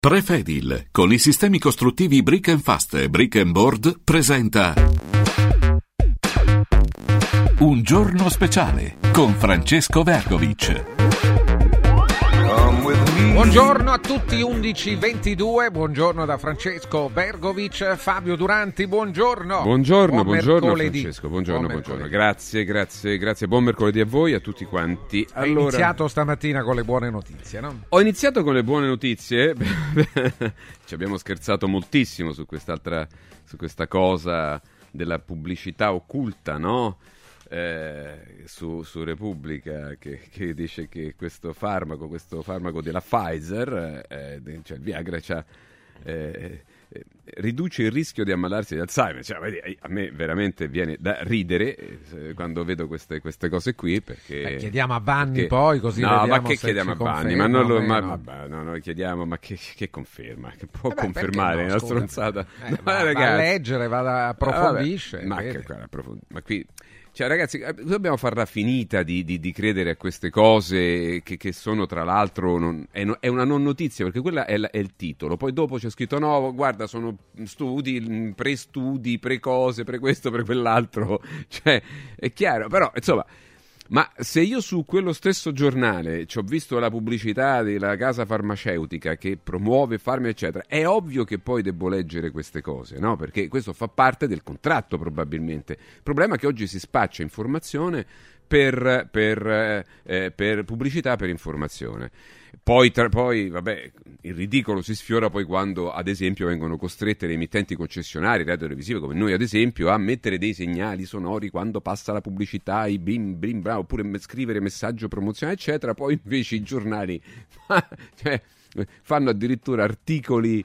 Prefedil, con i sistemi costruttivi Brick & Fast e Brick & Board, presenta Un giorno speciale con Francesco Vergovic. Buongiorno a tutti, 11:22, buongiorno da Francesco Vergovic. Fabio Duranti, buongiorno. Buongiorno mercoledì. Francesco, buongiorno. Grazie, buon mercoledì a voi, a tutti quanti. Hai iniziato stamattina con le buone notizie, no? Ho iniziato con le buone notizie, ci abbiamo scherzato moltissimo su questa cosa della pubblicità occulta, no? Su Repubblica che dice che questo farmaco della Pfizer, cioè il Viagra, riduce il rischio di ammalarsi di Alzheimer. Cioè, a me veramente viene da ridere quando vedo queste cose qui, perché chiediamo a Vanni poi, così no, vediamo ma che se chiediamo a Vanni? Ma noi chiediamo, ma che conferma? Che può confermare la stronzata? Va a leggere, approfondisce. Ma qui, cioè, ragazzi, dobbiamo farla finita di credere a queste cose che sono, tra l'altro, è una non notizia, perché quella è il titolo. Poi dopo c'è scritto: no, guarda, sono studi, pre-studi, pre-cose, pre-questo, pre-quell'altro. Cioè, è chiaro, però, insomma. Ma se io su quello stesso giornale ci ho visto la pubblicità della casa farmaceutica che promuove farmaci, eccetera, è ovvio che poi devo leggere queste cose, no? Perché questo fa parte del contratto, probabilmente. Il problema è che oggi si spaccia informazione per pubblicità, per informazione. Poi, vabbè, il ridicolo si sfiora poi quando, ad esempio, vengono costrette le emittenti concessionarie radio-televisive, come noi, ad esempio, a mettere dei segnali sonori quando passa la pubblicità, i bim, bim, bravo, oppure scrivere messaggio promozionale, eccetera. Poi invece i giornali fanno addirittura articoli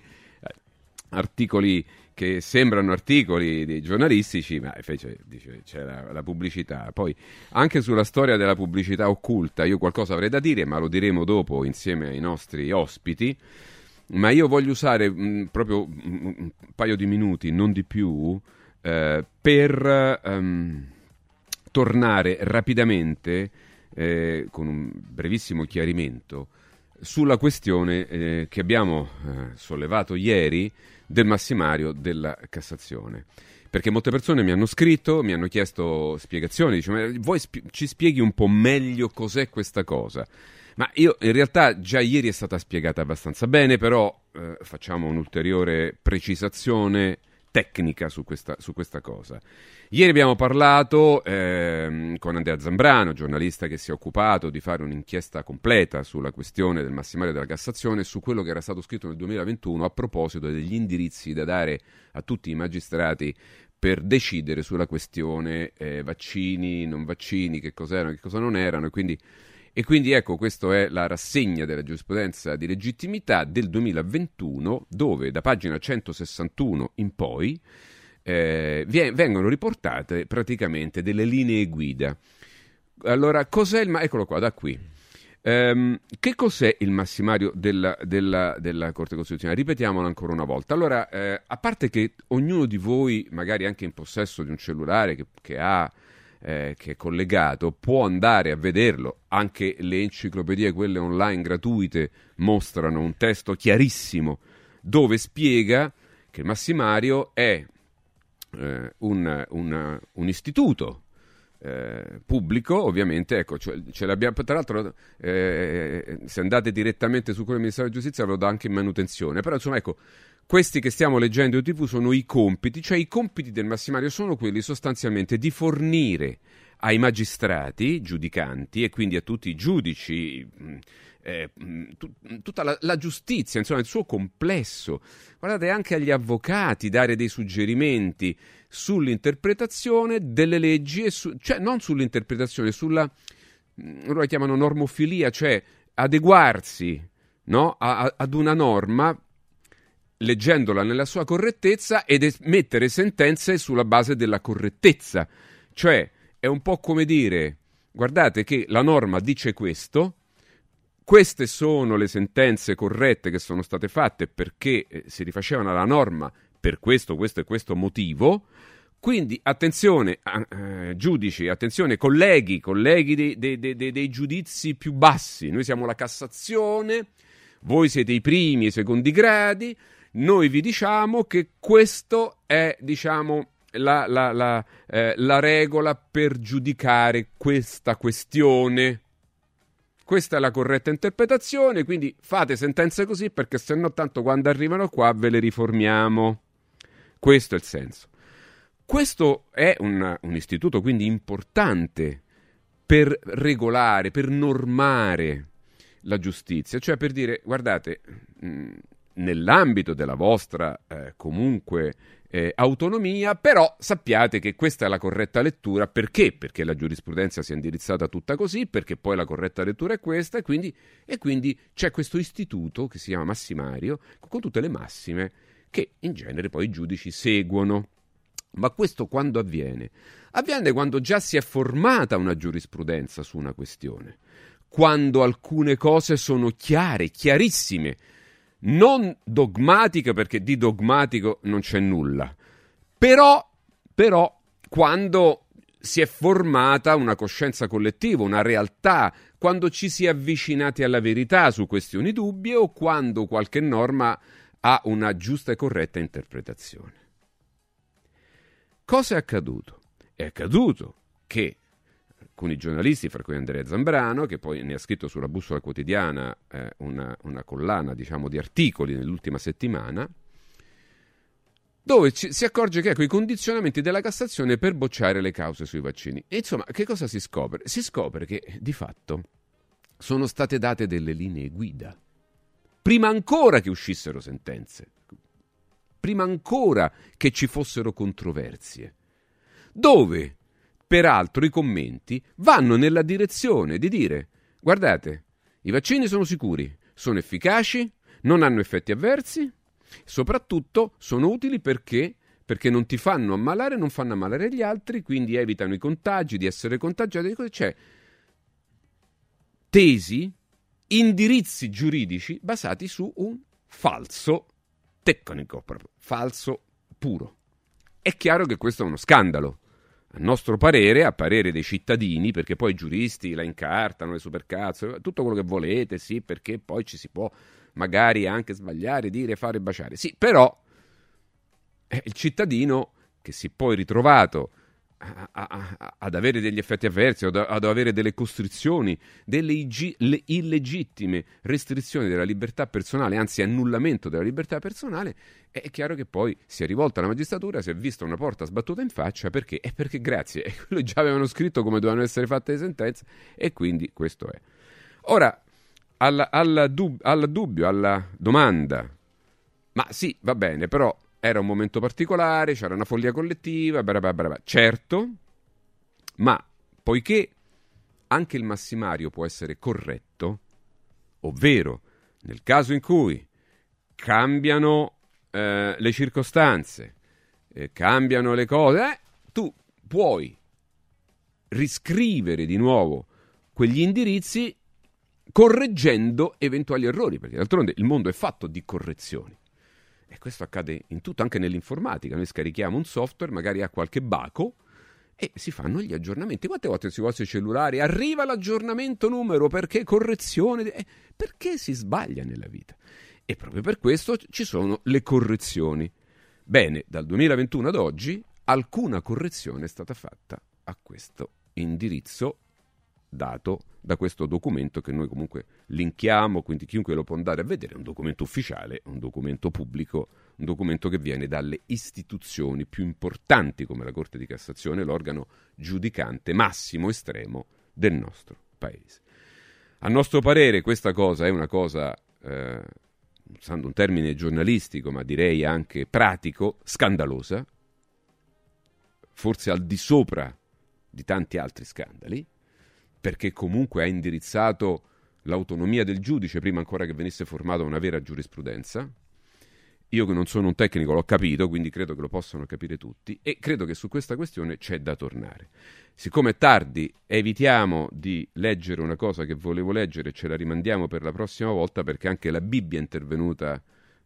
che sembrano articoli giornalistici, ma invece c'è la pubblicità. Poi anche sulla storia della pubblicità occulta io qualcosa avrei da dire, ma lo diremo dopo insieme ai nostri ospiti. Ma io voglio usare proprio un paio di minuti, non di più, per tornare rapidamente con un brevissimo chiarimento sulla questione che abbiamo sollevato ieri del massimario della Cassazione, perché molte persone mi hanno scritto, mi hanno chiesto spiegazioni, dice: vuoi ci spieghi un po' meglio cos'è questa cosa? Ma io, in realtà, già ieri è stata spiegata abbastanza bene, però facciamo un'ulteriore precisazione tecnica su questa cosa. Ieri abbiamo parlato con Andrea Zambrano, giornalista che si è occupato di fare un'inchiesta completa sulla questione del massimario della Cassazione, su quello che era stato scritto nel 2021 a proposito degli indirizzi da dare a tutti i magistrati per decidere sulla questione vaccini, non vaccini, che cos'erano, che cosa non erano, e quindi ecco, questa è la rassegna della giurisprudenza di legittimità del 2021, dove da pagina 161 in poi vengono riportate praticamente delle linee guida. Allora, cos'è eccolo qua, da qui. Che cos'è il massimario della Corte Costituzionale? Ripetiamolo ancora una volta. Allora, a parte che ognuno di voi, magari anche in possesso di un cellulare che è collegato, può andare a vederlo. Anche le enciclopedie, quelle online gratuite, mostrano un testo chiarissimo dove spiega che il massimario è un istituto pubblico, ovviamente. Ecco, ce l'abbiamo, tra l'altro, se andate direttamente su quello del Ministero della Giustizia ve lo dà anche in manutenzione, però insomma, ecco, questi che stiamo leggendo in TV sono i compiti, cioè i compiti del massimario sono quelli sostanzialmente di fornire ai magistrati giudicanti e quindi a tutti i giudici, tutta la giustizia, insomma, il suo complesso. Guardate, anche agli avvocati dare dei suggerimenti sull'interpretazione delle leggi, cioè non sull'interpretazione, loro la chiamano normofilia, cioè adeguarsi, no, ad una norma leggendola nella sua correttezza ed mettere sentenze sulla base della correttezza. Cioè è un po' come dire: guardate che la norma dice questo, queste sono le sentenze corrette che sono state fatte perché si rifacevano alla norma per questo e questo motivo, quindi attenzione giudici, attenzione colleghi dei giudizi più bassi, noi siamo la Cassazione, voi siete i primi e i secondi gradi, noi vi diciamo che questo è, diciamo, la regola per giudicare questa questione. Questa è la corretta interpretazione, quindi fate sentenze così, perché se no tanto quando arrivano qua ve le riformiamo. Questo è il senso. Questo è un istituto quindi importante per regolare, per normare la giustizia, cioè per dire, guardate, nell'ambito della vostra comunque autonomia, però sappiate che questa è la corretta lettura. Perché? Perché la giurisprudenza si è indirizzata tutta così, perché poi la corretta lettura è questa, e quindi c'è questo istituto che si chiama massimario, con tutte le massime che in genere poi i giudici seguono. Ma questo quando avviene? Avviene quando già si è formata una giurisprudenza su una questione, quando alcune cose sono chiare, chiarissime, non dogmatiche, perché di dogmatico non c'è nulla, però quando si è formata una coscienza collettiva, una realtà, quando ci si è avvicinati alla verità su questioni dubbie o quando qualche norma ha una giusta e corretta interpretazione. Cosa è accaduto? È accaduto che alcuni giornalisti, fra cui Andrea Zambrano, che poi ne ha scritto sulla Bussola Quotidiana una collana, diciamo, di articoli nell'ultima settimana, dove si accorge che ecco i condizionamenti della Cassazione per bocciare le cause sui vaccini. E insomma, che cosa si scopre? Si scopre che di fatto sono state date delle linee guida, prima ancora che uscissero sentenze, prima ancora che ci fossero controversie, dove peraltro i commenti vanno nella direzione di dire: guardate, i vaccini sono sicuri, sono efficaci, non hanno effetti avversi, soprattutto sono utili perché non ti fanno ammalare, non fanno ammalare gli altri, quindi evitano i contagi, di essere contagiati. C'è tesi, indirizzi giuridici basati su un falso tecnico, proprio falso puro. È chiaro che questo è uno scandalo. A nostro parere, a parere dei cittadini, perché poi i giuristi la incartano, le supercazzo, tutto quello che volete, sì, perché poi ci si può magari anche sbagliare, dire, fare, baciare. Sì, però il cittadino che si è poi ritrovato ad avere degli effetti avversi, ad avere delle costrizioni, delle illegittime restrizioni della libertà personale, anzi annullamento della libertà personale, è chiaro che poi si è rivolta alla magistratura, si è vista una porta sbattuta in faccia, perché? È perché grazie, quello già avevano scritto come dovevano essere fatte le sentenze, e quindi questo è. Ora, al dubbio, alla domanda, ma sì, va bene, però era un momento particolare, c'era una follia collettiva, certo, ma poiché anche il massimario può essere corretto, ovvero nel caso in cui cambiano le circostanze, cambiano le cose, tu puoi riscrivere di nuovo quegli indirizzi correggendo eventuali errori, perché d'altronde il mondo è fatto di correzioni. E questo accade in tutto, anche nell'informatica. Noi scarichiamo un software, magari ha qualche baco, e si fanno gli aggiornamenti. Quante volte sui vostri cellulari arriva l'aggiornamento numero, perché correzione, perché si sbaglia nella vita. E proprio per questo ci sono le correzioni. Bene, dal 2021 ad oggi alcuna correzione è stata fatta a questo indirizzo dato da questo documento, che noi comunque linkiamo, quindi chiunque lo può andare a vedere. È un documento ufficiale, un documento pubblico, un documento che viene dalle istituzioni più importanti come la Corte di Cassazione, l'organo giudicante massimo estremo del nostro paese. A nostro parere questa cosa è una cosa, usando un termine giornalistico ma direi anche pratico, scandalosa, forse al di sopra di tanti altri scandali, perché comunque ha indirizzato l'autonomia del giudice prima ancora che venisse formata una vera giurisprudenza. Io che non sono un tecnico l'ho capito, quindi credo che lo possano capire tutti, e credo che su questa questione c'è da tornare. Siccome è tardi, evitiamo di leggere una cosa che volevo leggere, ce la rimandiamo per la prossima volta, perché anche la Bibbia è intervenuta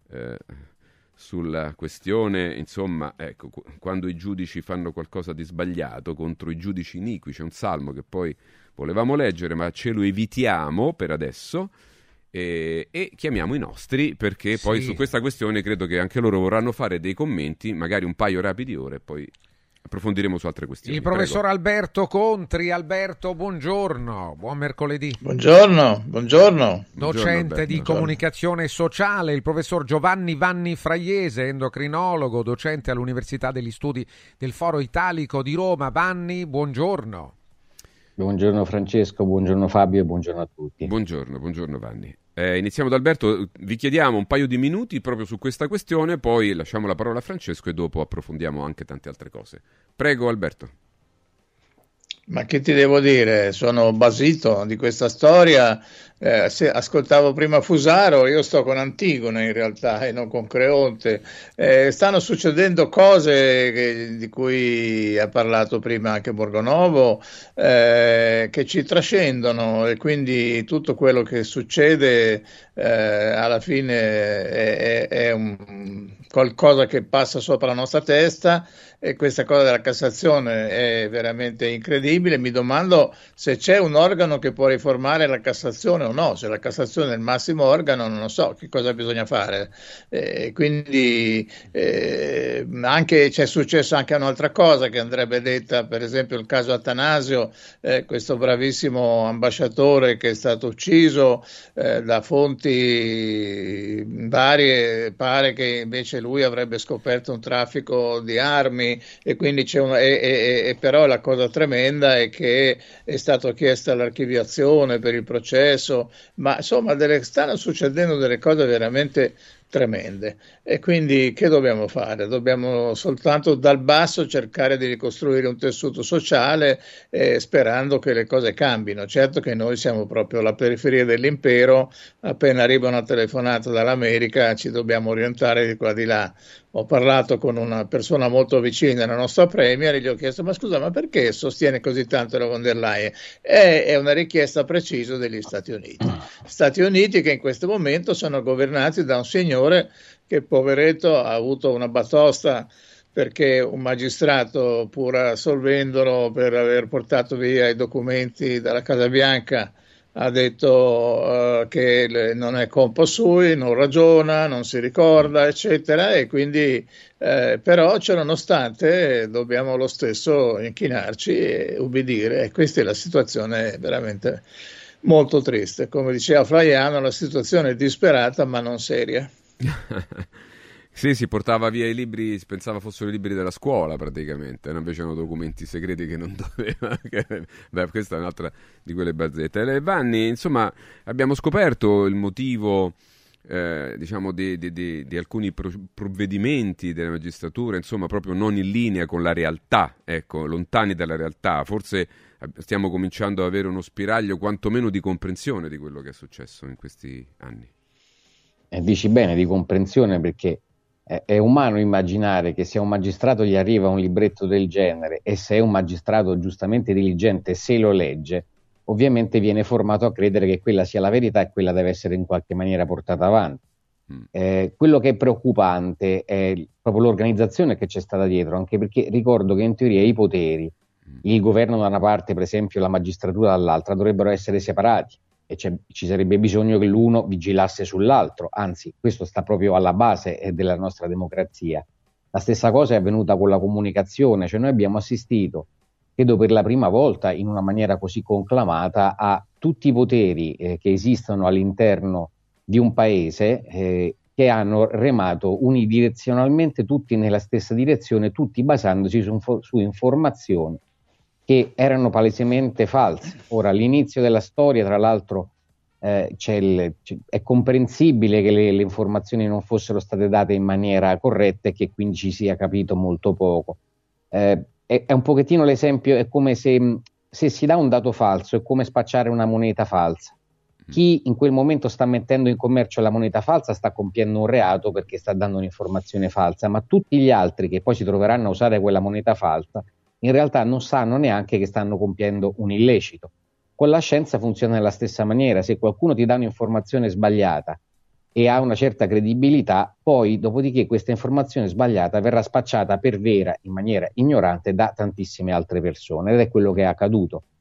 sulla questione, insomma, ecco, quando i giudici fanno qualcosa di sbagliato contro i giudici iniqui. C'è un salmo che poi volevamo leggere, ma ce lo evitiamo per adesso, e chiamiamo i nostri, perché poi su questa questione credo che anche loro vorranno fare dei commenti, magari un paio rapidi ora, e poi approfondiremo su altre questioni. Il professor Alberto Contri. Alberto, buongiorno, buon mercoledì. Buongiorno. Docente di comunicazione sociale, il professor Giovanni Vanni Fraiese, endocrinologo, docente all'Università degli Studi del Foro Italico di Roma. Vanni, buongiorno. Buongiorno Francesco, buongiorno Fabio e buongiorno a tutti. Buongiorno Vanni. Iniziamo da Alberto, vi chiediamo un paio di minuti proprio su questa questione, poi lasciamo la parola a Francesco e dopo approfondiamo anche tante altre cose. Prego Alberto. Ma che ti devo dire? Sono basito di questa storia. Ascoltavo prima Fusaro, io sto con Antigone in realtà e non con Creonte. Stanno succedendo cose di cui ha parlato prima anche Borgonovo, che ci trascendono, e quindi tutto quello che succede alla fine è qualcosa che passa sopra la nostra testa, e questa cosa della Cassazione è veramente incredibile. Mi domando se c'è un organo che può riformare la Cassazione o no. Se la Cassazione è il massimo organo, non so che cosa bisogna fare. Quindi anche c'è successo anche un'altra cosa che andrebbe detta, per esempio il caso Attanasio, questo bravissimo ambasciatore che è stato ucciso da fonti varie. Pare che invece lui avrebbe scoperto un traffico di armi, e quindi però la cosa tremenda è che è stato chiesta l'archiviazione per il processo, ma insomma stanno succedendo delle cose veramente tremende, e quindi che dobbiamo fare? Dobbiamo soltanto dal basso cercare di ricostruire un tessuto sociale, sperando che le cose cambino. Certo che noi siamo proprio alla periferia dell'impero, appena arriva una telefonata dall'America ci dobbiamo orientare di qua di là. Ho parlato con una persona molto vicina alla nostra premier e gli ho chiesto: ma scusa, ma perché sostiene così tanto la von der Leyen? È una richiesta precisa degli Stati Uniti. Stati Uniti che in questo momento sono governati da un signore che, poveretto, ha avuto una batosta perché un magistrato, pur assolvendolo per aver portato via i documenti dalla Casa Bianca, ha detto che non è colpa sua, non ragiona, non si ricorda, eccetera, e quindi però ciononostante dobbiamo lo stesso inchinarci e ubbidire, e questa è la situazione veramente molto triste. Come diceva Flaiano, la situazione è disperata ma non seria. Sì, si portava via i libri, si pensava fossero i libri della scuola praticamente, invece erano documenti segreti che non doveva. Beh, questa è un'altra di quelle barzette. Vanni, insomma, abbiamo scoperto il motivo, diciamo, di alcuni provvedimenti della magistratura, insomma, proprio non in linea con la realtà, ecco, lontani dalla realtà. Forse stiamo cominciando ad avere uno spiraglio quantomeno di comprensione di quello che è successo in questi anni. Dici bene, di comprensione, perché è umano immaginare che se a un magistrato gli arriva un libretto del genere, e se è un magistrato giustamente diligente se lo legge, ovviamente viene formato a credere che quella sia la verità e quella deve essere in qualche maniera portata avanti. Quello che è preoccupante è proprio l'organizzazione che c'è stata dietro, anche perché ricordo che in teoria i poteri, il governo da una parte per esempio, la magistratura dall'altra, dovrebbero essere separati. E ci sarebbe bisogno che l'uno vigilasse sull'altro, anzi questo sta proprio alla base della nostra democrazia. La stessa cosa è avvenuta con la comunicazione, cioè noi abbiamo assistito, credo per la prima volta in una maniera così conclamata, a tutti i poteri che esistono all'interno di un paese che hanno remato unidirezionalmente tutti nella stessa direzione, tutti basandosi su informazioni che erano palesemente false. Ora, all'inizio della storia, tra l'altro, è comprensibile che le informazioni non fossero state date in maniera corretta e che quindi ci sia capito molto poco. È un pochettino l'esempio, è come se si dà un dato falso, è come spacciare una moneta falsa. Chi in quel momento sta mettendo in commercio la moneta falsa sta compiendo un reato perché sta dando un'informazione falsa, ma tutti gli altri che poi si troveranno a usare quella moneta falsa in realtà non sanno neanche che stanno compiendo un illecito. Con la scienza funziona nella stessa maniera: se qualcuno ti dà un'informazione sbagliata e ha una certa credibilità, poi dopodiché questa informazione sbagliata verrà spacciata per vera in maniera ignorante da tantissime altre persone, ed è quello che è accaduto.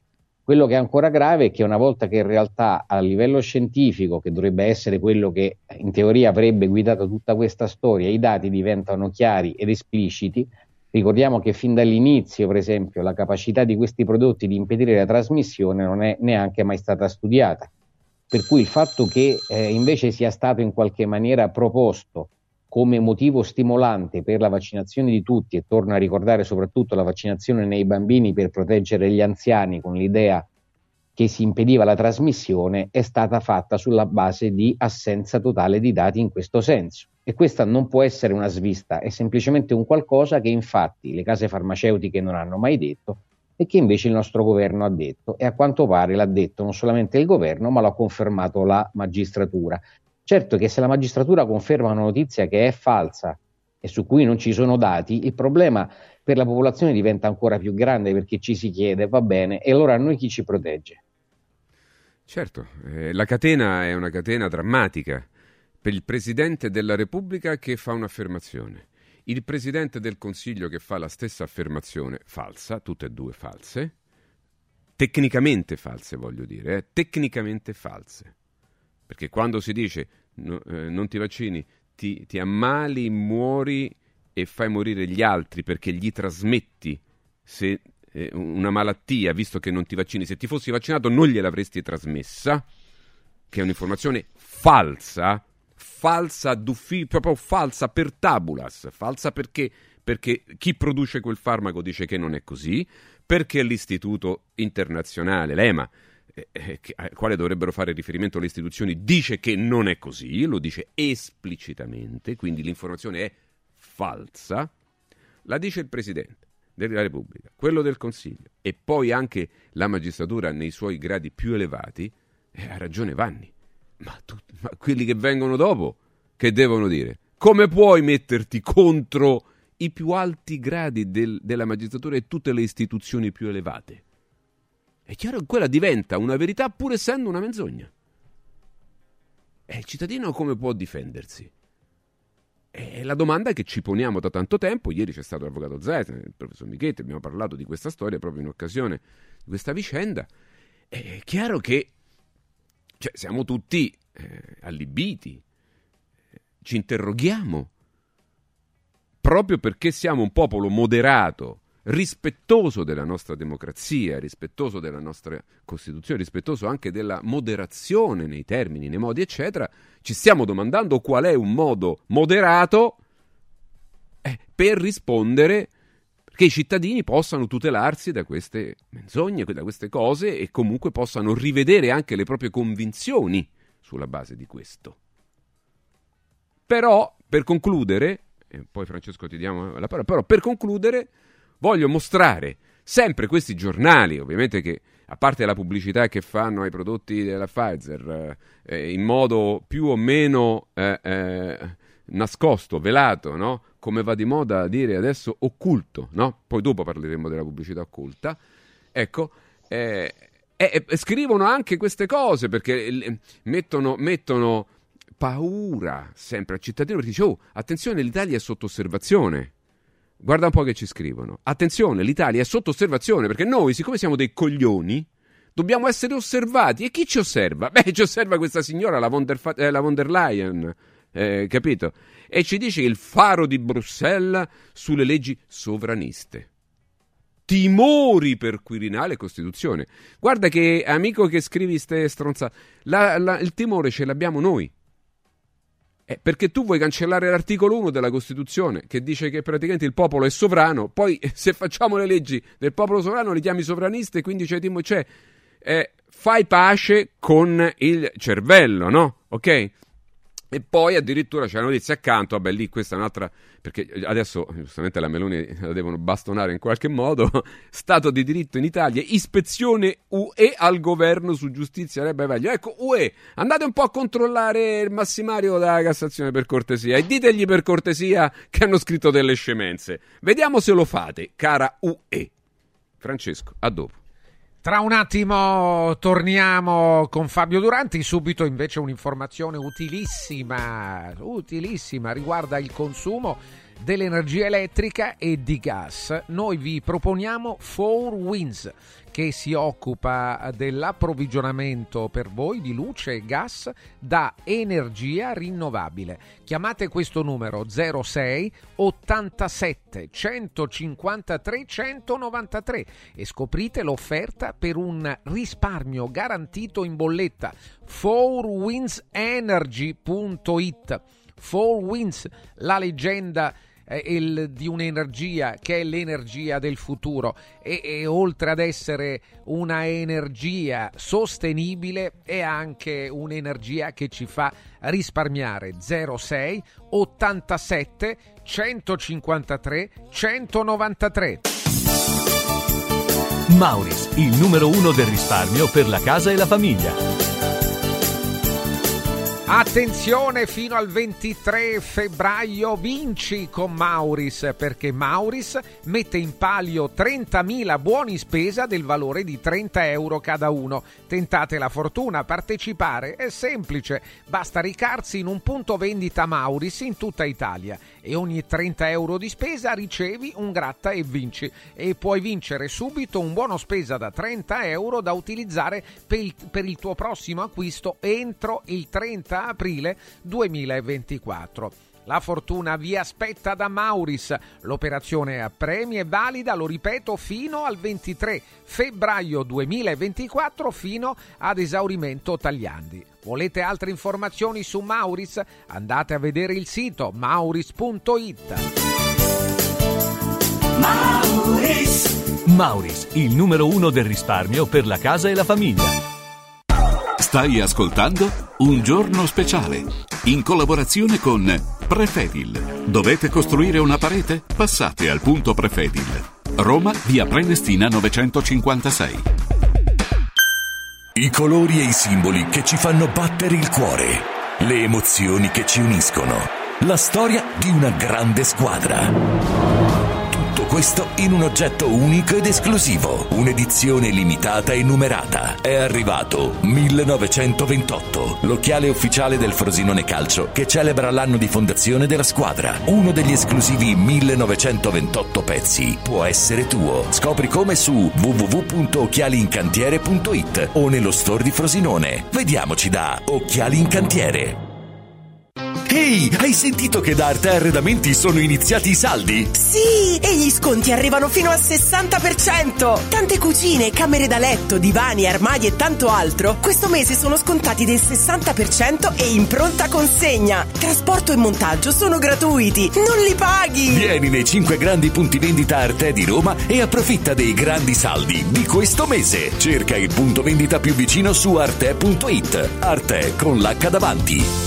Quello che è ancora grave è che una volta che in realtà a livello scientifico, che dovrebbe essere quello che in teoria avrebbe guidato tutta questa storia, i dati diventano chiari ed espliciti, ricordiamo che fin dall'inizio, per esempio, la capacità di questi prodotti di impedire la trasmissione non è neanche mai stata studiata. Per cui il fatto che invece sia stato in qualche maniera proposto come motivo stimolante per la vaccinazione di tutti, e torno a ricordare soprattutto la vaccinazione nei bambini per proteggere gli anziani con l'idea che si impediva la trasmissione, è stata fatta sulla base di assenza totale di dati in questo senso. E questa non può essere una svista, è semplicemente un qualcosa che infatti le case farmaceutiche non hanno mai detto e che invece il nostro governo ha detto, e a quanto pare l'ha detto non solamente il governo, ma l'ha confermato la magistratura. Certo che se la magistratura conferma una notizia che è falsa e su cui non ci sono dati, il problema per la popolazione diventa ancora più grande, perché ci si chiede, va bene, e allora a noi chi ci protegge? Certo, la catena è una catena drammatica per il Presidente della Repubblica che fa un'affermazione, il Presidente del Consiglio che fa la stessa affermazione falsa, tutte e due false, tecnicamente false voglio dire, tecnicamente false. Perché quando si dice non ti vaccini, ti ammali, muori e fai morire gli altri perché gli trasmetti una malattia, visto che non ti vaccini. Se ti fossi vaccinato non gliel'avresti trasmessa, che è un'informazione falsa proprio falsa per tabulas, falsa perché chi produce quel farmaco dice che non è così, perché l'Istituto Internazionale, l'EMA, al quale dovrebbero fare riferimento le istituzioni, dice che non è così, lo dice esplicitamente, quindi l'informazione è falsa, la dice il Presidente della Repubblica, quello del Consiglio e poi anche la magistratura nei suoi gradi più elevati. Ha ragione Vanni, ma quelli che vengono dopo che devono dire? Come puoi metterti contro i più alti gradi della magistratura e tutte le istituzioni più elevate? È chiaro che quella diventa una verità pur essendo una menzogna. E il cittadino come può difendersi? È la domanda che ci poniamo da tanto tempo. Ieri c'è stato l'avvocato Zaita, il professor Michetti, abbiamo parlato di questa storia proprio in occasione di questa vicenda. È chiaro che siamo tutti allibiti, ci interroghiamo, proprio perché siamo un popolo moderato, rispettoso della nostra democrazia, rispettoso della nostra Costituzione, rispettoso anche della moderazione nei termini, nei modi, eccetera. Ci stiamo domandando qual è un modo moderato per rispondere, che i cittadini possano tutelarsi da queste menzogne, da queste cose, e comunque possano rivedere anche le proprie convinzioni sulla base di questo. Però, per concludere, e poi Francesco ti diamo la parola, però per concludere voglio mostrare sempre questi giornali, ovviamente, che a parte la pubblicità che fanno ai prodotti della Pfizer in modo più o meno nascosto, velato, no? Come va di moda a dire adesso, occulto, no? Poi dopo parleremo della pubblicità occulta. Ecco, scrivono anche queste cose perché mettono paura sempre al cittadino, perché dice: oh, attenzione, l'Italia è sotto osservazione. Guarda un po' che ci scrivono. Attenzione, l'Italia è sotto osservazione, perché noi, siccome siamo dei coglioni, dobbiamo essere osservati. E chi ci osserva? Beh, ci osserva questa signora, la von der Leyen, capito? E ci dice il faro di Bruxelles sulle leggi sovraniste. Timori per Quirinale e Costituzione. Guarda che, amico che scrivi ste stronzate, il timore ce l'abbiamo noi. Perché tu vuoi cancellare l'articolo 1 della Costituzione, che dice che praticamente il popolo è sovrano, poi se facciamo le leggi del popolo sovrano li chiami sovraniste, e quindi fai pace con il cervello, no? Ok? E poi addirittura c'è la notizia accanto, vabbè, lì questa è un'altra, perché adesso giustamente la Meloni la devono bastonare in qualche modo. Stato di diritto in Italia, ispezione UE al governo su giustizia, sarebbe meglio. Ecco, UE, andate un po' a controllare il massimario della Cassazione per cortesia e ditegli per cortesia che hanno scritto delle scemenze. Vediamo se lo fate, cara UE. Francesco, a dopo. Tra un attimo torniamo con Fabio Duranti, subito invece un'informazione utilissima, riguarda il consumo dell'energia elettrica e di gas. Noi vi proponiamo 4Winds, che si occupa dell'approvvigionamento per voi di luce e gas da energia rinnovabile. Chiamate questo numero 06 87 153 193 e scoprite l'offerta per un risparmio garantito in bolletta. 4windsenergy.it. 4Winds, la leggenda di un'energia che è l'energia del futuro e oltre ad essere una energia sostenibile è anche un'energia che ci fa risparmiare. 06 87 153 193. Mauris, il numero 1 del risparmio per la casa e la famiglia. Attenzione, fino al 23 febbraio vinci con Mauris, perché Mauris mette in palio 30.000 buoni spesa del valore di 30 euro cada uno. Tentate la fortuna, partecipare è semplice, basta recarsi in un punto vendita Mauris in tutta Italia e ogni 30 euro di spesa ricevi un gratta e vinci, e puoi vincere subito un buono spesa da 30 euro da utilizzare per il tuo prossimo acquisto entro il 30 aprile 2024. La fortuna vi aspetta da Mauris. L'operazione a premi è valida, lo ripeto, fino al 23 febbraio 2024, fino ad esaurimento tagliandi. Volete altre informazioni su Mauris? Andate a vedere il sito mauris.it. Mauris, il numero 1 del risparmio per la casa e la famiglia. Stai ascoltando Un Giorno Speciale, in collaborazione con Prefedil. Dovete costruire una parete? Passate al punto Prefedil. Roma, via Prenestina 956. I colori e i simboli che ci fanno battere il cuore, le emozioni che ci uniscono, la storia di una grande squadra. Tutto questo in un oggetto unico ed esclusivo, un'edizione limitata e numerata. È arrivato 1928, l'occhiale ufficiale del Frosinone Calcio che celebra l'anno di fondazione della squadra. Uno degli esclusivi 1928 pezzi può essere tuo. Scopri come su www.occhialiincantiere.it o nello store di Frosinone. Vediamoci da Occhiali in Cantiere. Ehi, hai sentito che da Arte Arredamenti sono iniziati i saldi? Sì, e gli sconti arrivano fino al 60%! Tante cucine, camere da letto, divani, armadi e tanto altro questo mese sono scontati del 60% e in pronta consegna. Trasporto e montaggio sono gratuiti, non li paghi! Vieni nei 5 grandi punti vendita Arte di Roma e approfitta dei grandi saldi di questo mese. Cerca il punto vendita più vicino su arte.it. Arte con l'H davanti.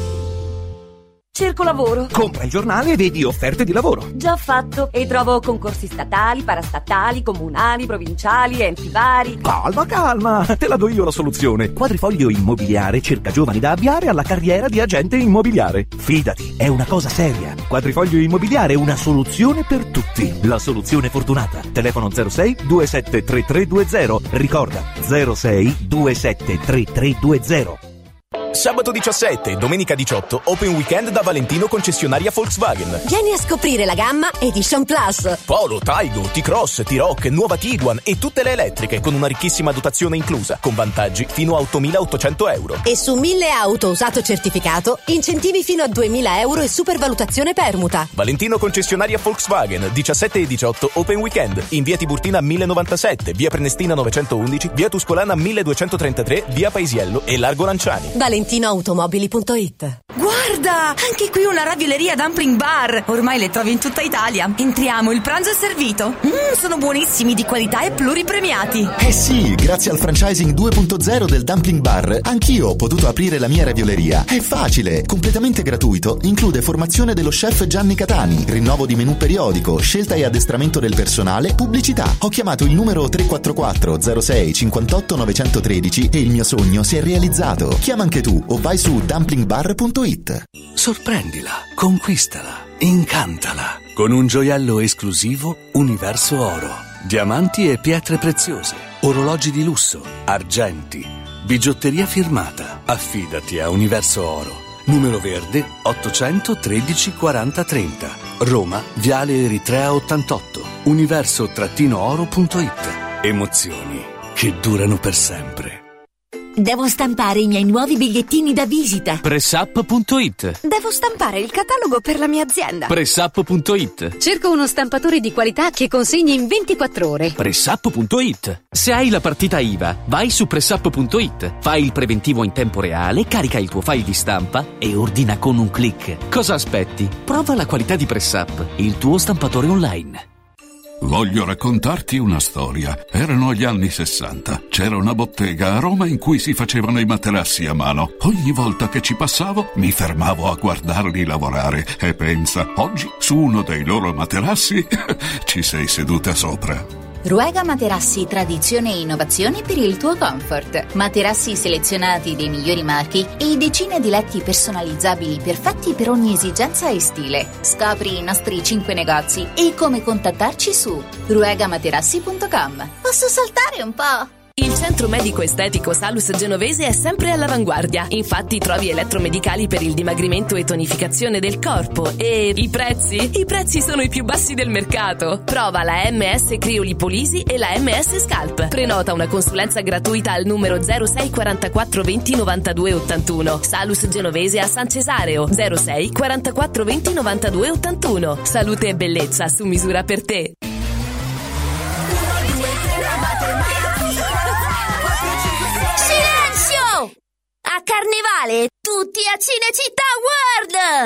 Cerco lavoro. Compra il giornale e vedi offerte di lavoro. Già fatto. E trovo concorsi statali, parastatali, comunali, provinciali, enti vari. Calma, te la do io la soluzione. Quadrifoglio Immobiliare cerca giovani da avviare alla carriera di agente immobiliare. Fidati, è una cosa seria. Quadrifoglio Immobiliare è una soluzione per tutti. La soluzione fortunata. Telefono 06 27 3320. Ricorda, 06 27 3320. Sabato 17 e domenica 18 Open Weekend da Valentino concessionaria Volkswagen. Vieni a scoprire la gamma Edition Plus. Polo, Taigo, T-Cross, T-Roc, nuova Tiguan e tutte le elettriche con una ricchissima dotazione inclusa, con vantaggi fino a 8.800 euro. E su 1.000 auto usato certificato, incentivi fino a 2.000 euro e supervalutazione permuta. Valentino concessionaria Volkswagen, 17 e 18 Open Weekend, in via Tiburtina 1097, via Prenestina 911, via Tuscolana 1233, via Paisiello e Largo Lanciani. ValentinoAutomobili.it. Guarda, anche qui una ravioleria Dumpling Bar. Ormai le trovi in tutta Italia. Entriamo, il pranzo è servito. Sono buonissimi, di qualità e pluripremiati. Eh sì, grazie al franchising 2.0 del Dumpling Bar, anch'io ho potuto aprire la mia ravioleria. È facile, completamente gratuito, include formazione dello chef Gianni Catani, rinnovo di menù periodico, scelta e addestramento del personale, pubblicità. Ho chiamato il numero 344 06 58 913 e il mio sogno si è realizzato. Chiama anche tu o vai su dumplingbar.it. Sorprendila, conquistala, incantala con un gioiello esclusivo Universo Oro. Diamanti e pietre preziose, orologi di lusso, argenti, bigiotteria firmata. Affidati a Universo Oro. Numero verde 813 40 30. Roma, Viale Eritrea 88, universo-oro.it. Emozioni che durano per sempre. Devo stampare i miei nuovi bigliettini da visita. Pressup.it. Devo stampare il catalogo per la mia azienda. Pressup.it. Cerco uno stampatore di qualità che consegni in 24 ore. Pressup.it. Se hai la partita IVA, vai su Pressup.it, fai il preventivo in tempo reale, carica il tuo file di stampa e ordina con un click. Cosa aspetti? Prova la qualità di Pressup, il tuo stampatore online. Voglio raccontarti una storia. Erano gli anni 60. C'era una bottega a Roma in cui si facevano i materassi a mano. Ogni volta che ci passavo mi fermavo a guardarli lavorare e pensa, oggi su uno dei loro materassi ci sei seduta sopra. Ruega Materassi, tradizione e innovazione per il tuo comfort. Materassi selezionati dei migliori marchi e decine di letti personalizzabili perfetti per ogni esigenza e stile. Scopri i nostri 5 negozi e come contattarci su ruegamaterassi.com. Posso saltare un po'? Il centro medico estetico Salus Genovese è sempre all'avanguardia. Infatti trovi elettromedicali per il dimagrimento e tonificazione del corpo. E i prezzi? I prezzi sono i più bassi del mercato. Prova la MS Criolipolisi e la MS Scalp. Prenota una consulenza gratuita al numero 06 44 20 92 81. Salus Genovese a San Cesareo 06 44 20 92 81. Salute e bellezza su misura per te. A Carnevale, tutti a Cinecittà World!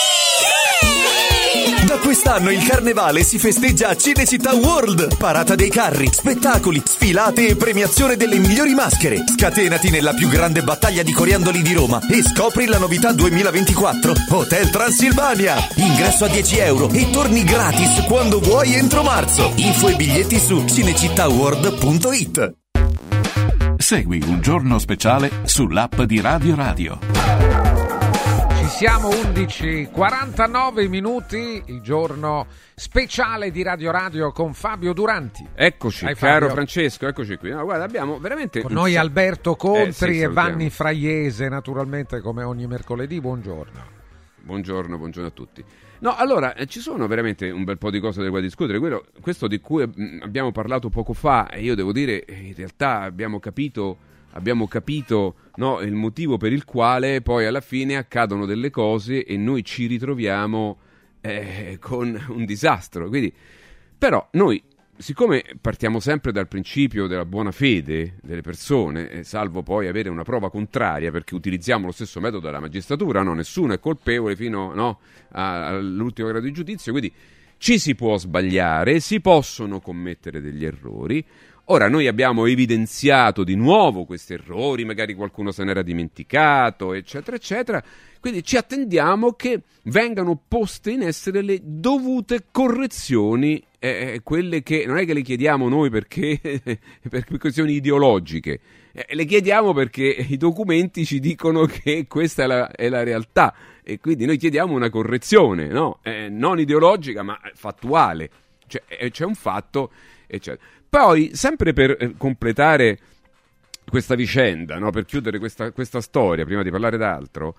Sì! Da quest'anno il Carnevale si festeggia a Cinecittà World. Parata dei carri, spettacoli, sfilate e premiazione delle migliori maschere. Scatenati nella più grande battaglia di coriandoli di Roma e scopri la novità 2024. Hotel Transilvania. Ingresso a €10 e torni gratis quando vuoi entro marzo. Info e biglietti su cinecittàworld.it. Segui Un Giorno Speciale sull'app di Radio Radio. Ci siamo, 11:49 minuti, il giorno speciale di Radio Radio con Fabio Duranti. Eccoci, Hai, caro Fabio? Francesco, eccoci qui. No, guarda, abbiamo veramente... Con noi Alberto Contri sì, e Vanni Fraiese, naturalmente come ogni mercoledì. Buongiorno. Buongiorno a tutti. No, allora, ci sono veramente un bel po' di cose da cui discutere. Questo di cui abbiamo parlato poco fa, e io devo dire, in realtà abbiamo capito no, il motivo per il quale poi alla fine accadono delle cose e noi ci ritroviamo con un disastro. Quindi, però noi, siccome partiamo sempre dal principio della buona fede delle persone, salvo poi avere una prova contraria, perché utilizziamo lo stesso metodo della magistratura, no? Nessuno è colpevole fino all'ultimo grado di giudizio, quindi ci si può sbagliare, si possono commettere degli errori. Ora, noi abbiamo evidenziato di nuovo questi errori, magari qualcuno se n'era dimenticato, eccetera, eccetera. Quindi ci attendiamo che vengano poste in essere le dovute correzioni, quelle che non è che le chiediamo noi perché per questioni ideologiche, le chiediamo perché i documenti ci dicono che questa è la realtà, e quindi noi chiediamo una correzione, no? Non ideologica ma fattuale, cioè c'è un fatto, eccetera. Poi, sempre per completare questa vicenda, no? Per chiudere questa storia, prima di parlare d'altro,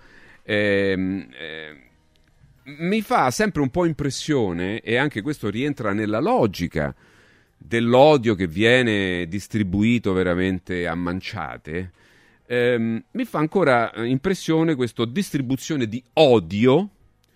mi fa sempre un po' impressione, e anche questo rientra nella logica dell'odio che viene distribuito veramente a manciate, mi fa ancora impressione questa distribuzione di odio,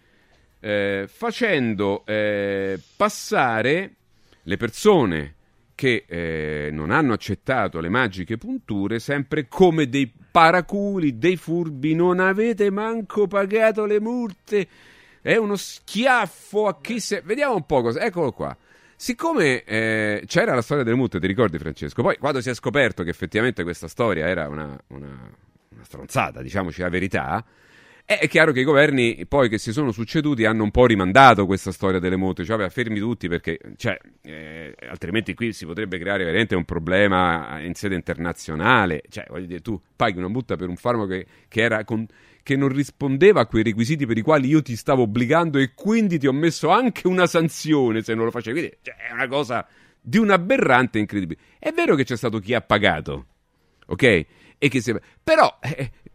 facendo passare le persone che non hanno accettato le magiche punture sempre come dei paraculi, dei furbi. Non avete manco pagato le multe, è uno schiaffo a chi se... Vediamo un po' cosa, eccolo qua. Siccome c'era la storia delle multe, ti ricordi, Francesco? Poi quando si è scoperto che effettivamente questa storia era una stronzata, diciamoci la verità, è chiaro che i governi poi che si sono succeduti hanno un po' rimandato questa storia delle multe, cioè fermi tutti, perché altrimenti qui si potrebbe creare veramente un problema in sede internazionale. Cioè, voglio dire, tu paghi una multa per un farmaco che non rispondeva a quei requisiti per i quali io ti stavo obbligando, e quindi ti ho messo anche una sanzione se non lo facevi. Quindi, è una cosa di un aberrante incredibile. È vero che c'è stato chi ha pagato, ok? Però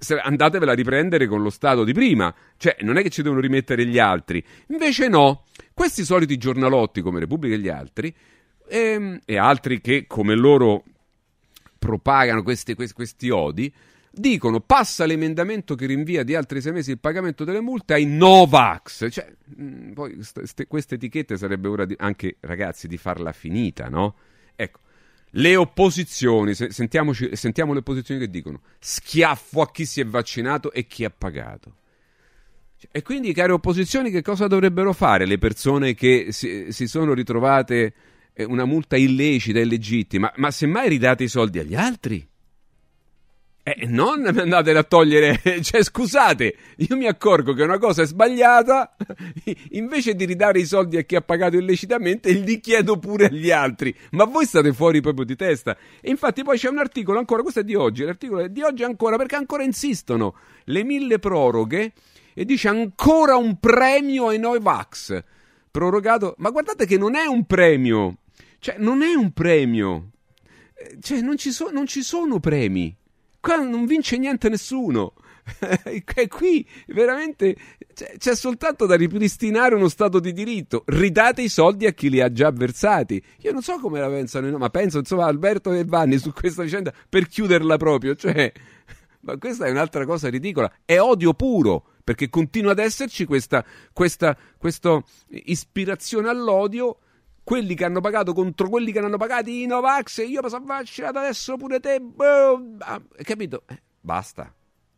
andatevela a riprendere con lo stato di prima, cioè non è che ci devono rimettere gli altri. Invece no, Questi soliti giornalotti come Repubblica e gli altri, e altri che come loro propagano questi odi, dicono passa l'emendamento che rinvia di altri 6 mesi il pagamento delle multe ai Novax. Cioè, poi queste etichette sarebbe ora anche, ragazzi, di farla finita, no? Ecco, le opposizioni, sentiamo le opposizioni che dicono schiaffo a chi si è vaccinato e chi ha pagato. E quindi, care opposizioni, che cosa dovrebbero fare le persone che si sono ritrovate una multa illecita, illegittima? Ma semmai ridate i soldi agli altri? Non andatela a togliere, cioè scusate, io mi accorgo che una cosa è sbagliata, invece di ridare i soldi a chi ha pagato illecitamente li chiedo pure agli altri, ma voi state fuori proprio di testa. E infatti poi c'è un articolo ancora, questo è di oggi, l'articolo è di oggi ancora, perché ancora insistono le 1000 proroghe e dice ancora un premio ai Novax prorogato, ma guardate che non è un premio, cioè non è un premio, cioè non ci sono premi. Qua non vince niente nessuno. Qui veramente c'è soltanto da ripristinare uno stato di diritto. Ridate i soldi a chi li ha già versati. Io non so come la pensano, ma penso insomma Alberto e Vanni su questa vicenda per chiuderla proprio. Cioè, ma questa è un'altra cosa ridicola. È odio puro, perché continua ad esserci questa ispirazione all'odio. Quelli che hanno pagato contro quelli che non hanno pagato i Novax, e io mi sono vaccinato adesso pure te, capito? Basta,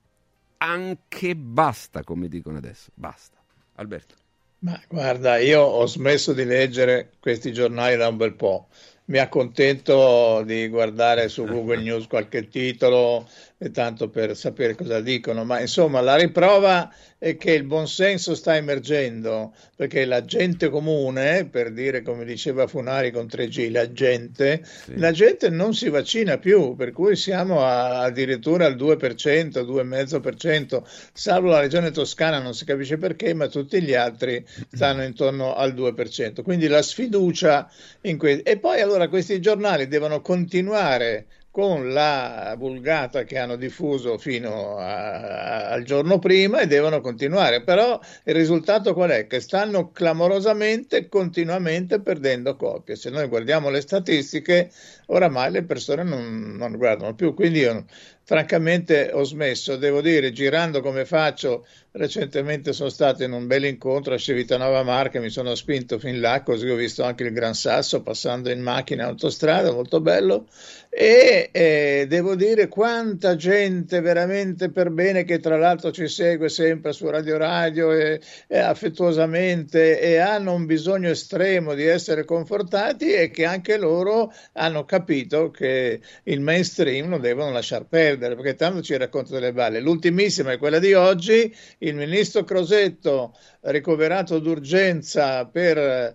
anche basta, come dicono adesso, basta. Alberto. Ma guarda, io ho smesso di leggere questi giornali da un bel po', mi accontento di guardare su Google News qualche titolo, tanto per sapere cosa dicono, ma insomma la riprova è che il buonsenso sta emergendo, perché la gente comune, per dire come diceva Funari con 3G, la gente non si vaccina più, per cui siamo addirittura al 2%, 2,5%, salvo la regione Toscana, non si capisce perché, ma tutti gli altri stanno intorno al 2%, quindi la sfiducia in questo. E poi allora questi giornali devono continuare con la vulgata che hanno diffuso fino al giorno prima e devono continuare, però il risultato qual è? Che stanno clamorosamente, continuamente perdendo copie. Se noi guardiamo le statistiche, oramai le persone non guardano più, quindi io francamente ho smesso, devo dire, girando come faccio. Recentemente sono stato in un bel incontro a Civitanova Marche, mi sono spinto fin là, così ho visto anche il Gran Sasso passando in macchina in autostrada, molto bello, e devo dire quanta gente veramente per bene, che tra l'altro ci segue sempre su Radio e affettuosamente, e hanno un bisogno estremo di essere confortati, e che anche loro hanno capito che il mainstream lo devono lasciar perdere, perché tanto ci racconta delle balle. L'ultimissima è quella di oggi: il ministro Crosetto ricoverato d'urgenza per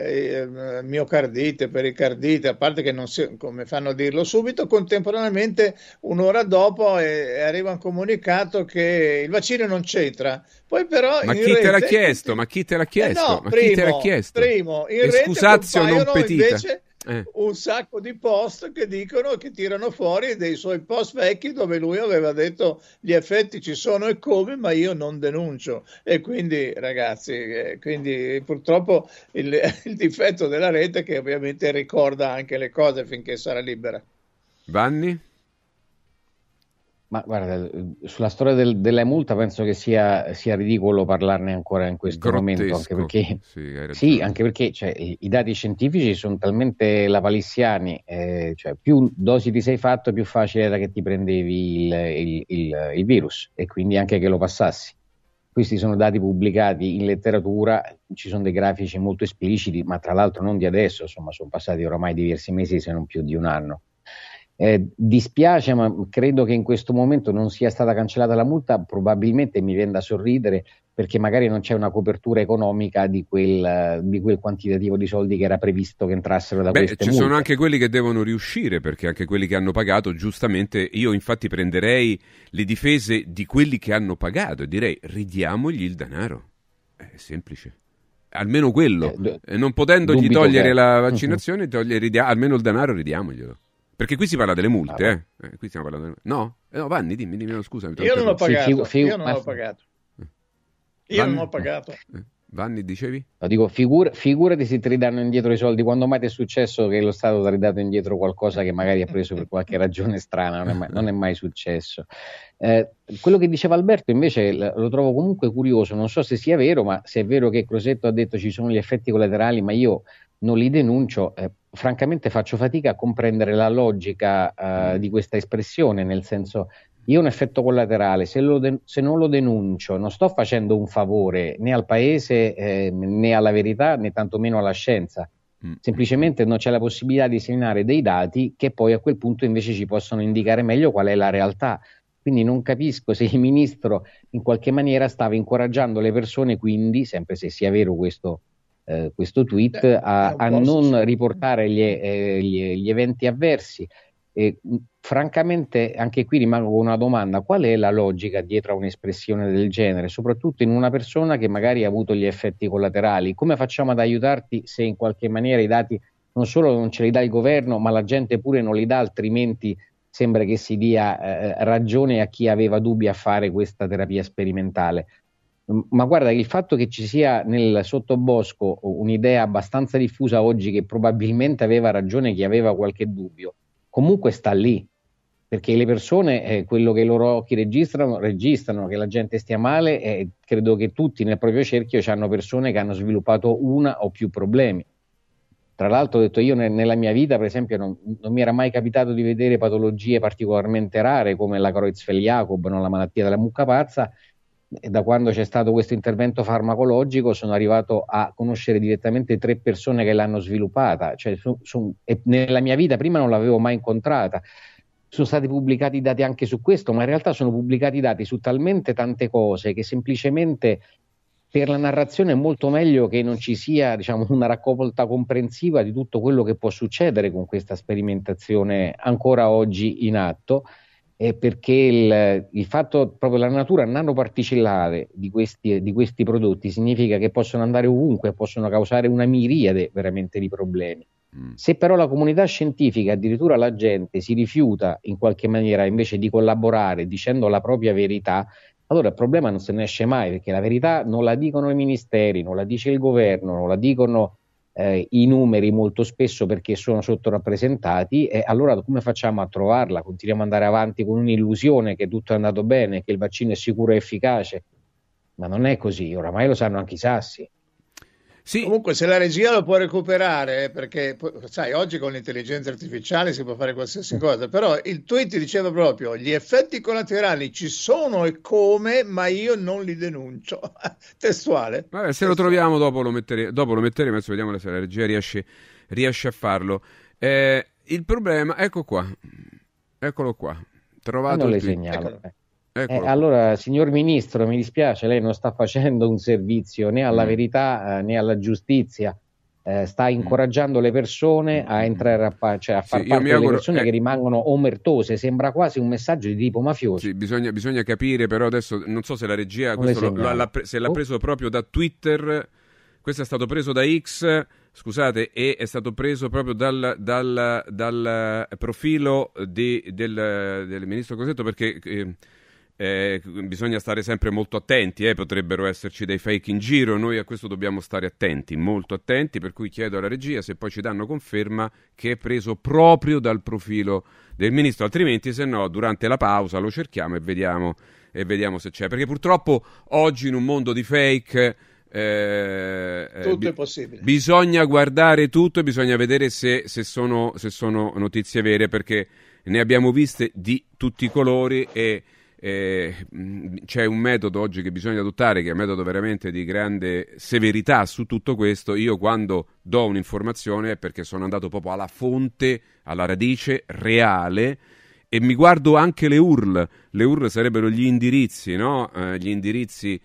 miocardite, pericardite, a parte che non si, come fanno a dirlo subito, contemporaneamente un'ora dopo arriva un comunicato che il vaccino non c'entra. Poi però ma chi te l'ha chiesto? Ma chi te l'ha chiesto? Ma chi te l'ha chiesto? Primo, in rete Excusatio non petita. Invece un sacco di post che dicono, che tirano fuori dei suoi post vecchi dove lui aveva detto gli effetti ci sono e come, ma io non denuncio. E quindi ragazzi, quindi purtroppo il difetto della rete, che ovviamente ricorda anche le cose finché sarà libera. Vanni? Ma guarda, sulla storia della multa penso che sia ridicolo parlarne ancora in questo momento, anche perché anche perché cioè, i dati scientifici sono talmente lapalissiani, cioè più dosi ti sei fatto, più facile era che ti prendevi il virus, e quindi anche che lo passassi. Questi sono dati pubblicati in letteratura, ci sono dei grafici molto espliciti, ma tra l'altro non di adesso, insomma sono passati oramai diversi mesi, se non più di un anno. Dispiace, ma credo che in questo momento non sia stata cancellata la multa, probabilmente mi viene da sorridere, perché magari non c'è una copertura economica di quel quantitativo di soldi che era previsto che entrassero da queste multe. Ci sono anche quelli che devono riuscire, perché anche quelli che hanno pagato, giustamente, io infatti prenderei le difese di quelli che hanno pagato e direi ridiamogli il denaro, è semplice. Almeno quello, non potendogli togliere la vaccinazione, almeno il denaro ridiamoglielo. Perché qui si parla delle multe, qui stiamo parlando No, Vanni, dimmi, scusa. Io non ho pagato. Io non ho pagato. Vanni, dicevi? No, dico, figurati se ti ridanno indietro i soldi. Quando mai ti è successo che lo Stato ti ha ridato indietro qualcosa che magari ha preso per qualche ragione strana? Non è mai successo. Quello che diceva Alberto invece lo trovo comunque curioso, non so se sia vero, ma se è vero che Crosetto ha detto ci sono gli effetti collaterali, ma io non li denuncio, francamente faccio fatica a comprendere la logica di questa espressione, nel senso, io un effetto collaterale, se non lo denuncio, non sto facendo un favore né al paese né alla verità né tantomeno alla scienza. Semplicemente non c'è la possibilità di segnare dei dati che poi a quel punto invece ci possono indicare meglio qual è la realtà. Quindi non capisco se il ministro in qualche maniera stava incoraggiando le persone, quindi, sempre se sia vero questo tweet, a non riportare gli eventi avversi. Francamente anche qui rimango con una domanda: qual è la logica dietro a un'espressione del genere, soprattutto in una persona che magari ha avuto gli effetti collaterali? Come facciamo ad aiutarti se in qualche maniera i dati non solo non ce li dà il governo, ma la gente pure non li dà, altrimenti sembra che si dia ragione a chi aveva dubbi a fare questa terapia sperimentale? Ma guarda, il fatto che ci sia nel sottobosco un'idea abbastanza diffusa oggi che probabilmente aveva ragione chi aveva qualche dubbio, comunque sta lì, perché le persone, quello che i loro occhi registrano che la gente stia male, e credo che tutti nel proprio cerchio hanno persone che hanno sviluppato una o più problemi. Tra l'altro, ho detto, io nella mia vita, per esempio, non mi era mai capitato di vedere patologie particolarmente rare come la Creutzfeldt-Jakob, la malattia della mucca pazza, e da quando c'è stato questo intervento farmacologico sono arrivato a conoscere direttamente 3 persone che l'hanno sviluppata, cioè e nella mia vita prima non l'avevo mai incontrata. Sono stati pubblicati dati anche su questo, ma in realtà sono pubblicati dati su talmente tante cose che semplicemente per la narrazione è molto meglio che non ci sia, diciamo, una raccolta comprensiva di tutto quello che può succedere con questa sperimentazione ancora oggi in atto. Perché il fatto proprio la natura nanoparticellare di questi prodotti significa che possono andare ovunque, possono causare una miriade veramente di problemi. Se però la comunità scientifica, addirittura la gente, si rifiuta in qualche maniera invece di collaborare dicendo la propria verità, allora il problema non se ne esce mai, perché la verità non la dicono i ministeri, non la dice il governo, non la dicono i numeri molto spesso perché sono sottorappresentati, e allora come facciamo a trovarla? Continuiamo ad andare avanti con un'illusione che tutto è andato bene, che il vaccino è sicuro e efficace, ma non è così, oramai lo sanno anche i sassi. Sì. Comunque se la regia lo può recuperare, perché sai, oggi con l'intelligenza artificiale si può fare qualsiasi cosa, però il tweet diceva proprio gli effetti collaterali ci sono e come, ma io non li denuncio. Testuale. Vabbè, se lo troviamo dopo lo metteremo, adesso vediamo se la regia riesce a farlo. Il problema, ecco qua, eccolo qua, trovato non il le tweet. segnalo. Allora, signor Ministro, mi dispiace, lei non sta facendo un servizio né alla verità né alla giustizia, sta incoraggiando le persone a entrare a far parte delle persone che rimangono omertose. Sembra quasi un messaggio di tipo mafioso. Sì, bisogna capire, però adesso non so se la regia se l'ha preso proprio da Twitter. Questo è stato preso da X, scusate, e è stato preso proprio dal profilo del ministro Crosetto, perché bisogna stare sempre molto attenti, potrebbero esserci dei fake in giro, noi a questo dobbiamo stare attenti, molto attenti, per cui chiedo alla regia se poi ci danno conferma che è preso proprio dal profilo del ministro, altrimenti se no durante la pausa lo cerchiamo e vediamo se c'è, perché purtroppo oggi in un mondo di fake tutto è possibile. Bisogna guardare tutto e bisogna vedere se sono notizie vere, perché ne abbiamo viste di tutti i colori e c'è un metodo oggi che bisogna adottare, che è un metodo veramente di grande severità su tutto questo. Io quando do un'informazione è perché sono andato proprio alla fonte, alla radice reale, e mi guardo anche le URL. Le URL sarebbero gli indirizzi, no? Gli indirizzi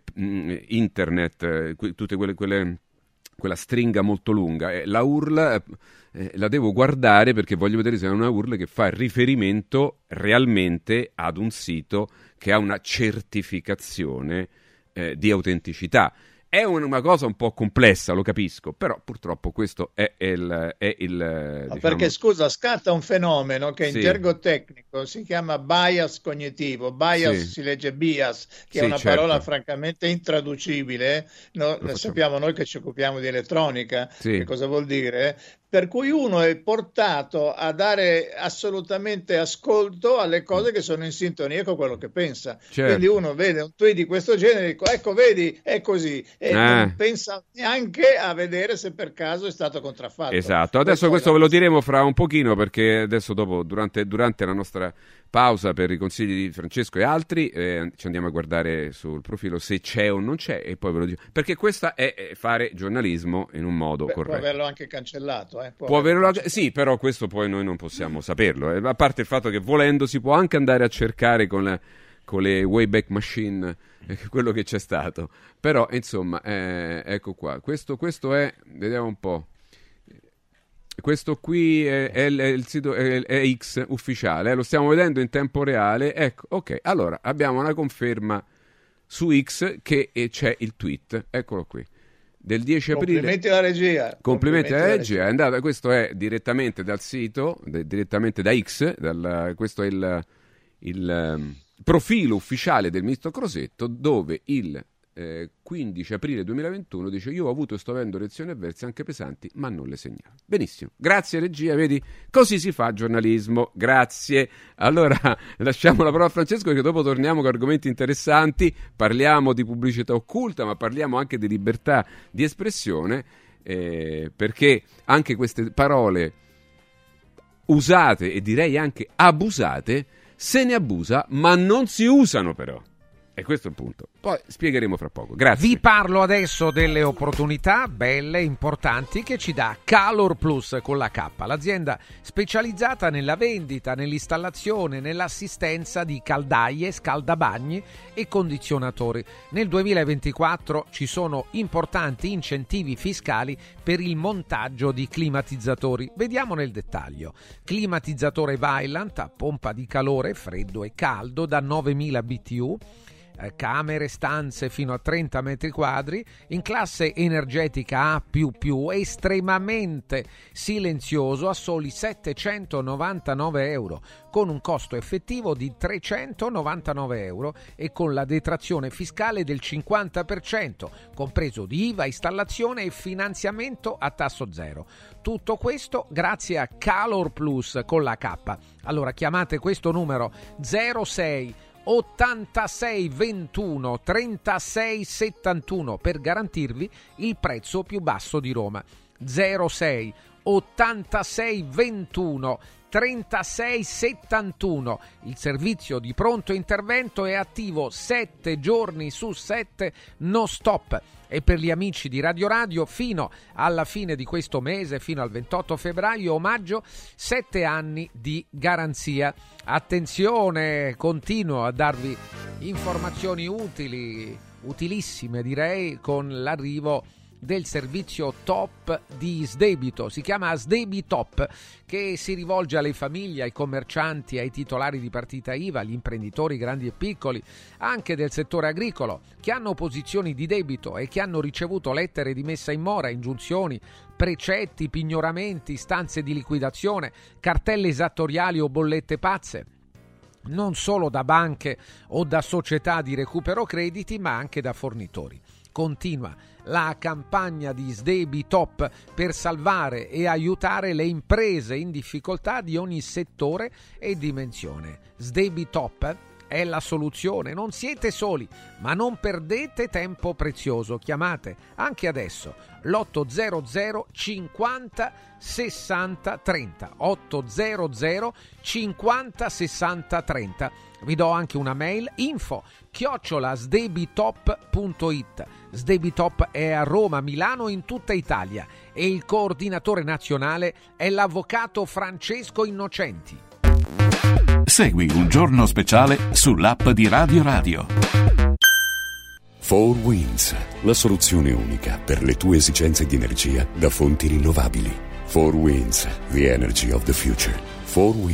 internet, tutte quella stringa molto lunga. La URL la devo guardare perché voglio vedere se è una URL che fa riferimento realmente ad un sito che ha una certificazione di autenticità. È una cosa un po' complessa, lo capisco, però purtroppo questo è il diciamo... Perché scusa, scatta un fenomeno che in gergo tecnico si chiama bias cognitivo. Bias si legge bias, che è una parola francamente intraducibile. Sappiamo noi che ci occupiamo di elettronica, che cosa vuol dire? Per cui uno è portato a dare assolutamente ascolto alle cose che sono in sintonia con quello che pensa. Quindi uno vede un tweet di questo genere e dice, ecco, vedi, è così, e non pensa neanche a vedere se per caso è stato contraffatto. Esatto, adesso questo ve lo diremo fra un pochino, perché adesso dopo, durante la nostra pausa per i consigli di Francesco e altri, ci andiamo a guardare sul profilo se c'è o non c'è, e poi ve lo dico, perché questa è fare giornalismo in un modo corretto. Può averlo anche cancellato. Sì, però questo poi noi non possiamo saperlo, a parte il fatto che volendo si può anche andare a cercare con le Wayback Machine quello che c'è stato, però insomma ecco qua, questo è, vediamo un po', questo qui è il sito è X ufficiale, lo stiamo vedendo in tempo reale, ecco, ok, allora abbiamo una conferma su X che c'è il tweet, eccolo qui, del 10 aprile. Complimenti alla regia. Complimenti alla regia. È andata, questo è direttamente dal sito, direttamente da X, questo è il profilo ufficiale del ministro Crosetto, dove il 15 aprile 2021 dice: io ho avuto e sto avendo reazioni avverse anche pesanti, ma non le segnalo. Benissimo, grazie regia, vedi, così si fa giornalismo, grazie. Allora lasciamo la parola a Francesco, perché dopo torniamo con argomenti interessanti, parliamo di pubblicità occulta, ma parliamo anche di libertà di espressione, perché anche queste parole usate e direi anche abusate, se ne abusa, ma non si usano però. E questo è il punto. Poi spiegheremo fra poco. Grazie. Vi parlo adesso delle opportunità belle, importanti, che ci dà Calor Plus con la K, l'azienda specializzata nella vendita, nell'installazione, nell'assistenza di caldaie, scaldabagni e condizionatori. Nel 2024 ci sono importanti incentivi fiscali per il montaggio di climatizzatori. Vediamo nel dettaglio. Climatizzatore Vaillant a pompa di calore, freddo e caldo da 9000 BTU, camere, stanze fino a 30 metri quadri, in classe energetica A++, estremamente silenzioso, a soli 799 euro, con un costo effettivo di 399 euro e con la detrazione fiscale del 50%, compreso di IVA, installazione e finanziamento a tasso zero. Tutto questo grazie a Calor Plus con la K. Allora chiamate questo numero 06 86 21 36 71 per garantirvi il prezzo più basso di Roma. 06 86 21 36 71. Il servizio di pronto intervento è attivo 7 giorni su 7, no stop. E per gli amici di Radio fino alla fine di questo mese, fino al 28 febbraio o maggio, 7 anni di garanzia. Attenzione, continuo a darvi informazioni utilissime direi, con l'arrivo del servizio top di Sdebito. Si chiama Sdebitop, che si rivolge alle famiglie, ai commercianti, ai titolari di partita IVA, agli imprenditori grandi e piccoli, anche del settore agricolo, che hanno posizioni di debito e che hanno ricevuto lettere di messa in mora, ingiunzioni, precetti, pignoramenti, istanze di liquidazione, cartelle esattoriali o bollette pazze, non solo da banche o da società di recupero crediti, ma anche da fornitori. Continua la campagna di Sdebitop per salvare e aiutare le imprese in difficoltà di ogni settore e dimensione. Sdebitop è la soluzione, non siete soli, ma non perdete tempo prezioso. Chiamate anche adesso l'800 50 60 30 800 50 60 30. Vi do anche una mail, info@sdebitop.it. Sdebitop è a Roma, Milano, in tutta Italia, e il coordinatore nazionale è l'avvocato Francesco Innocenti. Segui Un Giorno Speciale sull'app di Radio. 4Winds, la soluzione unica per le tue esigenze di energia da fonti rinnovabili. 4Winds, the energy of the future.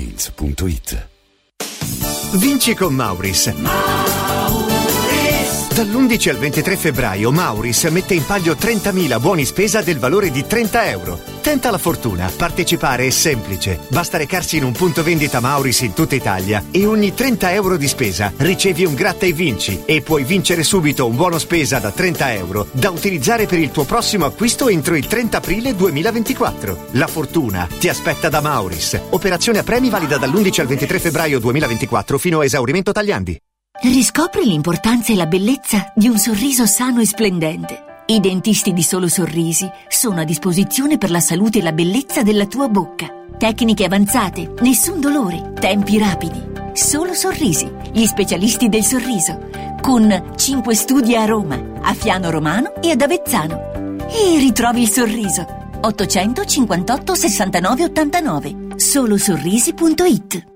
4winds.it. Vinci con Mauris. Dall'11 al 23 febbraio Mauris mette in palio 30.000 buoni spesa del valore di €30. Tenta la fortuna, partecipare è semplice. Basta recarsi in un punto vendita Mauris in tutta Italia e ogni €30 di spesa ricevi un gratta e vinci e puoi vincere subito un buono spesa da €30 da utilizzare per il tuo prossimo acquisto entro il 30 aprile 2024. La fortuna ti aspetta da Mauris. Operazione a premi valida dall'11 al 23 febbraio 2024 fino a esaurimento tagliandi. Riscopri l'importanza e la bellezza di un sorriso sano e splendente. I dentisti di Solo Sorrisi sono a disposizione per la salute e la bellezza della tua bocca. Tecniche avanzate, nessun dolore, tempi rapidi. Solo Sorrisi, gli specialisti del sorriso, con 5 studi a Roma, a Fiano Romano e ad Avezzano. E ritrovi il sorriso. 858 69 89. Solosorrisi.it.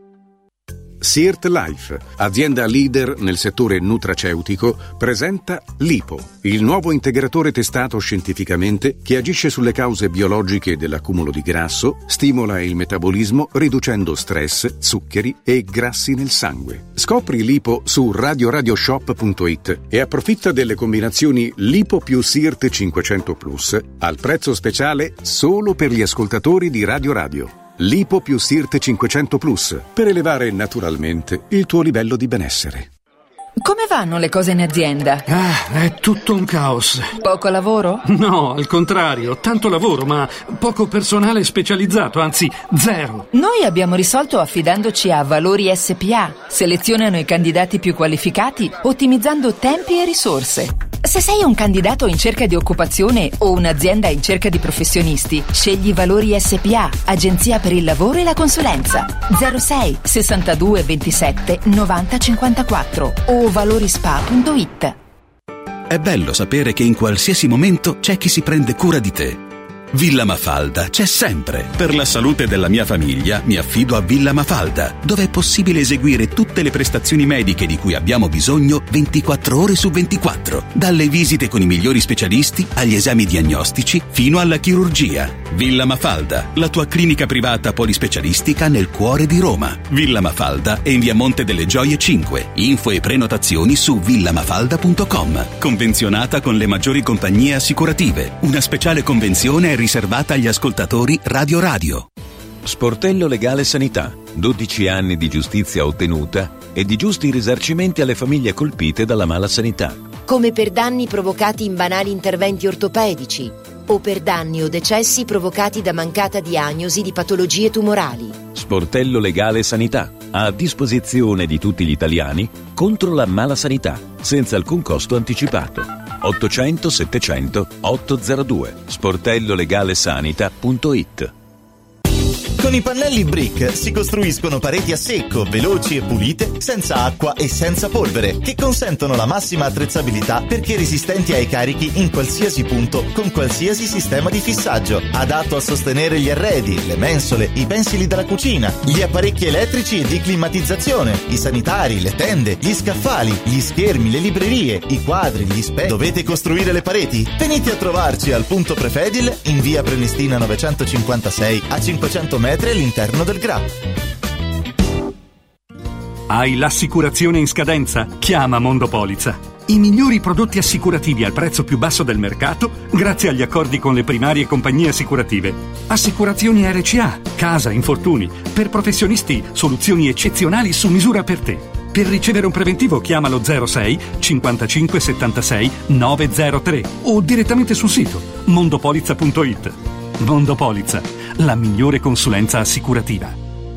Sirt Life, azienda leader nel settore nutraceutico, presenta Lipo, il nuovo integratore testato scientificamente che agisce sulle cause biologiche dell'accumulo di grasso, stimola il metabolismo riducendo stress, zuccheri e grassi nel sangue. Scopri Lipo su radioradioshop.it e approfitta delle combinazioni Lipo più Sirt 500 Plus al prezzo speciale solo per gli ascoltatori di Radio Radio. Lipo più Sirt 500 Plus per elevare naturalmente il tuo livello di benessere. Come vanno le cose in azienda? È tutto un caos. Poco lavoro? No, al contrario, tanto lavoro, ma poco personale specializzato, anzi zero. Noi abbiamo risolto affidandoci a Valori SPA. Selezionano i candidati più qualificati, ottimizzando tempi e risorse. Se sei un candidato in cerca di occupazione o un'azienda in cerca di professionisti, scegli Valori SPA, agenzia per il lavoro e la consulenza. 06 62 27 90 54 o valorispa.it. È bello sapere che in qualsiasi momento c'è chi si prende cura di te. Villa Mafalda c'è sempre. Per la salute della mia famiglia mi affido a Villa Mafalda, dove è possibile eseguire tutte le prestazioni mediche di cui abbiamo bisogno 24 ore su 24, dalle visite con i migliori specialisti agli esami diagnostici fino alla chirurgia. Villa Mafalda, la tua clinica privata polispecialistica nel cuore di Roma. Villa Mafalda è in via Monte delle Gioie 5. Info e prenotazioni su villamafalda.com. Convenzionata con le maggiori compagnie assicurative. Una speciale convenzione è riservata agli ascoltatori Radio Radio. Sportello Legale Sanità. 12 anni di giustizia ottenuta e di giusti risarcimenti alle famiglie colpite dalla mala sanità. Come per danni provocati in banali interventi ortopedici o per danni o decessi provocati da mancata diagnosi di patologie tumorali. Sportello Legale Sanità. A disposizione di tutti gli italiani contro la mala sanità, senza alcun costo anticipato. 800 700 802 sportellolegalesanita.it. Con i pannelli Brick si costruiscono pareti a secco, veloci e pulite, senza acqua e senza polvere, che consentono la massima attrezzabilità perché resistenti ai carichi in qualsiasi punto, con qualsiasi sistema di fissaggio, adatto a sostenere gli arredi, le mensole, i pensili della cucina, gli apparecchi elettrici e di climatizzazione, i sanitari, le tende, gli scaffali, gli schermi, le librerie, i quadri, gli specchi. Dovete costruire le pareti? Venite a trovarci al punto Prefedil in via Prenestina 956 a 500 metri all'interno del GRA. Hai l'assicurazione in scadenza? Chiama Mondopolizza. I migliori prodotti assicurativi al prezzo più basso del mercato grazie agli accordi con le primarie compagnie assicurative. Assicurazioni RCA, casa, infortuni. Per professionisti, soluzioni eccezionali su misura per te. Per ricevere un preventivo chiamalo 06 55 76 903 o direttamente sul sito mondopolizza.it. Mondopolizza, la migliore consulenza assicurativa.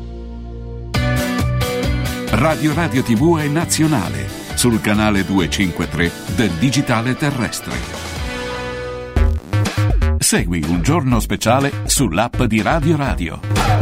Radio Radio TV è nazionale sul canale 253 del digitale terrestre. Segui Un Giorno Speciale sull'app di Radio Radio.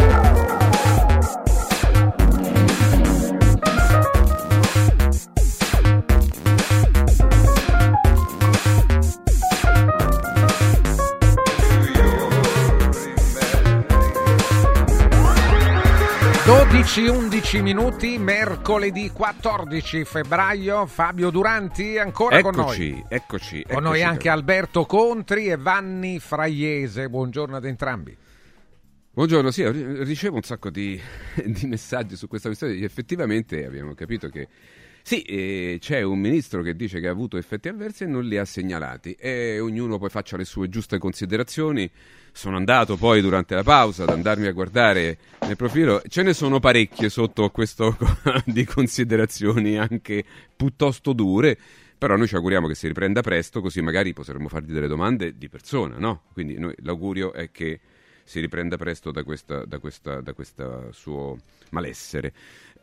11 minuti, mercoledì 14 febbraio. Fabio Duranti ancora con noi. Eccoci. Con noi anche Alberto Contri e Vanni Fraiese. Buongiorno ad entrambi. Buongiorno, sì, ricevo un sacco di messaggi su questa questione. Effettivamente abbiamo capito che Sì, c'è un ministro che dice che ha avuto effetti avversi e non li ha segnalati, e ognuno poi faccia le sue giuste considerazioni. Sono andato poi durante la pausa ad andarmi a guardare nel profilo, ce ne sono parecchie sotto questo di considerazioni anche piuttosto dure, però noi ci auguriamo che si riprenda presto, così magari potremo fargli delle domande di persona, no? Quindi l'augurio è che si riprenda presto da questo suo malessere.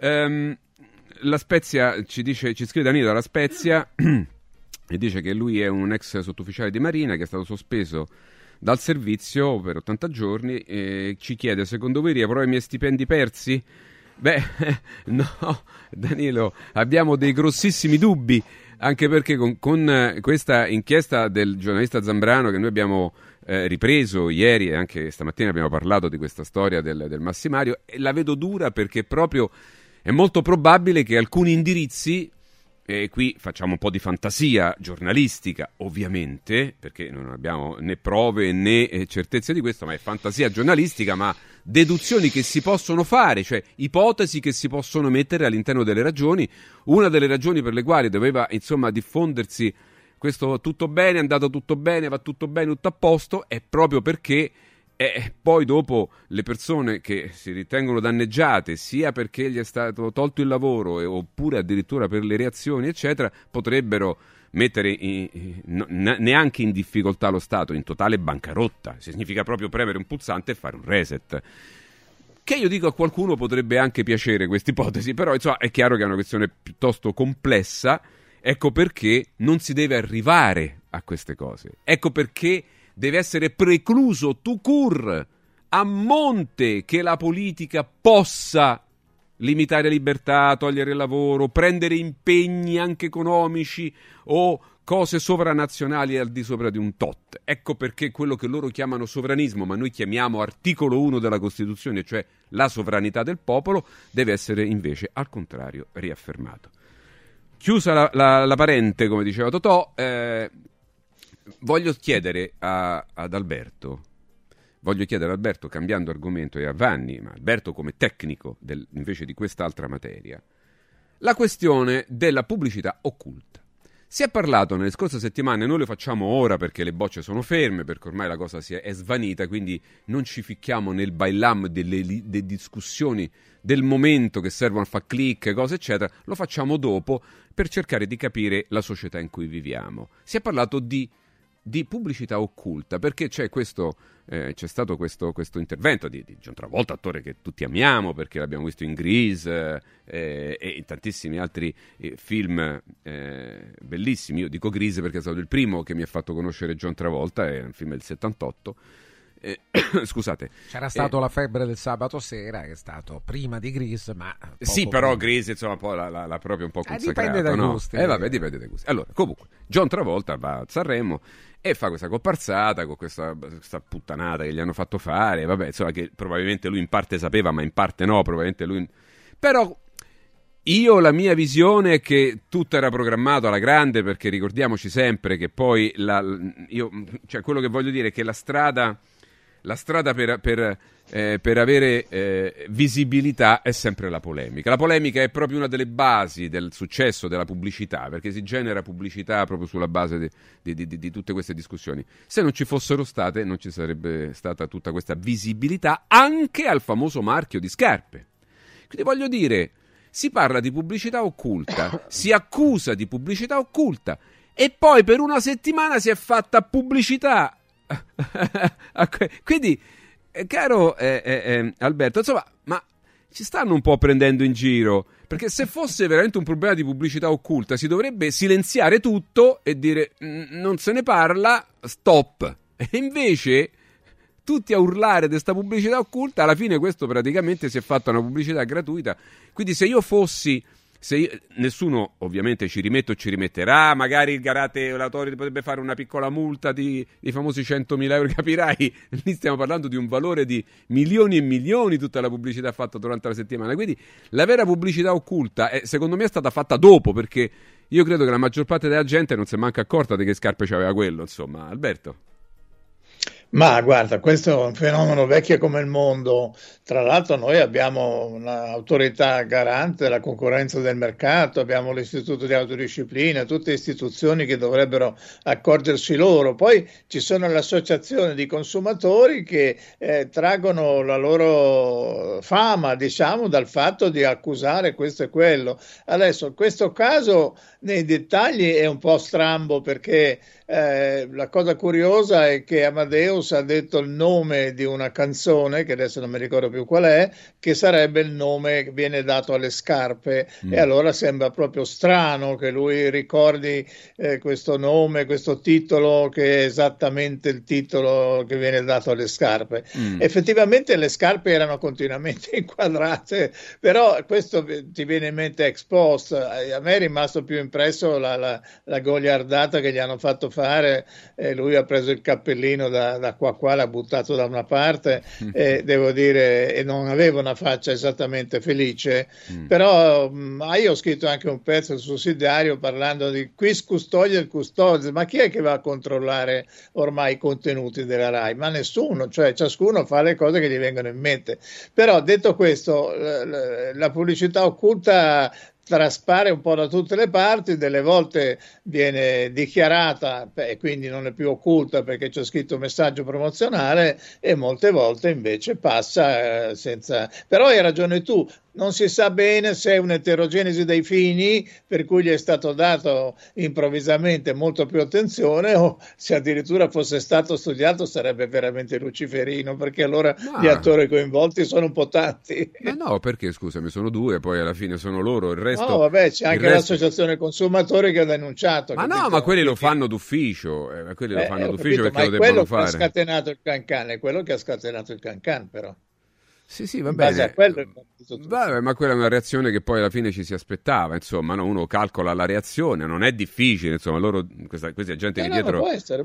La Spezia ci scrive Danilo dalla Spezia e dice che lui è un ex sottufficiale di Marina che è stato sospeso dal servizio per 80 giorni e ci chiede: secondo voi riavrò i miei stipendi persi? Beh, no, Danilo, abbiamo dei grossissimi dubbi, anche perché con questa inchiesta del giornalista Zambrano che noi abbiamo ripreso ieri e anche stamattina abbiamo parlato di questa storia del massimario, e la vedo dura perché proprio è molto probabile che alcuni indirizzi, e qui facciamo un po' di fantasia giornalistica ovviamente, perché non abbiamo né prove né certezze di questo, ma è fantasia giornalistica, ma deduzioni che si possono fare, cioè ipotesi che si possono mettere all'interno delle ragioni. Una delle ragioni per le quali doveva insomma diffondersi questo tutto bene, è andato tutto bene, va tutto bene, tutto a posto, è proprio perché poi dopo le persone che si ritengono danneggiate, sia perché gli è stato tolto il lavoro oppure addirittura per le reazioni eccetera, potrebbero mettere neanche in difficoltà lo Stato, in totale bancarotta. Significa proprio premere un pulsante e fare un reset, che io dico a qualcuno potrebbe anche piacere questa ipotesi, però insomma è chiaro che è una questione piuttosto complessa. Ecco perché non si deve arrivare a queste cose, ecco perché deve essere precluso tout court, a monte, che la politica possa limitare libertà, togliere il lavoro, prendere impegni anche economici o cose sovranazionali al di sopra di un tot. Ecco perché quello che loro chiamano sovranismo, ma noi chiamiamo articolo 1 della Costituzione, cioè la sovranità del popolo, deve essere invece al contrario riaffermato. Chiusa la parente, come diceva Totò, voglio chiedere ad Alberto, cambiando argomento, e a Vanni, ma Alberto come tecnico invece di quest'altra materia, la questione della pubblicità occulta. Si è parlato nelle scorse settimane, noi lo facciamo ora perché le bocce sono ferme, perché ormai la cosa è svanita, quindi non ci ficchiamo nel bailam delle discussioni del momento che servono a far click, cose eccetera, lo facciamo dopo per cercare di capire la società in cui viviamo. Si è parlato di pubblicità occulta, perché c'è stato questo intervento di John Travolta, attore che tutti amiamo perché l'abbiamo visto in Grease e in tantissimi altri film bellissimi. Io dico Grease perché è stato il primo che mi ha fatto conoscere John Travolta, è un film del 78. Scusate, c'era stato La febbre del sabato sera, che è stato prima di Grease, ma sì, però Grease insomma un po' l'ha proprio un po' consacrato, dipende dai gusti. Dipende dai gusti. Allora, comunque, John Travolta va a Sanremo e fa questa comparsata con questa puttanata che gli hanno fatto fare, vabbè, insomma, che probabilmente lui in parte sapeva, ma in parte no, probabilmente lui. Però la mia visione è che tutto era programmato alla grande, perché ricordiamoci sempre che poi quello che voglio dire è che la strada per avere visibilità è sempre la polemica. La polemica è proprio una delle basi del successo della pubblicità, perché si genera pubblicità proprio sulla base di tutte queste discussioni. Se non ci fossero state, non ci sarebbe stata tutta questa visibilità anche al famoso marchio di scarpe. Quindi voglio dire, si parla di pubblicità occulta, si accusa di pubblicità occulta e poi per una settimana si è fatta pubblicità. Quindi, caro Alberto, insomma, ma ci stanno un po' prendendo in giro, perché se fosse veramente un problema di pubblicità occulta si dovrebbe silenziare tutto e dire non se ne parla, stop. E invece tutti a urlare di questa pubblicità occulta, alla fine questo praticamente si è fatta una pubblicità gratuita. Quindi nessuno ovviamente ci rimetterà, magari il garante oratorio potrebbe fare una piccola multa di famosi 100.000 euro, capirai, lì stiamo parlando di un valore di milioni e milioni tutta la pubblicità fatta durante la settimana. Quindi la vera pubblicità occulta secondo me è stata fatta dopo, perché io credo che la maggior parte della gente non si è manco accorta di che scarpe c'aveva quello, insomma. Alberto? Ma guarda, questo è un fenomeno vecchio come il mondo. Tra l'altro noi abbiamo un'autorità garante della concorrenza del mercato, abbiamo l'Istituto di Autodisciplina, tutte istituzioni che dovrebbero accorgersi loro. Poi ci sono le associazioni di consumatori che traggono la loro fama, diciamo, dal fatto di accusare questo e quello. Adesso, questo caso nei dettagli è un po' strambo perché la cosa curiosa è che Amadeus ha detto il nome di una canzone, che adesso non mi ricordo più qual è, che sarebbe il nome che viene dato alle scarpe, e allora sembra proprio strano che lui ricordi questo nome, questo titolo, che è esattamente il titolo che viene dato alle scarpe. Effettivamente le scarpe erano continuamente inquadrate, però questo ti viene in mente ex post. A me è rimasto più impresso la goliardata che gli hanno fatto fare, lui ha preso il cappellino da qua, l'ha buttato da una parte, devo dire, e non aveva una faccia esattamente felice, però io ho scritto anche un pezzo sul sussidiario parlando di quis custodia il custode, ma chi è che va a controllare ormai i contenuti della RAI? Ma nessuno, cioè ciascuno fa le cose che gli vengono in mente. Però detto questo, la pubblicità occulta traspare un po' da tutte le parti, delle volte viene dichiarata e quindi non è più occulta perché c'è scritto messaggio promozionale, e molte volte invece passa senza. Però hai ragione tu, non si sa bene se è un'eterogenesi dei fini per cui gli è stato dato improvvisamente molto più attenzione, o se addirittura fosse stato studiato sarebbe veramente luciferino, perché allora gli attori coinvolti sono un po' tanti. Ma no, perché scusami, sono due, poi alla fine sono loro, il resto. No, vabbè, c'è anche l'associazione consumatori che ha denunciato. Ma capito? No, ma quelli lo fanno d'ufficio, quelli lo fanno d'ufficio capito, perché lo devono fare. Ma è scatenato il cancan, è quello che ha scatenato il cancan, però. Sì, va bene. Vabbè, ma quella è una reazione che poi alla fine ci si aspettava, insomma, no? Uno calcola la reazione, non è difficile, insomma, loro, questi agenti di dietro. Può essere.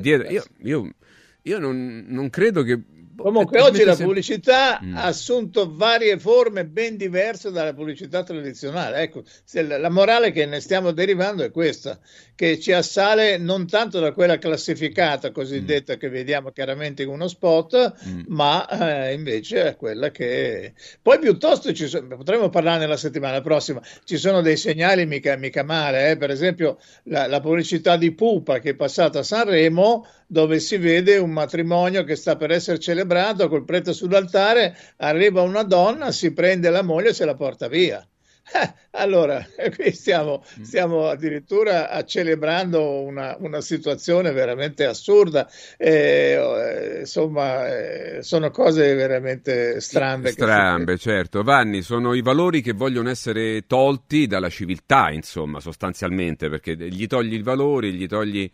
Io non credo che. Comunque oggi la pubblicità ha assunto varie forme ben diverse dalla pubblicità tradizionale. Ecco, la morale che ne stiamo derivando è questa, che ci assale non tanto da quella classificata cosiddetta che vediamo chiaramente in uno spot, ma invece è quella che. Poi piuttosto potremmo parlarne la settimana prossima, ci sono dei segnali mica male, per esempio la pubblicità di Pupa che è passata a Sanremo, dove si vede un matrimonio che sta per essere celebrato col prete sull'altare, arriva una donna, si prende la moglie e se la porta via. Allora, qui stiamo addirittura celebrando una situazione veramente assurda, insomma, sono cose veramente strambe. Certo. Vanni, sono i valori che vogliono essere tolti dalla civiltà, insomma, sostanzialmente, perché gli togli i valori, gli togli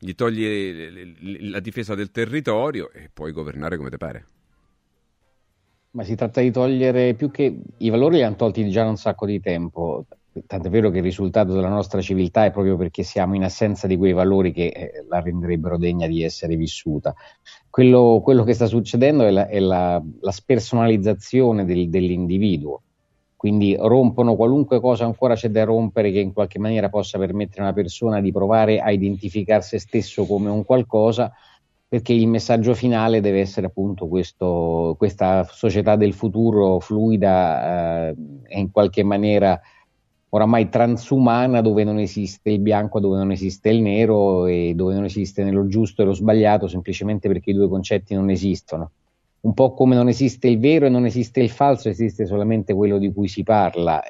la difesa del territorio e puoi governare come te pare. Ma si tratta di togliere, più che i valori li hanno tolti già da un sacco di tempo, tant'è vero che il risultato della nostra civiltà è proprio perché siamo in assenza di quei valori che la renderebbero degna di essere vissuta. Quello che sta succedendo è la spersonalizzazione dell'individuo. Quindi rompono qualunque cosa ancora c'è da rompere che in qualche maniera possa permettere a una persona di provare a identificare se stesso come un qualcosa, perché il messaggio finale deve essere appunto questa società del futuro fluida e in qualche maniera oramai transumana, dove non esiste il bianco, dove non esiste il nero e dove non esiste né lo giusto e lo sbagliato, semplicemente perché i due concetti non esistono. Un po' come non esiste il vero e non esiste il falso, esiste solamente quello di cui si parla.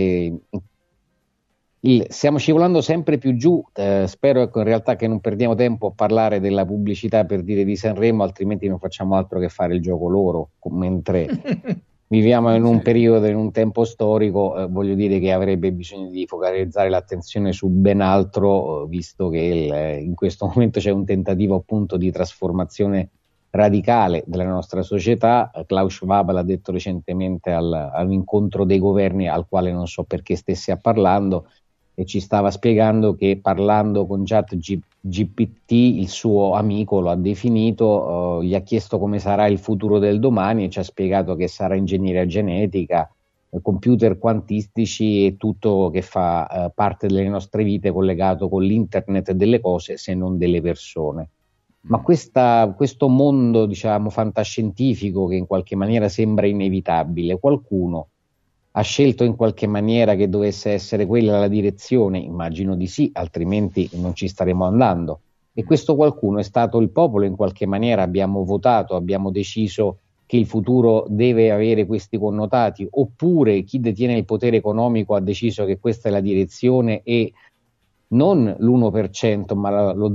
Stiamo scivolando sempre più giù, spero in realtà che non perdiamo tempo a parlare della pubblicità per dire di Sanremo, altrimenti non facciamo altro che fare il gioco loro, mentre viviamo in un periodo, in un tempo storico, voglio dire che avrebbe bisogno di focalizzare l'attenzione su ben altro, visto che in questo momento c'è un tentativo appunto di trasformazione radicale della nostra società. Klaus Schwab l'ha detto recentemente all'incontro dei governi al quale non so perché stesse parlando, e ci stava spiegando che parlando con ChatGPT il suo amico lo ha definito, gli ha chiesto come sarà il futuro del domani e ci ha spiegato che sarà ingegneria genetica, computer quantistici e tutto che fa parte delle nostre vite collegato con l'internet delle cose se non delle persone. Ma questo mondo, diciamo, fantascientifico che in qualche maniera sembra inevitabile, qualcuno ha scelto in qualche maniera che dovesse essere quella la direzione? Immagino di sì, altrimenti non ci staremo andando. E questo qualcuno è stato il popolo, in qualche maniera abbiamo votato, abbiamo deciso che il futuro deve avere questi connotati, oppure chi detiene il potere economico ha deciso che questa è la direzione e non l'1%, ma lo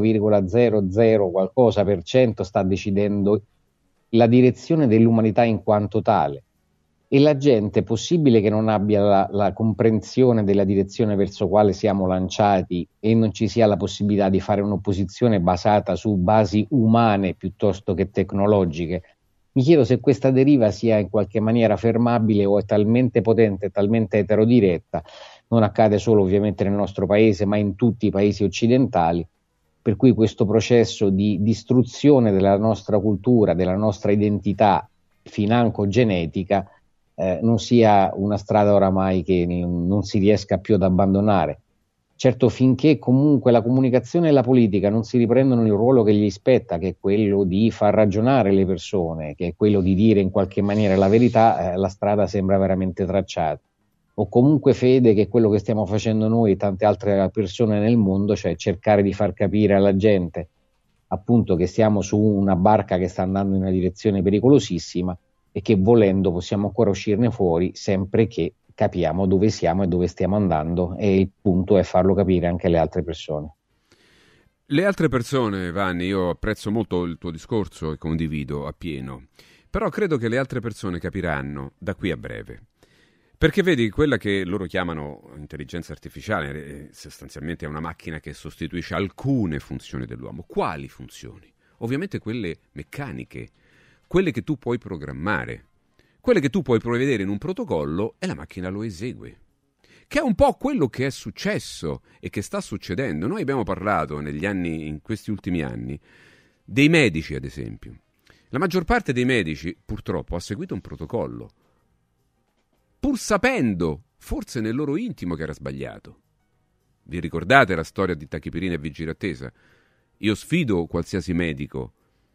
0,00 qualcosa per cento sta decidendo la direzione dell'umanità in quanto tale. E la gente è possibile che non abbia la comprensione della direzione verso quale siamo lanciati e non ci sia la possibilità di fare un'opposizione basata su basi umane piuttosto che tecnologiche. Mi chiedo se questa deriva sia in qualche maniera fermabile o è talmente potente, talmente eterodiretta, non accade solo ovviamente nel nostro paese, ma in tutti i paesi occidentali, per cui questo processo di distruzione della nostra cultura, della nostra identità financo genetica, non sia una strada oramai che non si riesca più ad abbandonare. Certo, finché comunque la comunicazione e la politica non si riprendono il ruolo che gli spetta, che è quello di far ragionare le persone, che è quello di dire in qualche maniera la verità, la strada sembra veramente tracciata. O comunque fede che quello che stiamo facendo noi e tante altre persone nel mondo, cioè cercare di far capire alla gente appunto che siamo su una barca che sta andando in una direzione pericolosissima e che volendo possiamo ancora uscirne fuori sempre che capiamo dove siamo e dove stiamo andando, e il punto è farlo capire anche alle altre persone. Le altre persone, Vanni, io apprezzo molto il tuo discorso e condivido appieno, però credo che le altre persone capiranno da qui a breve. Perché vedi, quella che loro chiamano intelligenza artificiale sostanzialmente è una macchina che sostituisce alcune funzioni dell'uomo. Quali funzioni? Ovviamente quelle meccaniche, quelle che tu puoi programmare, quelle che tu puoi prevedere in un protocollo e la macchina lo esegue. Che è un po' quello che è successo e che sta succedendo. Noi abbiamo parlato in questi ultimi anni, dei medici ad esempio. La maggior parte dei medici purtroppo ha seguito un protocollo, pur sapendo, forse nel loro intimo, che era sbagliato. Vi ricordate la storia di tachipirina e vigile attesa? Io sfido qualsiasi medico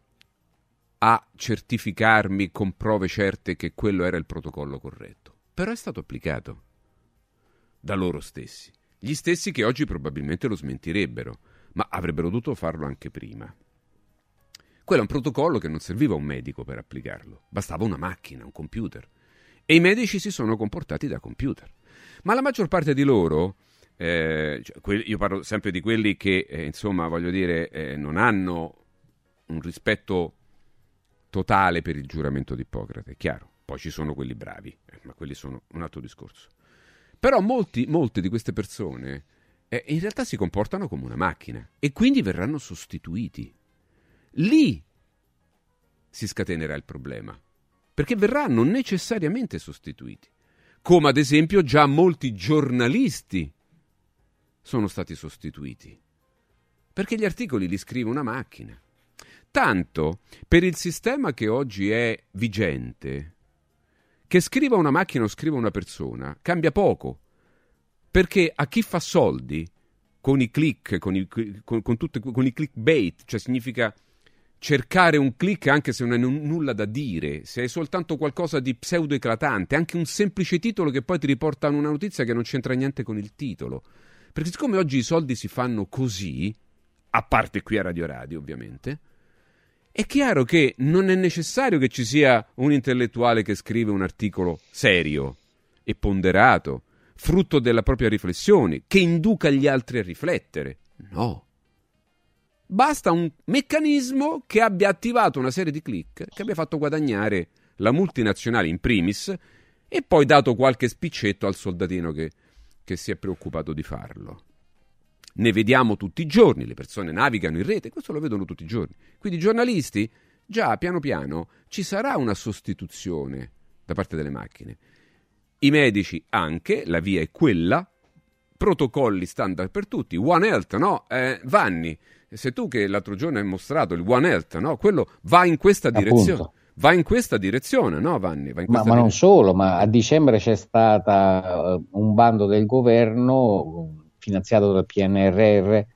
a certificarmi con prove certe che quello era il protocollo corretto. Però è stato applicato da loro stessi. Gli stessi che oggi probabilmente lo smentirebbero, ma avrebbero dovuto farlo anche prima. Quello è un protocollo che non serviva a un medico per applicarlo, bastava una macchina, un computer. E i medici si sono comportati da computer. Ma la maggior parte di loro, io parlo sempre di quelli che, insomma, voglio dire, non hanno un rispetto totale per il giuramento di Ippocrate, è chiaro. Poi ci sono quelli bravi, ma quelli sono un altro discorso. Però molte di queste persone in realtà si comportano come una macchina e quindi verranno sostituiti. Lì si scatenerà il problema, perché verranno necessariamente sostituiti, come ad esempio già molti giornalisti sono stati sostituiti, perché gli articoli li scrive una macchina. Tanto per il sistema che oggi è vigente, che scriva una macchina o scriva una persona, cambia poco, perché a chi fa soldi con i click, con i clickbait, cioè significa cercare un click anche se non hai nulla da dire, se hai soltanto qualcosa di pseudo eclatante, anche un semplice titolo che poi ti riporta una notizia che non c'entra niente con il titolo. Perché siccome oggi i soldi si fanno così, a parte qui a Radio Radio ovviamente, è chiaro che non è necessario che ci sia un intellettuale che scrive un articolo serio e ponderato, frutto della propria riflessione, che induca gli altri a riflettere. No. Basta un meccanismo che abbia attivato una serie di click, che abbia fatto guadagnare la multinazionale in primis e poi dato qualche spiccietto al soldatino che si è preoccupato di farlo. Ne vediamo tutti i giorni, le persone navigano in rete, questo lo vedono tutti i giorni. Quindi i giornalisti, già piano piano ci sarà una sostituzione da parte delle macchine. I medici anche, la via è quella, protocolli standard per tutti, One Health, no? Vanni, sei tu che l'altro giorno hai mostrato il One Health, no? Quello va in questa direzione. Appunto. Va in questa direzione, no Vanni? Ma non solo, ma a dicembre c'è stato un bando del governo finanziato dal PNRR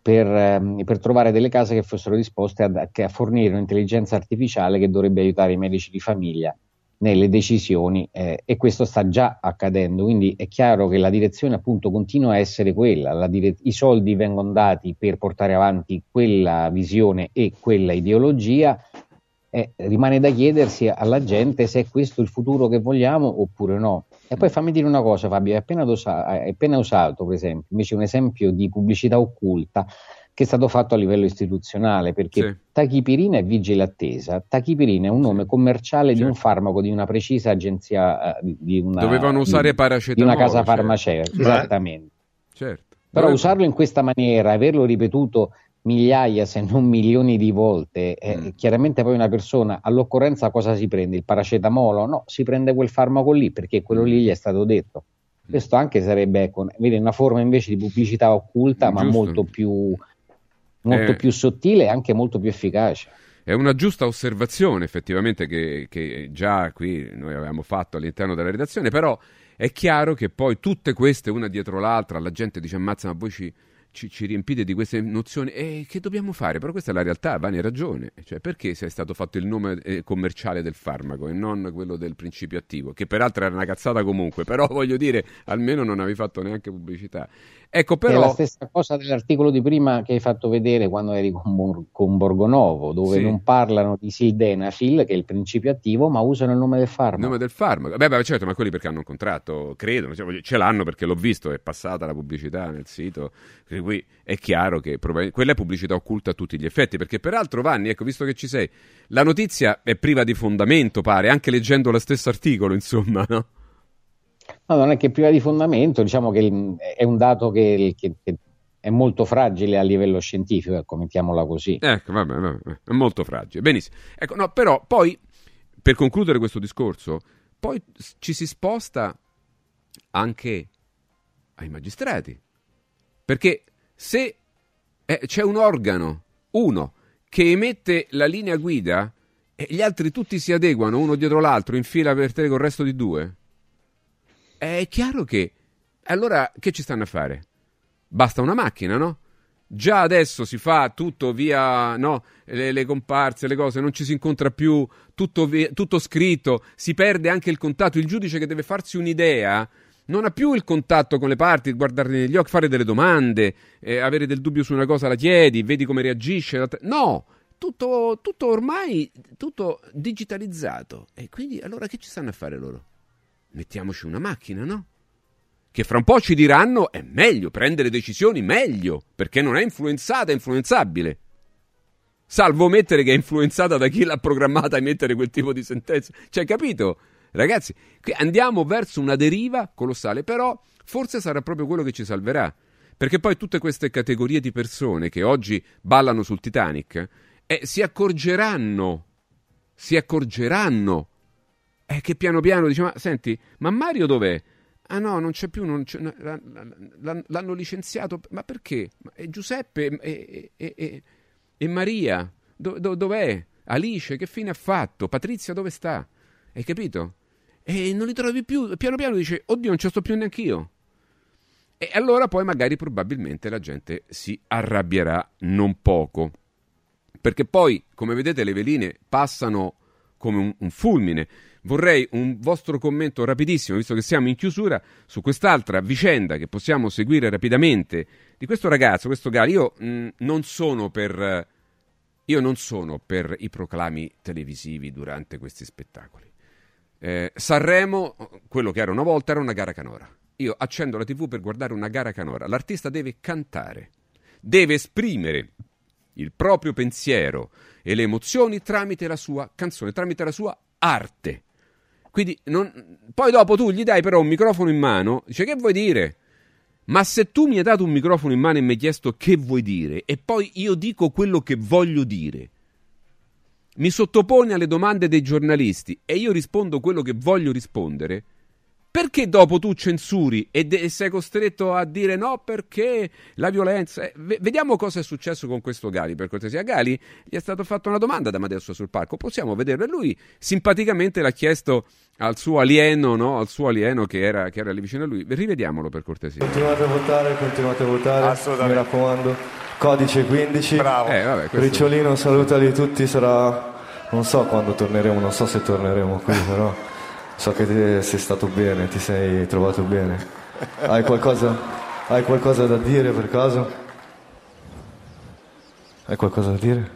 per trovare delle case che fossero disposte a fornire un'intelligenza artificiale che dovrebbe aiutare i medici di famiglia nelle decisioni, e questo sta già accadendo, quindi è chiaro che la direzione appunto continua a essere quella, i soldi vengono dati per portare avanti quella visione e quella ideologia, rimane da chiedersi alla gente se è questo il futuro che vogliamo oppure no. E poi fammi dire una cosa, Fabio, hai appena usato per esempio invece un esempio di pubblicità occulta che è stato fatto a livello istituzionale, perché sì. Tachipirina e vigile attesa. Tachipirina è un nome commerciale di un farmaco di una precisa agenzia, dovevano usare paracetamolo, di una casa farmaceutica, esattamente. Certo. Però usarlo in questa maniera, averlo ripetuto migliaia se non milioni di volte, chiaramente poi una persona all'occorrenza cosa si prende? Il paracetamolo? No, si prende quel farmaco lì perché quello lì gli è stato detto. Questo anche sarebbe una forma invece di pubblicità occulta, ma molto più sottile e anche molto più efficace. È una giusta osservazione effettivamente che già qui noi avevamo fatto all'interno della redazione, però è chiaro che poi tutte queste una dietro l'altra la gente dice ammazza, ma voi ci riempite di queste nozioni, e che dobbiamo fare? Però questa è la realtà, Vani ha ragione, cioè perché sia stato fatto il nome commerciale del farmaco e non quello del principio attivo, che peraltro era una cazzata comunque, però voglio dire, almeno non avevi fatto neanche pubblicità. Ecco, però... È la stessa cosa dell'articolo di prima che hai fatto vedere quando eri con Borgonovo, dove non parlano di sildenafil, che è il principio attivo, ma usano il nome del farmaco. Il nome del farmaco. Beh, certo, ma quelli perché hanno un contratto, credo, ce l'hanno perché l'ho visto, è passata la pubblicità nel sito, qui è chiaro che quella è pubblicità occulta a tutti gli effetti, perché peraltro, Vanni, ecco, visto che ci sei, la notizia è priva di fondamento, pare, anche leggendo lo stesso articolo, insomma, no? No, non è che priva di fondamento, diciamo che è un dato che è molto fragile a livello scientifico, ecco, mettiamola così. Ecco, vabbè, è molto fragile, benissimo. Ecco, no, però poi, per concludere questo discorso, poi ci si sposta anche ai magistrati, perché se c'è un organo, uno, che emette la linea guida e gli altri tutti si adeguano uno dietro l'altro in fila per te col resto di due, è chiaro che allora che ci stanno a fare? Basta una macchina, no? Già adesso si fa tutto via, no? Le comparse, le cose, non ci si incontra più, tutto scritto, si perde anche il contatto. Il giudice che deve farsi un'idea non ha più il contatto con le parti, guardarli negli occhi, fare delle domande, avere del dubbio su una cosa la chiedi, vedi come reagisce. No, tutto ormai, tutto digitalizzato. E quindi allora che ci stanno a fare loro? Mettiamoci una macchina, no? Che fra un po' ci diranno è meglio prendere decisioni, meglio, perché non è influenzata, è influenzabile. Salvo mettere che è influenzata da chi l'ha programmata a emettere quel tipo di sentenza. Cioè, capito? Ragazzi, andiamo verso una deriva colossale, però forse sarà proprio quello che ci salverà. Perché poi tutte queste categorie di persone che oggi ballano sul Titanic si accorgeranno che piano piano dice, ma senti, ma Mario dov'è? Ah no, non c'è più, l'hanno licenziato, ma perché? E Giuseppe e Maria, dov'è? Alice, che fine ha fatto? Patrizia dove sta? Hai capito? E non li trovi più, piano piano dice, oddio, non ci sto più neanch'io. E allora poi magari probabilmente la gente si arrabbierà non poco, perché poi, come vedete, le veline passano come un fulmine. Vorrei un vostro commento rapidissimo, visto che siamo in chiusura, su quest'altra vicenda che possiamo seguire rapidamente di questo ragazzo, questo Gali. Io non sono per i proclami televisivi durante questi spettacoli. Sanremo, quello che era una volta, era una gara canora. Io accendo la TV per guardare una gara canora. L'artista deve cantare, deve esprimere il proprio pensiero e le emozioni tramite la sua canzone, tramite la sua arte. Quindi poi dopo tu gli dai però un microfono in mano, dice che vuoi dire? Ma se tu mi hai dato un microfono in mano e mi hai chiesto che vuoi dire e poi io dico quello che voglio dire, mi sottoponi alle domande dei giornalisti e io rispondo quello che voglio rispondere, perché dopo tu censuri e sei costretto a dire no perché la violenza... Vediamo cosa è successo con questo Gali, per cortesia. A Gali gli è stata fatta una domanda da Amadeus sul palco, possiamo vederlo, e lui simpaticamente l'ha chiesto al suo alieno, no? Al suo alieno che era lì vicino a lui. Rivediamolo per cortesia. Continuate a votare, mi raccomando. Codice 15. Bravo. Ricciolino, salutali tutti, sarà... Non so quando torneremo, non so se torneremo qui, però so che sei stato bene, ti sei trovato bene. Hai qualcosa da dire per caso? Hai qualcosa da dire?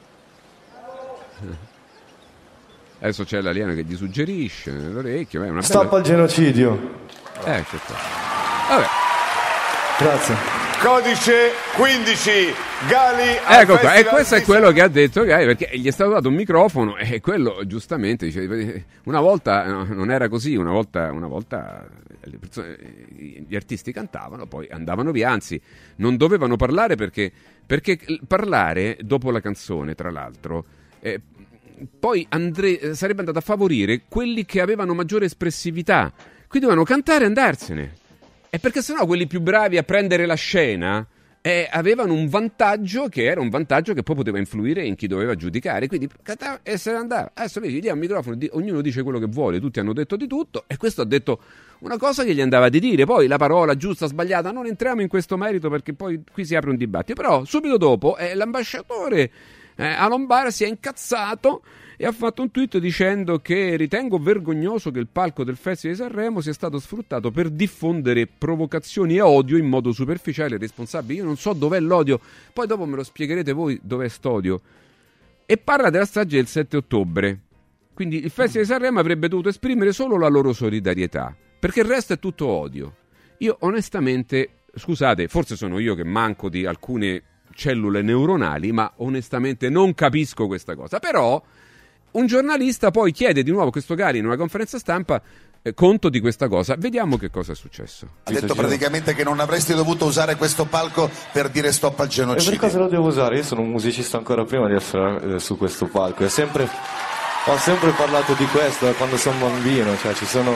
Adesso c'è l'alieno che gli suggerisce nell'orecchio. Una Stop al genocidio. Certo. Vabbè. Grazie. Codice 15, Gali. Ecco qua, e questo è quello che ha detto Gali, perché gli è stato dato un microfono e quello giustamente dice, una volta non era così, una volta le persone, gli artisti cantavano, poi andavano via, anzi non dovevano parlare perché parlare dopo la canzone, tra l'altro, poi sarebbe andato a favorire quelli che avevano maggiore espressività, qui dovevano cantare e andarsene. E perché sennò quelli più bravi a prendere la scena avevano un vantaggio che era un vantaggio che poi poteva influire in chi doveva giudicare, quindi cantava e se ne andava. Adesso gli diamo il microfono, ognuno dice quello che vuole, tutti hanno detto di tutto e questo ha detto una cosa che gli andava di dire, poi la parola giusta, sbagliata, non entriamo in questo merito perché poi qui si apre un dibattito, però subito dopo l'ambasciatore a Lombardi si è incazzato e ha fatto un tweet dicendo che ritengo vergognoso che il palco del Festival di Sanremo sia stato sfruttato per diffondere provocazioni e odio in modo superficiale e responsabile. Io non so dov'è l'odio, poi dopo me lo spiegherete voi dov'è st'odio. E parla della strage del 7 ottobre. Quindi il Festival di Sanremo avrebbe dovuto esprimere solo la loro solidarietà, perché il resto è tutto odio. Io onestamente, scusate, forse sono io che manco di alcune cellule neuronali, ma onestamente non capisco questa cosa. Però un giornalista poi chiede di nuovo a questo Gali in una conferenza stampa conto di questa cosa. Vediamo che cosa è successo. Ha detto praticamente che non avresti dovuto usare questo palco per dire stop al genocidio. E per cosa lo devo usare? Io sono un musicista ancora prima di essere su questo palco. Ho sempre parlato di questo da quando sono bambino. Cioè,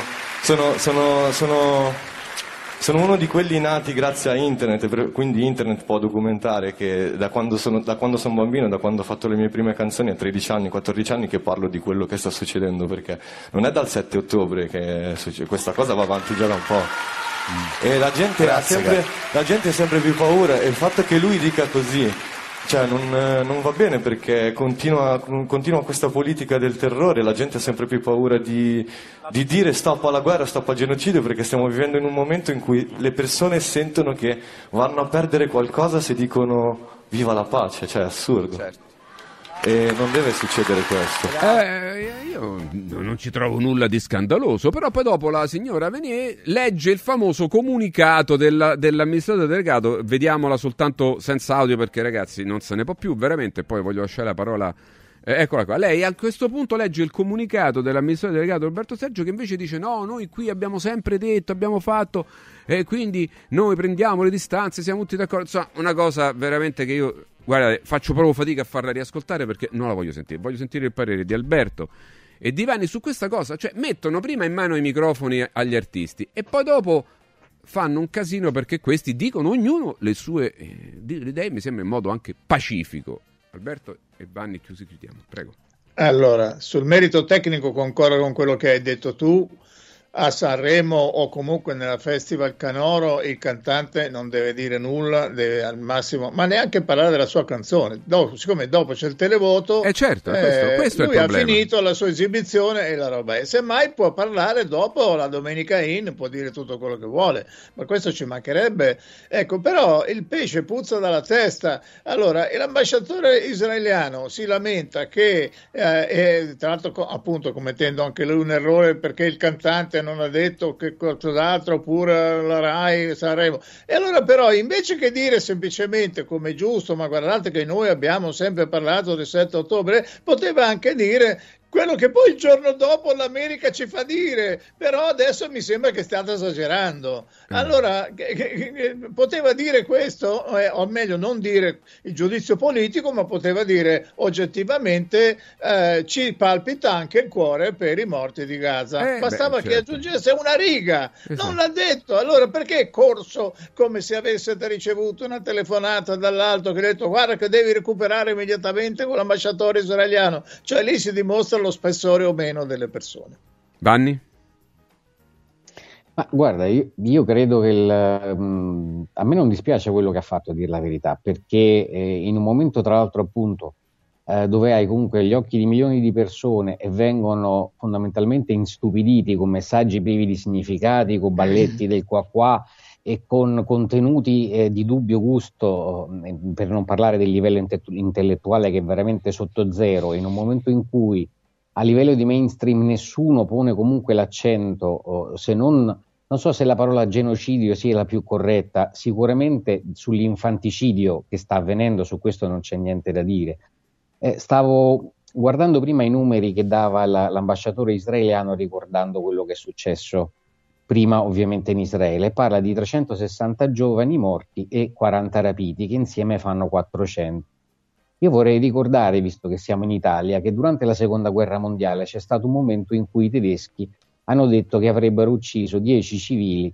sono uno di quelli nati grazie a internet, quindi internet può documentare che da quando sono bambino, da quando ho fatto le mie prime canzoni a 13 anni, 14 anni, che parlo di quello che sta succedendo, perché non è dal 7 ottobre che questa cosa va avanti già da un po'. E la gente ha sempre più paura, e il fatto che lui dica così, cioè non va bene, perché continua questa politica del terrore, la gente ha sempre più paura di dire stop alla guerra, stop al genocidio, perché stiamo vivendo in un momento in cui le persone sentono che vanno a perdere qualcosa se dicono viva la pace, cioè è assurdo. Certo. E non deve succedere questo. Io non ci trovo nulla di scandaloso, però poi dopo la signora Venier legge il famoso comunicato dell'amministratore delegato. Vediamola soltanto senza audio perché ragazzi non se ne può più veramente, poi voglio lasciare la parola. Eccola qua, lei a questo punto legge il comunicato dell'amministratore delegato Roberto Sergio, che invece dice no, noi qui abbiamo sempre detto, abbiamo fatto, e quindi noi prendiamo le distanze, siamo tutti d'accordo. Insomma, una cosa veramente che io, guardate, faccio proprio fatica a farla riascoltare perché non la voglio sentire il parere di Alberto e di Vanni su questa cosa. Cioè mettono prima in mano i microfoni agli artisti e poi dopo fanno un casino perché questi dicono ognuno le sue idee, mi sembra in modo anche pacifico. Alberto e Vanni, chiudiamo, prego. Allora, sul merito tecnico concordo con quello che hai detto tu. A Sanremo o comunque nella Festival Canoro il cantante non deve dire nulla, deve al massimo, ma neanche parlare della sua canzone. Siccome dopo c'è il televoto, certo, questo lui è il ha problema. finito la sua esibizione e la roba. E semmai può parlare dopo la Domenica In, può dire tutto quello che vuole, ma questo ci mancherebbe. Ecco, però il pesce puzza dalla testa. Allora, l'ambasciatore israeliano si lamenta che, tra l'altro appunto commettendo anche lui un errore perché il cantante non ha detto che qualcos'altro, oppure la Rai, Sanremo. E allora però invece che dire semplicemente come è giusto, ma guardate che noi abbiamo sempre parlato del 7 ottobre, poteva anche dire quello che poi il giorno dopo l'America ci fa dire, però adesso mi sembra che stiate esagerando. Allora, poteva dire questo, o meglio non dire il giudizio politico, ma poteva dire oggettivamente ci palpita anche il cuore per i morti di Gaza. Bastava che aggiungesse una riga, non l'ha detto. Allora perché è corso come se avesse ricevuto una telefonata dall'alto che ha detto guarda che devi recuperare immediatamente con l'ambasciatore israeliano? Cioè lì si dimostra lo spessore o meno delle persone. Vanni? Ma guarda, io credo che a me non dispiace quello che ha fatto, a dir la verità, perché in un momento, tra l'altro, appunto, dove hai comunque gli occhi di milioni di persone e vengono fondamentalmente instupiditi con messaggi privi di significati, con balletti del qua qua e con contenuti di dubbio gusto, per non parlare del livello intellettuale che è veramente sotto zero, in un momento in cui a livello di mainstream nessuno pone comunque l'accento, se non so se la parola genocidio sia la più corretta, sicuramente sull'infanticidio che sta avvenendo, su questo non c'è niente da dire. Stavo guardando prima i numeri che dava l'ambasciatore israeliano ricordando quello che è successo prima ovviamente in Israele, parla di 360 giovani morti e 40 rapiti, che insieme fanno 400. Io vorrei ricordare, visto che siamo in Italia, che durante la Seconda Guerra Mondiale c'è stato un momento in cui i tedeschi hanno detto che avrebbero ucciso 10 civili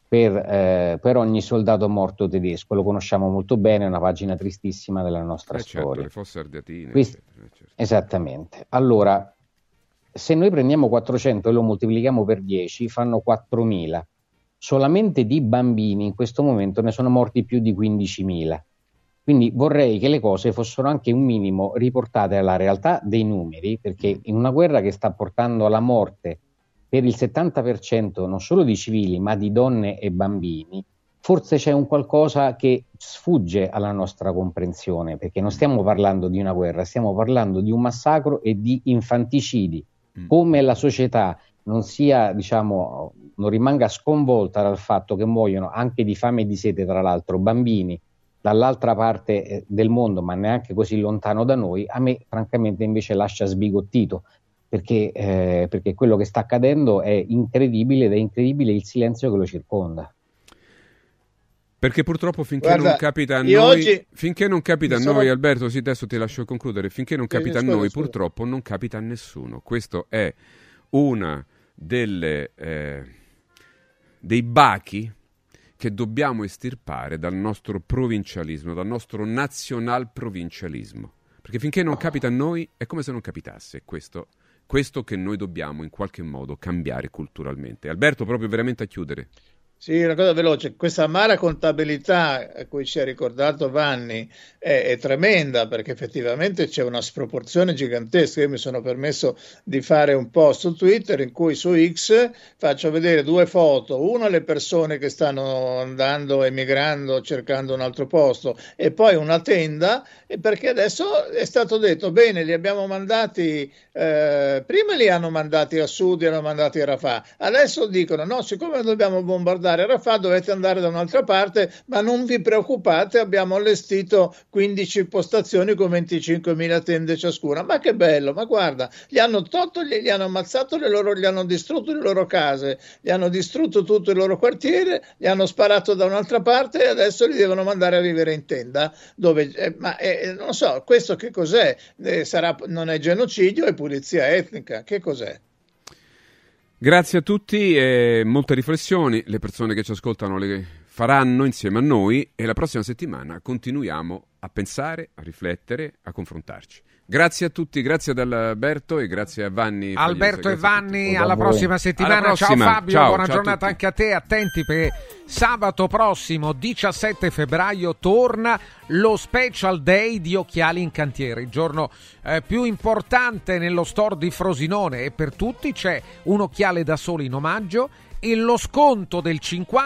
per ogni soldato morto tedesco. Lo conosciamo molto bene, è una pagina tristissima della nostra storia. Certo, le Fosse Ardeatine. Certo. Esattamente. Allora, se noi prendiamo 400 e lo moltiplichiamo per 10, fanno 4.000. Solamente di bambini in questo momento ne sono morti più di 15.000. Quindi vorrei che le cose fossero anche un minimo riportate alla realtà dei numeri, perché in una guerra che sta portando alla morte per il 70% non solo di civili, ma di donne e bambini, forse c'è un qualcosa che sfugge alla nostra comprensione, perché non stiamo parlando di una guerra, stiamo parlando di un massacro e di infanticidi. Come la società non sia, non rimanga sconvolta dal fatto che muoiono anche di fame e di sete, tra l'altro, bambini dall'altra parte del mondo, ma neanche così lontano da noi, a me francamente invece lascia sbigottito, perché quello che sta accadendo è incredibile ed è incredibile il silenzio che lo circonda. Perché purtroppo finché non capita a noi, Alberto, sì, adesso ti lascio concludere, finché non capita a noi, purtroppo non capita a nessuno. Questo è una dei bachi che dobbiamo estirpare dal nostro provincialismo, dal nostro nazional-provincialismo. Perché finché non capita a noi è come se non capitasse. Questo che noi dobbiamo in qualche modo cambiare culturalmente. Alberto, proprio veramente a chiudere. Sì, una cosa veloce, questa amara contabilità a cui ci ha ricordato Vanni è tremenda, perché effettivamente c'è una sproporzione gigantesca. Io mi sono permesso di fare un post su Twitter in cui su X faccio vedere due foto, una le persone che stanno andando, emigrando, cercando un altro posto, e poi una tenda, perché adesso è stato detto, bene, li abbiamo mandati, prima li hanno mandati a sud, li hanno mandati a Rafah, adesso dicono no, siccome dobbiamo bombardare Rafah dovete andare da un'altra parte, ma non vi preoccupate, abbiamo allestito 15 postazioni con 25.000 tende ciascuna. Ma che bello, ma guarda, gli hanno ammazzato gli hanno distrutto le loro case, gli hanno distrutto tutto il loro quartiere, gli hanno sparato da un'altra parte e adesso li devono mandare a vivere in tenda, dove non so, questo che cos'è? Non è genocidio, è pulizia etnica, che cos'è? Grazie a tutti, molte riflessioni, le persone che ci ascoltano le faranno insieme a noi e la prossima settimana continuiamo a pensare, a riflettere, a confrontarci. Grazie a tutti, grazie ad Alberto e grazie a Vanni. Alberto e Vanni, alla prossima settimana. Alla prossima. Ciao Fabio, ciao, buona ciao giornata anche a te. Attenti perché sabato prossimo, 17 febbraio, torna lo Special Day di Occhiali in Cantiere, il giorno più importante nello store di Frosinone, e per tutti c'è un occhiale da sole in omaggio e lo sconto del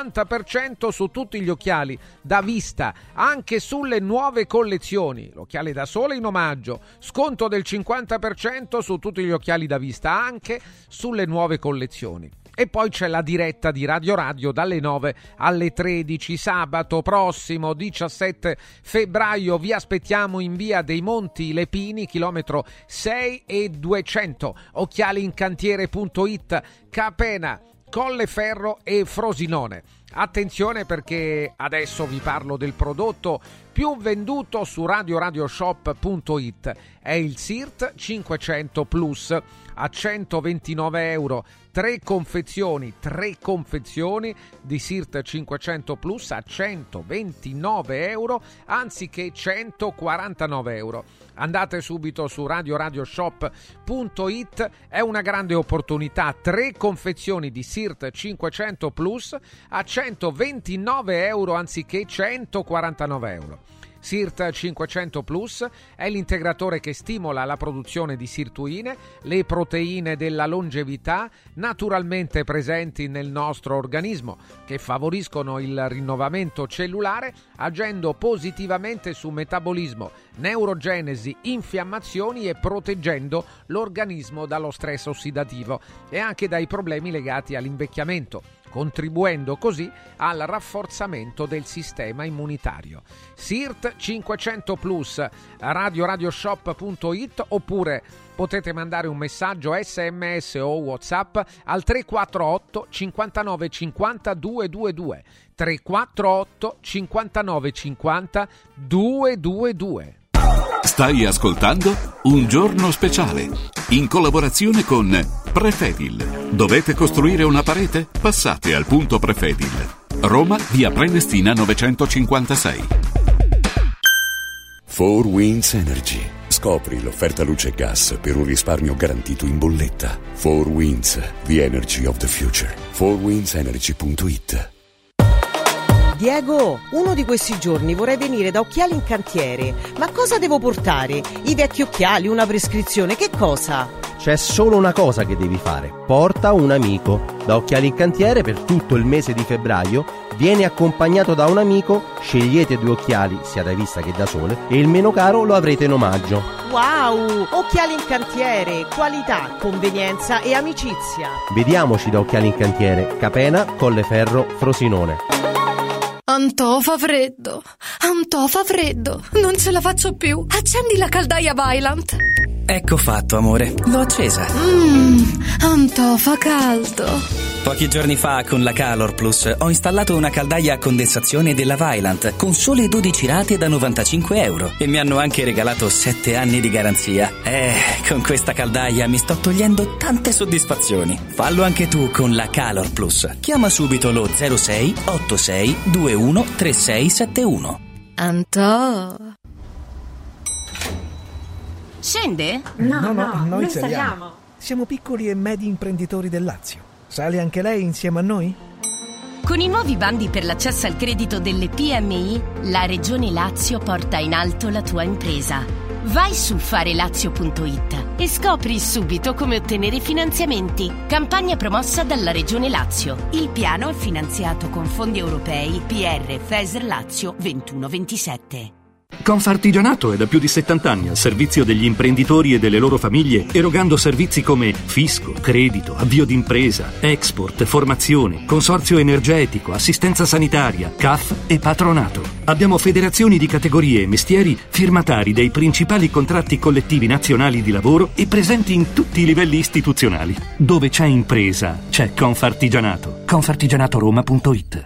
50% su tutti gli occhiali da vista, anche sulle nuove collezioni. L'occhiale da sole in omaggio, sconto del 50% su tutti gli occhiali da vista, anche sulle nuove collezioni. E poi c'è la diretta di Radio dalle 9 alle 13, sabato prossimo 17 febbraio. Vi aspettiamo in via dei Monti Lepini, chilometro 6,200, occhialiincantiere.it, Capena, Colleferro e Frosinone. Attenzione, perché adesso vi parlo del prodotto più venduto su radioradioshop.it. È il SIRT 500 Plus a 129 euro. Tre confezioni di SIRT 500 Plus a 129 euro anziché 149 euro. Andate subito su radioradioshop.it, è una grande opportunità. 3 confezioni di SIRT 500 Plus a 129 euro anziché 149 euro. SIRT 500 Plus è l'integratore che stimola la produzione di sirtuine, le proteine della longevità naturalmente presenti nel nostro organismo, che favoriscono il rinnovamento cellulare agendo positivamente su metabolismo, neurogenesi, infiammazioni e proteggendo l'organismo dallo stress ossidativo e anche dai problemi legati all'invecchiamento, contribuendo così al rafforzamento del sistema immunitario. SIRT 500 Plus, radioradioshop.it, oppure potete mandare un messaggio SMS o WhatsApp al 348 59 50 222 348 59 50 222. Stai ascoltando Un Giorno Speciale in collaborazione con Prefedil. Dovete costruire una parete? Passate al punto Prefedil. Roma, via Prenestina 956. 4 Winds Energy. Scopri l'offerta luce e gas per un risparmio garantito in bolletta. 4 Winds, the energy of the future. 4windsenergy.it. Diego, uno di questi giorni vorrei venire da Occhiali in Cantiere. Ma cosa devo portare? I vecchi occhiali, una prescrizione, che cosa? C'è solo una cosa che devi fare. Porta un amico. Da Occhiali in Cantiere per tutto il mese di febbraio vieni accompagnato da un amico, scegliete 2 occhiali, sia da vista che da sole, e il meno caro lo avrete in omaggio. Wow! Occhiali in Cantiere, qualità, convenienza e amicizia. Vediamoci da Occhiali in Cantiere, Capena, Colleferro, Frosinone. Antò fa freddo, non ce la faccio più. Accendi la caldaia Vaillant. Ecco fatto, amore, l'ho accesa. Antò fa caldo. Pochi giorni fa con la Calor Plus ho installato una caldaia a condensazione della Vaillant con sole 12 rate da 95 euro e mi hanno anche regalato 7 anni di garanzia. Con questa caldaia mi sto togliendo tante soddisfazioni. Fallo anche tu con la Calor Plus. Chiama subito lo 06 86 21 3671. Antò. Scende? No, noi saliamo. Siamo piccoli e medi imprenditori del Lazio. Sale anche lei insieme a noi? Con i nuovi bandi per l'accesso al credito delle PMI, la Regione Lazio porta in alto la tua impresa. Vai su farelazio.it e scopri subito come ottenere finanziamenti. Campagna promossa dalla Regione Lazio. Il piano è finanziato con fondi europei PR FESR Lazio 21-27. Confartigianato è da più di 70 anni al servizio degli imprenditori e delle loro famiglie, erogando servizi come fisco, credito, avvio d'impresa, export, formazione, consorzio energetico, assistenza sanitaria, CAF e patronato. Abbiamo federazioni di categorie e mestieri firmatari dei principali contratti collettivi nazionali di lavoro e presenti in tutti i livelli istituzionali. Dove c'è impresa, c'è Confartigianato. Confartigianatoroma.it.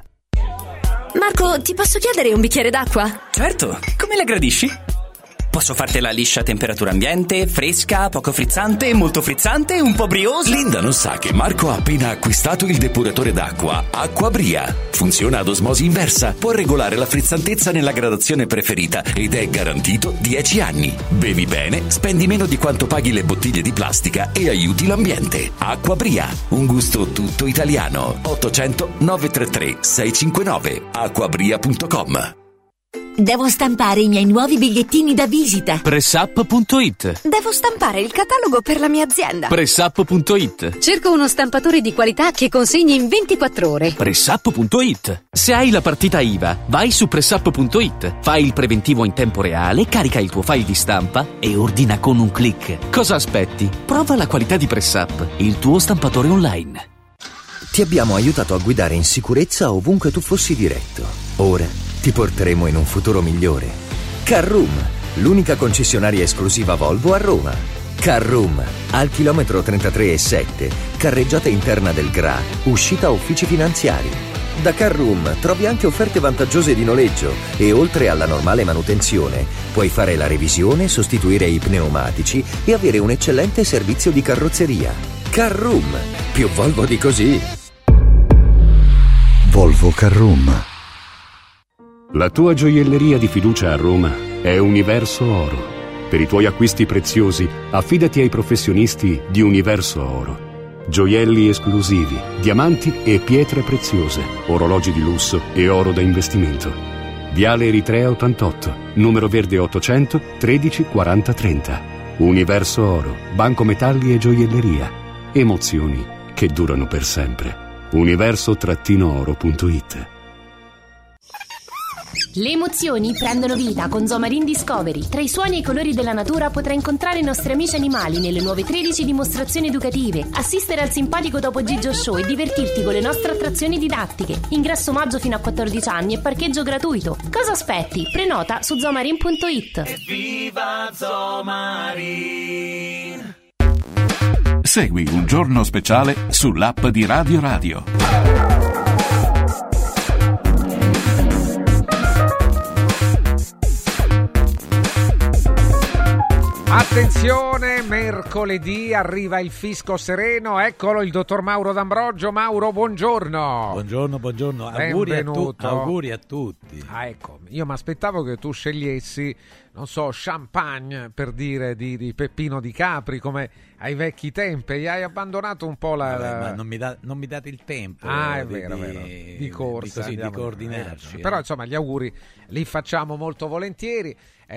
Marco, ti posso chiedere un bicchiere d'acqua? Certo, come la gradisci? Posso fartela liscia a temperatura ambiente, fresca, poco frizzante, molto frizzante, un po' briosa? Linda non sa che Marco ha appena acquistato il depuratore d'acqua Acquabria. Funziona ad osmosi inversa, può regolare la frizzantezza nella gradazione preferita ed è garantito 10 anni. Bevi bene, spendi meno di quanto paghi le bottiglie di plastica e aiuti l'ambiente. Acquabria, un gusto tutto italiano. 800 933 659 acquabria.com. Devo stampare i miei nuovi bigliettini da visita. Pressup.it. Devo stampare il catalogo per la mia azienda. Pressup.it. Cerco uno stampatore di qualità che consegni in 24 ore. Pressup.it. Se hai la partita IVA, vai su Pressup.it, fai il preventivo in tempo reale, carica il tuo file di stampa e ordina con un click. Cosa aspetti? Prova la qualità di Pressup, il tuo stampatore online. Ti abbiamo aiutato a guidare in sicurezza ovunque tu fossi diretto. Ora ti porteremo in un futuro migliore. Carroom, l'unica concessionaria esclusiva Volvo a Roma. Carroom, al chilometro 33,7, carreggiata interna del GRA, uscita uffici finanziari. Da Carroom trovi anche offerte vantaggiose di noleggio e oltre alla normale manutenzione puoi fare la revisione, sostituire i pneumatici e avere un eccellente servizio di carrozzeria. Carroom, più Volvo di così. Volvo Carroom. La tua gioielleria di fiducia a Roma è Universo Oro. Per i tuoi acquisti preziosi, affidati ai professionisti di Universo Oro. Gioielli esclusivi, diamanti e pietre preziose, orologi di lusso e oro da investimento. Viale Eritrea 88, numero verde 800 13 40 30. Universo Oro, banco metalli e gioielleria. Emozioni che durano per sempre. Universo-oro.it. Le emozioni prendono vita con Zomarin Discovery. Tra i suoni e i colori della natura potrai incontrare i nostri amici animali nelle nuove 13 dimostrazioni educative, assistere al simpatico Topo Gigio Show e divertirti con le nostre attrazioni didattiche. Ingresso omaggio fino a 14 anni e parcheggio gratuito. Cosa aspetti? Prenota su zomarin.it. Viva Zomarin! Segui Un Giorno Speciale sull'app di Radio Radio. Attenzione, mercoledì arriva il fisco sereno, eccolo il dottor Mauro D'Ambrogio. Mauro, buongiorno. Buongiorno, auguri a tutti. Ah, ecco, io mi aspettavo che tu scegliessi, non so, champagne per dire di Peppino Di Capri, come ai vecchi tempi. Hai abbandonato un po' ma non mi date il tempo è vero, di corsa, di coordinarci. Però insomma gli auguri li facciamo molto volentieri.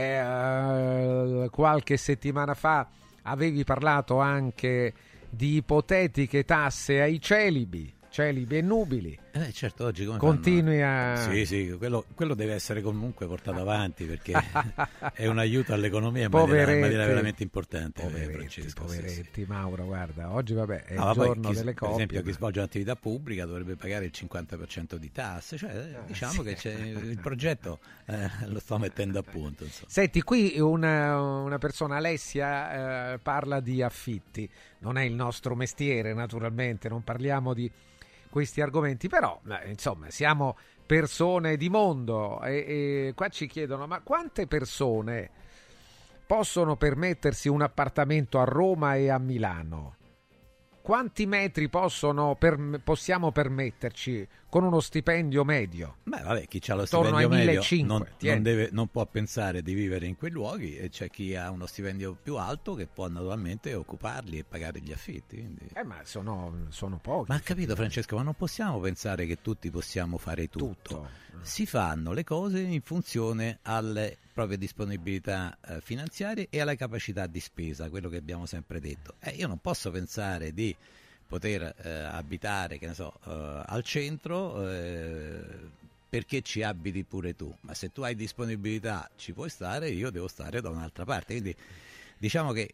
Qualche settimana fa avevi parlato anche di ipotetiche tasse ai celibi e nubili. Certo, oggi come continui fanno? Sì, quello deve essere comunque portato avanti, perché è un aiuto all'economia in maniera veramente importante. Poveretti, Mauro, guarda, oggi è il giorno delle coppie. Per esempio, chi svolge un'attività pubblica dovrebbe pagare il 50% di tasse, diciamo che il progetto lo sto mettendo a punto. Insomma. Senti, qui una persona, Alessia, parla di affitti. Non è il nostro mestiere, naturalmente, non parliamo di questi argomenti, però insomma siamo persone di mondo e qua ci chiedono: ma quante persone possono permettersi un appartamento a Roma e a Milano? Quanti metri possiamo permetterci con uno stipendio medio? Chi ha lo stipendio medio non può pensare di vivere in quei luoghi, e c'è chi ha uno stipendio più alto che può naturalmente occuparli e pagare gli affitti. Quindi. Ma sono pochi. Ma capito, Francesco, ma non possiamo pensare che tutti possiamo fare tutto. Si fanno le cose in funzione alle proprie disponibilità finanziarie e alla capacità di spesa, quello che abbiamo sempre detto. Io non posso pensare di poter abitare, che ne so, al centro perché ci abiti pure tu, ma se tu hai disponibilità ci puoi stare, io devo stare da un'altra parte. Quindi diciamo che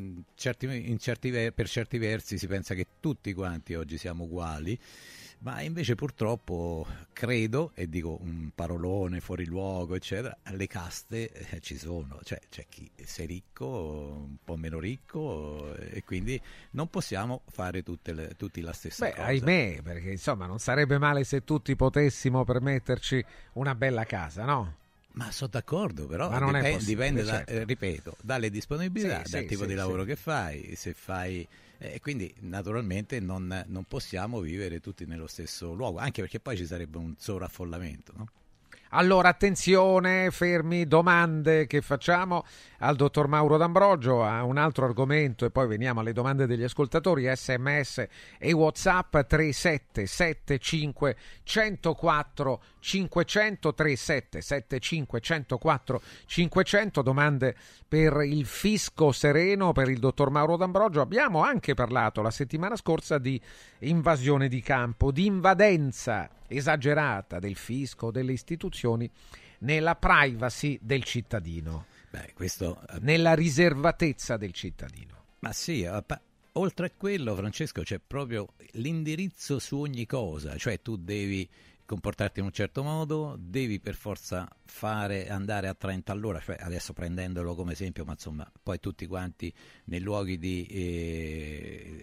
per certi versi si pensa che tutti quanti oggi siamo uguali, ma invece purtroppo credo, e dico un parolone fuori luogo eccetera, le caste ci sono, c'è chi sei ricco, un po' meno ricco, e quindi non possiamo fare tutti la stessa cosa. Ahimè, perché insomma non sarebbe male se tutti potessimo permetterci una bella casa, no? Ma sono d'accordo, però dipende certo. Ripeto, dalle disponibilità, dal tipo di lavoro che fai, se fai... quindi naturalmente non possiamo vivere tutti nello stesso luogo, anche perché poi ci sarebbe un sovraffollamento, no? Allora, attenzione, fermi, domande che facciamo al dottor Mauro D'Ambrogio, a un altro argomento, e poi veniamo alle domande degli ascoltatori, SMS e WhatsApp 3775 104 500, 3775 104 500, domande per il fisco sereno per il dottor Mauro D'Ambrogio. Abbiamo anche parlato la settimana scorsa di invasione di campo, di invadenza esagerata del fisco, delle istituzioni nella privacy del cittadino, nella riservatezza del cittadino. Ma sì, oltre a quello, Francesco, c'è proprio l'indirizzo su ogni cosa, cioè tu devi comportarti in un certo modo, devi per forza andare a 30 all'ora, cioè adesso prendendolo come esempio, ma insomma poi tutti quanti nei luoghi di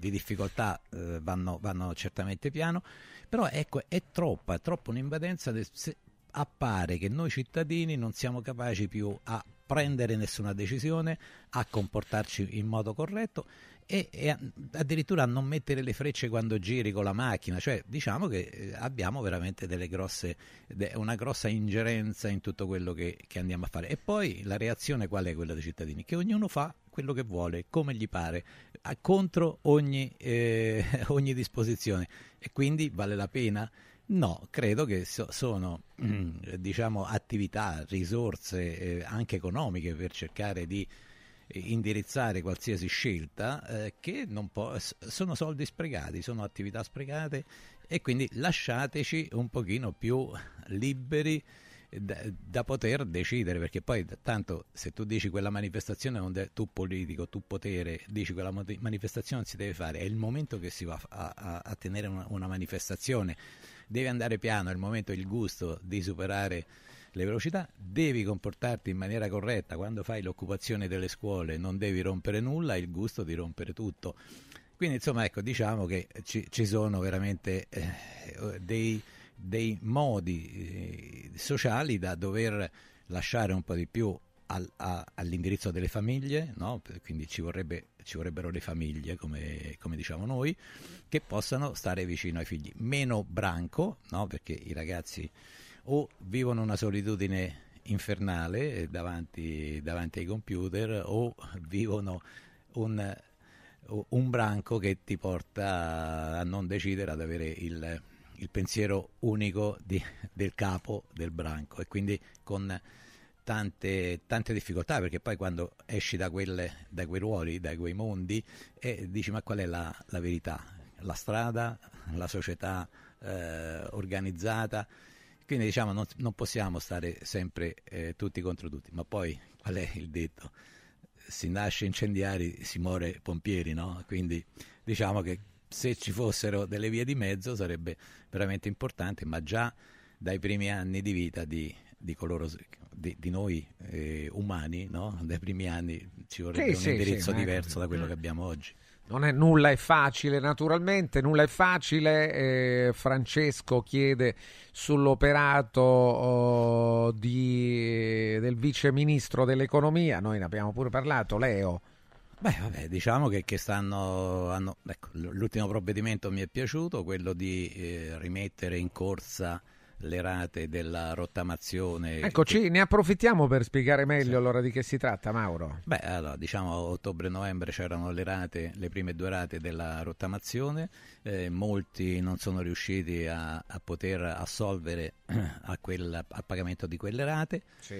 di difficoltà vanno certamente piano, però ecco, è troppo un'invadenza. Appare che noi cittadini non siamo capaci più a prendere nessuna decisione, a comportarci in modo corretto e addirittura a non mettere le frecce quando giri con la macchina. Cioè, diciamo che abbiamo veramente una grossa ingerenza in tutto quello che andiamo a fare. E poi la reazione qual è? Quella dei cittadini, che ognuno fa quello che vuole, come gli pare, contro ogni disposizione. E quindi vale la pena? No, credo che sono diciamo attività, risorse anche economiche per cercare di indirizzare qualsiasi scelta che sono soldi sprecati, sono attività sprecate, e quindi lasciateci un pochino più liberi da poter decidere, perché poi tanto se tu dici quella manifestazione, tu politico, tu potere, dici quella manifestazione non si deve fare, è il momento che si va a tenere una manifestazione, devi andare piano, è il momento, il gusto di superare le velocità, devi comportarti in maniera corretta, quando fai l'occupazione delle scuole non devi rompere nulla, hai il gusto di rompere tutto. Quindi insomma, ecco, diciamo che ci sono veramente dei modi sociali da dover lasciare un po' di più all'indirizzo delle famiglie, no? Quindi ci vorrebbero le famiglie, come diciamo noi, che possano stare vicino ai figli, meno branco, no? Perché i ragazzi o vivono una solitudine infernale davanti ai computer, o vivono un branco che ti porta a non decidere, ad avere il pensiero unico del capo del branco, e quindi con tante difficoltà, perché poi quando esci da quei ruoli, da quei mondi, dici: ma qual è la verità? La strada, la società organizzata? Quindi diciamo non possiamo stare sempre tutti contro tutti. Ma poi qual è il detto? Si nasce incendiari, si muore pompieri, no? Quindi diciamo che se ci fossero delle vie di mezzo sarebbe veramente importante, ma già dai primi anni di vita di coloro, di noi umani, no? Dai primi anni ci vorrebbe un indirizzo diverso da quello che abbiamo oggi. Nulla è facile, naturalmente, nulla è facile. Francesco chiede sull'operato del vice ministro dell'economia, noi ne abbiamo pure parlato, Leo. Vabbè, diciamo che ecco, l'ultimo provvedimento mi è piaciuto, quello di rimettere in corsa le rate della rottamazione. Eccoci, ne approfittiamo per spiegare meglio allora di che si tratta, Mauro. Allora, diciamo a ottobre-novembre c'erano le prime 2 rate della rottamazione, molti non sono riusciti a poter assolvere al pagamento di quelle rate. Sì.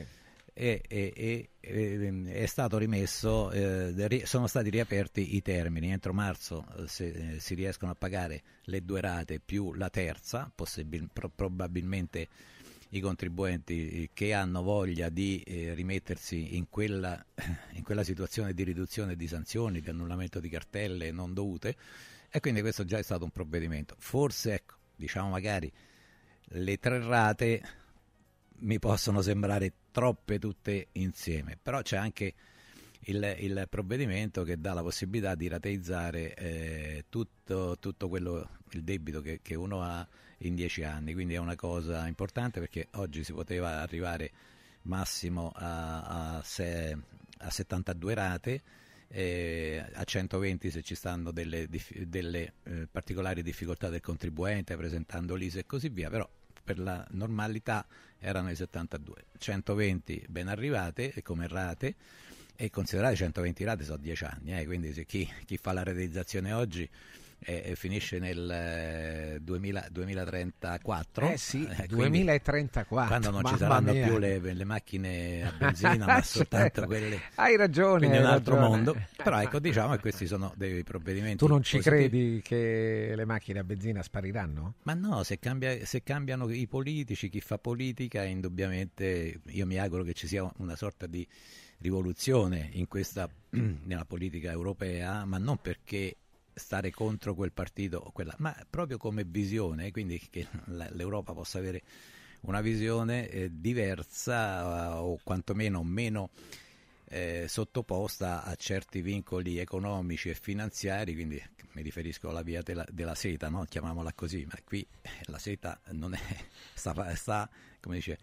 È stato rimesso, sono stati riaperti i termini. Entro marzo, se si riescono a pagare le 2 rate più la terza, probabilmente i contribuenti che hanno voglia di rimettersi in quella situazione di riduzione di sanzioni, di annullamento di cartelle non dovute, e quindi questo già è stato un provvedimento. Forse, ecco, diciamo magari le 3 rate mi possono sembrare troppe tutte insieme, però c'è anche il provvedimento che dà la possibilità di rateizzare tutto il debito che uno ha in 10 anni, quindi è una cosa importante, perché oggi si poteva arrivare massimo a 72 rate, a 120 se ci stanno delle particolari difficoltà del contribuente presentando l'ISEE e così via, però per la normalità erano i 72, 120 ben arrivate come rate, e considerate 120 rate sono 10 anni, quindi se chi fa la rateizzazione oggi finisce nel 2034. Sì, 2034. Quando non ci saranno più le macchine a benzina, ma soltanto quelle. Hai ragione. Quindi è un altro ragione. mondo. Però ecco, diciamo che questi sono dei provvedimenti. Tu non ci positivi. credi che le macchine a benzina spariranno? Ma no, se cambiano i politici, chi fa politica, indubbiamente io mi auguro che ci sia una sorta di rivoluzione nella politica europea, ma non perché stare contro quel partito o quella, ma proprio come visione, quindi che l'Europa possa avere una visione diversa o quantomeno meno sottoposta a certi vincoli economici e finanziari, quindi mi riferisco alla via della seta, no? Chiamiamola così, ma qui la seta non è, sta come dice,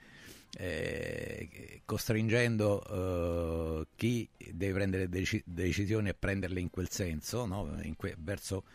costringendo chi deve prendere decisioni a prenderle in quel senso, no? Verso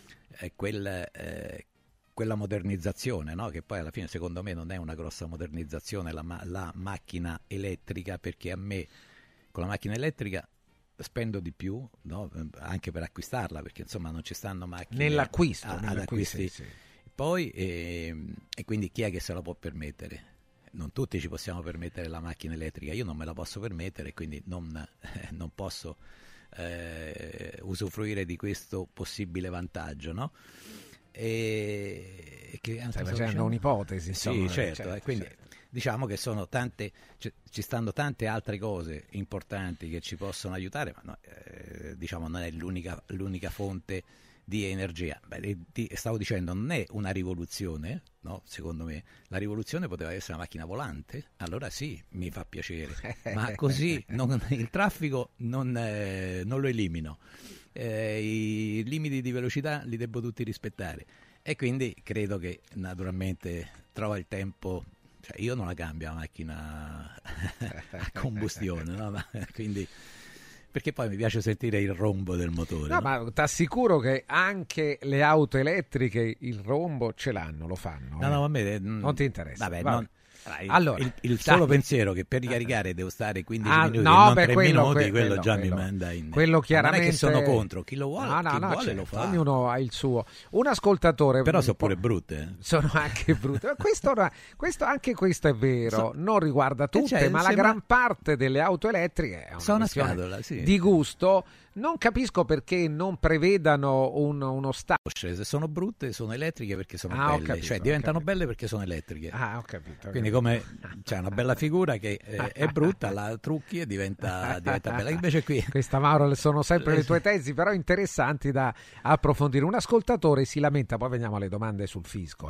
quella modernizzazione, no? Che poi alla fine secondo me non è una grossa modernizzazione la macchina elettrica, perché a me con la macchina elettrica spendo di più, no? Anche per acquistarla, perché insomma non ci stanno macchine nell'acquisto, ad acquisti. Sì. Poi e quindi chi è che se la può permettere? Non tutti ci possiamo permettere la macchina elettrica, io non me la posso permettere, quindi non posso usufruire di questo possibile vantaggio, no? E che stai facendo un'ipotesi, insomma. Sì, certo, quindi diciamo che sono tante, ci stanno tante altre cose importanti che ci possono aiutare, ma no, diciamo non è l'unica fonte di energia. Stavo dicendo, non è una rivoluzione, no? Secondo me la rivoluzione poteva essere una macchina volante, allora sì, mi fa piacere, ma così il traffico non lo elimino, i limiti di velocità li devo tutti rispettare, e quindi credo che naturalmente trova il tempo, cioè io non la cambio la macchina a combustione, no? Quindi, perché poi mi piace sentire il rombo del motore. No, ma ti assicuro che anche le auto elettriche il rombo ce l'hanno, lo fanno. No, a me non ti interessa. Vabbè. Allora, il solo pensiero che per ricaricare devo stare 15 minuti, no, non 3 minuti, quello già mi manda in... Quello chiaramente... Non è che sono contro, chi lo vuole, vuole certo, lo fa. Ognuno ha il suo. Un ascoltatore... Però sono pure brutte. Sono anche brutte. Anche questo è vero, non riguarda tutte, ma la gran parte delle auto elettriche è una scatola, sì, di gusto. Non capisco perché non prevedano uno stato. Se sono brutte, sono elettriche perché sono belle, cioè diventano belle perché sono elettriche. Ho capito. Quindi come c'è una bella figura che è brutta, la trucchi e diventa bella. Invece qui questa, Mauro, sono sempre le tue tesi, però interessanti da approfondire. Un ascoltatore si lamenta, poi veniamo alle domande sul fisco,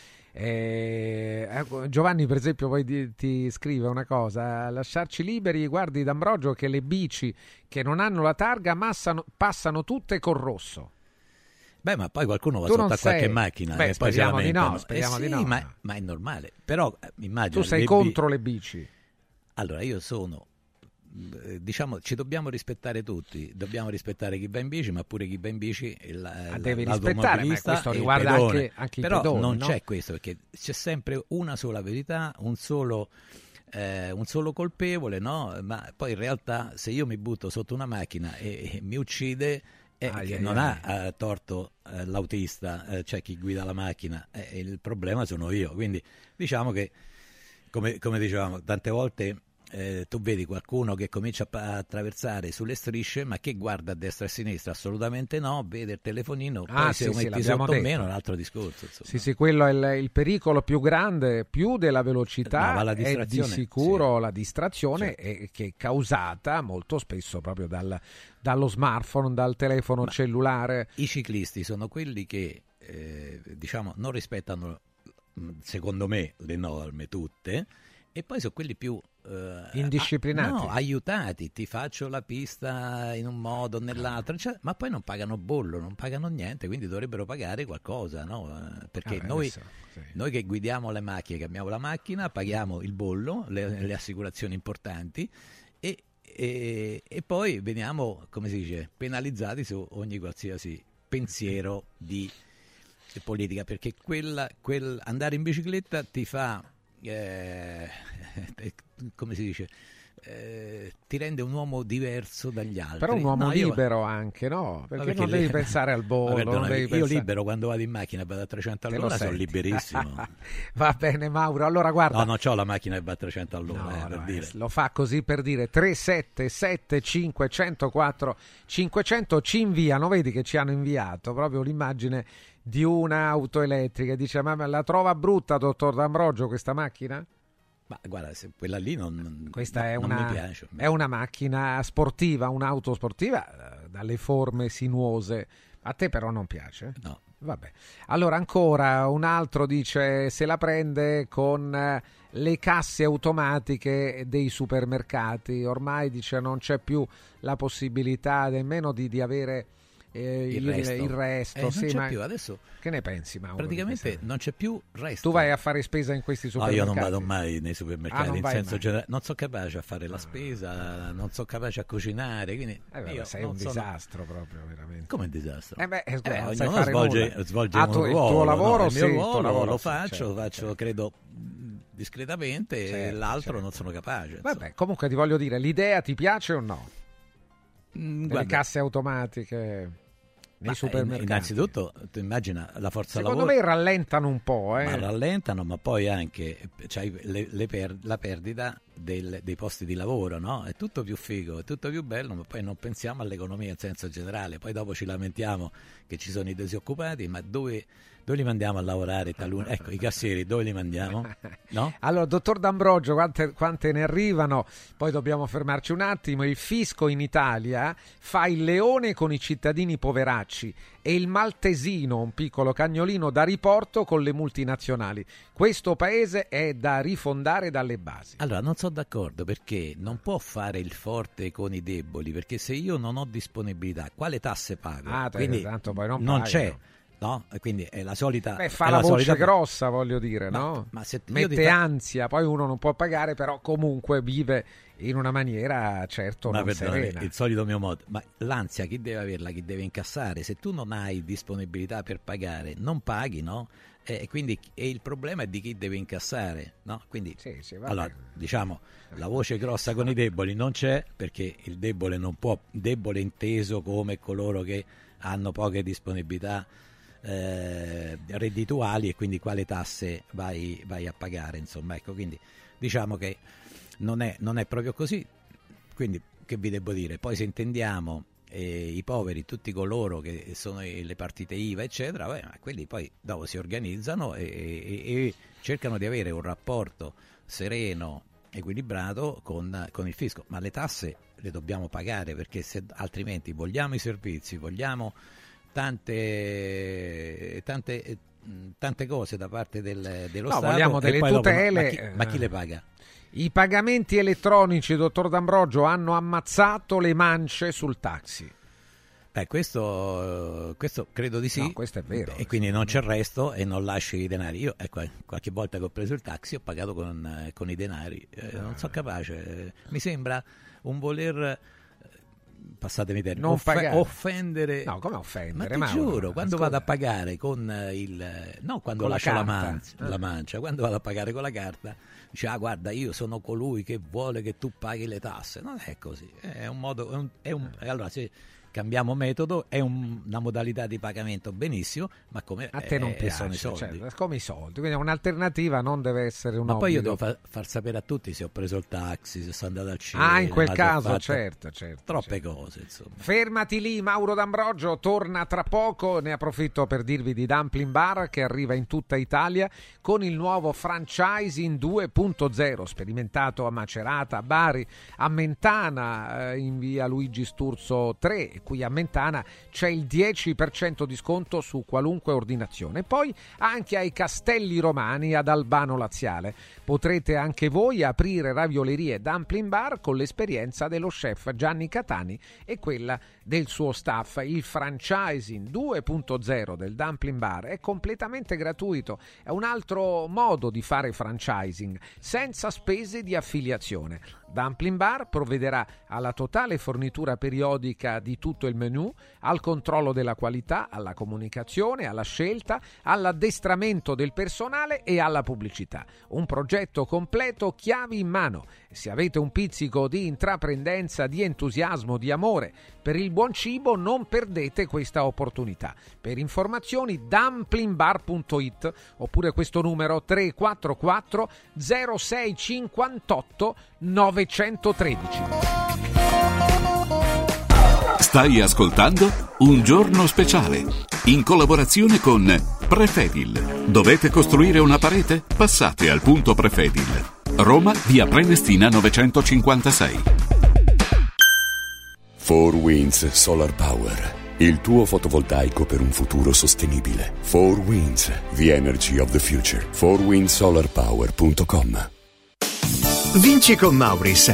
Giovanni per esempio poi ti scrive una cosa: lasciarci liberi, guardi D'Ambrogio che le bici che non hanno la targa passano tutte col rosso. Beh, ma poi qualcuno va sotto a qualche macchina e poi si lamentano. Speriamo di no. Ma è normale. Però immagino tu sei contro le bici. Allora io sono, diciamo, ci dobbiamo rispettare tutti, dobbiamo rispettare chi va in bici, ma pure chi va in bici deve rispettare, ma questo riguarda anche i però pedoni, non no? C'è questo, perché c'è sempre una sola verità, un solo colpevole, no? Ma poi in realtà se io mi butto sotto una macchina e mi uccide, non ha torto l'autista, cioè chi guida la macchina, il problema sono io. Quindi diciamo che come dicevamo tante volte, tu vedi qualcuno che comincia a attraversare sulle strisce, ma che guarda a destra e a sinistra? Assolutamente no, vede il telefonino, poi se lo metti sotto o meno è un altro discorso, insomma. Sì, quello è il pericolo più grande, più della velocità, è di sicuro la distrazione, che è causata molto spesso proprio dallo smartphone, dal telefono cellulare. I ciclisti sono quelli che diciamo non rispettano, secondo me, le norme tutte, e poi sono quelli più indisciplinati, aiutati, ti faccio la pista in un modo o nell'altro, cioè, ma poi non pagano bollo, non pagano niente, quindi dovrebbero pagare qualcosa, no? Perché noi che guidiamo le macchine, che abbiamo la macchina, paghiamo il bollo, le assicurazioni importanti, e poi veniamo, come si dice, penalizzati su ogni qualsiasi pensiero di politica, perché andare in bicicletta ti fa come si dice, ti rende un uomo diverso dagli altri, però un uomo libero anche, no? Perché non devi pensare al bollo. Io libero quando vado in macchina e vado a 300 all'ora, sono liberissimo. Va bene, Mauro, allora guarda, non c'ho la macchina e va a 300 all'ora, per dire. Lo fa così per dire. 377 504 500 ci inviano, vedi che ci hanno inviato proprio l'immagine di un'auto elettrica, dice: ma la trova brutta, dottor D'Ambrogio, questa macchina? Ma guarda, quella lì non mi piace. È una macchina sportiva, un'auto sportiva dalle forme sinuose. A te però non piace? No, Vabbè. Allora ancora un altro dice se la prende con le casse automatiche dei supermercati, ormai dice non c'è più la possibilità nemmeno di avere il resto. Non sì, c'è più adesso. Che ne pensi, Mauro? Praticamente non c'è più resto. Tu vai a fare spesa in questi supermercati? No, io non vado mai nei supermercati, in senso generale. Non sono capace a fare la spesa, non sono capace a cucinare, quindi sei un disastro proprio, veramente. Come un disastro? Ognuno svolge un ruolo. Il tuo lavoro, il mio ruolo lo faccio, credo discretamente, e l'altro non sono capace. Vabbè, comunque ti voglio dire, l'idea ti piace o no? Le casse automatiche nei supermercati. Innanzitutto, tu immagina la forza lavoro. lavoro. Secondo me rallentano un po'. Ma rallentano, ma poi anche c'hai la perdita dei posti di lavoro, no? È tutto più figo, è tutto più bello, ma poi non pensiamo all'economia in senso generale. Poi dopo ci lamentiamo che ci sono i disoccupati, ma dove li mandiamo a lavorare taluni? Ecco, i cassieri dove li mandiamo? No? Allora, dottor D'Ambrogio, quante ne arrivano? Poi dobbiamo fermarci un attimo. Il fisco in Italia fa il leone con i cittadini poveracci e il maltesino, un piccolo cagnolino da riporto con le multinazionali. Questo paese è da rifondare dalle basi. Allora, non sono d'accordo, perché non può fare il forte con i deboli, perché se io non ho disponibilità, quale tasse pago? Quindi tanto poi non pagano. C'è. No? Quindi è la solita. Fa la voce grossa, voglio dire, no? Ma se mette ansia, poi uno non può pagare, però comunque vive in una maniera certo non serena. Il solito mio modo. Ma l'ansia chi deve averla? Chi deve incassare? Se tu non hai disponibilità per pagare, non paghi, no? E quindi il problema è di chi deve incassare, no? Quindi allora, diciamo, la voce grossa con i deboli non c'è, perché il debole non può, debole inteso come coloro che hanno poche disponibilità reddituali, e quindi quale tasse vai a pagare, insomma, ecco, quindi diciamo che non è proprio così. Quindi che vi devo dire? Poi se intendiamo i poveri, tutti coloro che sono le partite IVA eccetera, quelli poi dopo si organizzano e cercano di avere un rapporto sereno, equilibrato con il fisco, ma le tasse le dobbiamo pagare, perché se altrimenti vogliamo i servizi, vogliamo tante cose da parte dello Stato, vogliamo delle tutele, dopo, ma chi le paga? I pagamenti elettronici, dottor D'Ambrogio, hanno ammazzato le mance sul taxi. Questo credo di sì. No, questo è vero. E quindi non c'è il resto e non lasci i denari. Io qualche volta che ho preso il taxi ho pagato con i denari. Non sono capace. Mi sembra un voler, passatemi il termine, offendere. No, come offendere? Ma ti giuro, quando vado a pagare con quando con lascio la mancia, quando vado a pagare con la carta, dice guarda, io sono colui che vuole che tu paghi le tasse. Non è così, è un modo, allora se cambiamo metodo, è una modalità di pagamento, benissimo, ma come a te non piace, sono i soldi. Certo, come i soldi, quindi un'alternativa non deve essere un ma obbligo. Poi io devo far sapere a tutti se ho preso il taxi, se sono andato al cinema. In quel caso, certo. Troppe cose, insomma. Fermati lì, Mauro D'Ambrogio torna tra poco. Ne approfitto per dirvi di Dumpling Bar, che arriva in tutta Italia con il nuovo franchising 2.0, sperimentato a Macerata, a Bari, a Mentana, in via Luigi Sturzo 3. Qui a Mentana c'è il 10% di sconto su qualunque ordinazione. Poi anche ai Castelli Romani ad Albano Laziale. Potrete anche voi aprire raviolerie Dumpling Bar con l'esperienza dello chef Gianni Catani e quella del suo staff. Il franchising 2.0 del Dumpling Bar è completamente gratuito. È un altro modo di fare franchising senza spese di affiliazione. Dumpling Bar provvederà alla totale fornitura periodica di tutto il menù, al controllo della qualità, alla comunicazione, alla scelta, all'addestramento del personale e alla pubblicità. Un progetto completo, chiavi in mano. Se avete un pizzico di intraprendenza, di entusiasmo, di amore per il buon cibo, non perdete questa opportunità. Per informazioni dumplingbar.it oppure questo numero 344 0658 913. Stai ascoltando Un Giorno Speciale in collaborazione con Prefedil. Dovete costruire una parete? Passate al punto Prefedil. Roma, via Prenestina 956. 4 Winds Solar Power. Il tuo fotovoltaico per un futuro sostenibile. 4Winds, the energy of the future. 4windsolarpower.com. Vinci con Mauris.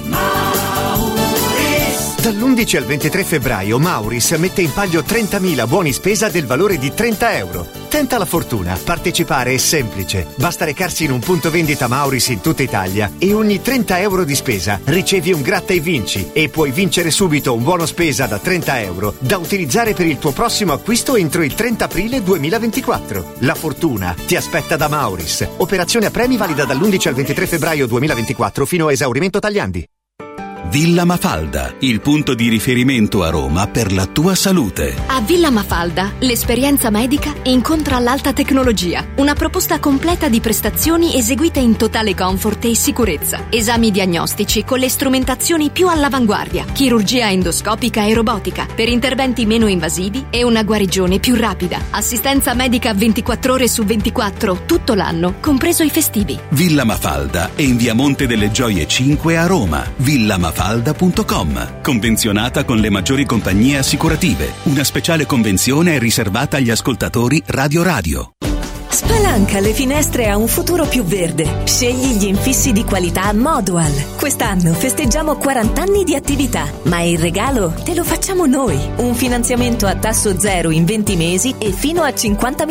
Dall'11 al 23 febbraio Mauris mette in palio 30.000 buoni spesa del valore di €30. Tenta la fortuna, partecipare è semplice. Basta recarsi in un punto vendita Mauris in tutta Italia e ogni €30 di spesa ricevi un gratta e vinci e puoi vincere subito un buono spesa da €30 da utilizzare per il tuo prossimo acquisto entro il 30 aprile 2024. La fortuna ti aspetta da Mauris. Operazione a premi valida dall'11 al 23 febbraio 2024 fino a esaurimento tagliandi. Villa Mafalda, il punto di riferimento a Roma per la tua salute. A Villa Mafalda, l'esperienza medica incontra l'alta tecnologia. Una proposta completa di prestazioni eseguite in totale comfort e sicurezza. Esami diagnostici con le strumentazioni più all'avanguardia. Chirurgia endoscopica e robotica per interventi meno invasivi e una guarigione più rapida. Assistenza medica 24 ore su 24, tutto l'anno, compreso i festivi. Villa Mafalda è in via Monte delle Gioie 5 a Roma. villamafalda.com. Convenzionata con le maggiori compagnie assicurative. Una speciale convenzione è riservata agli ascoltatori Radio. Spalanca le finestre a un futuro più verde. Scegli gli infissi di qualità Modoal. Quest'anno festeggiamo 40 anni di attività, ma il regalo te lo facciamo noi. Un finanziamento a tasso zero in 20 mesi e fino a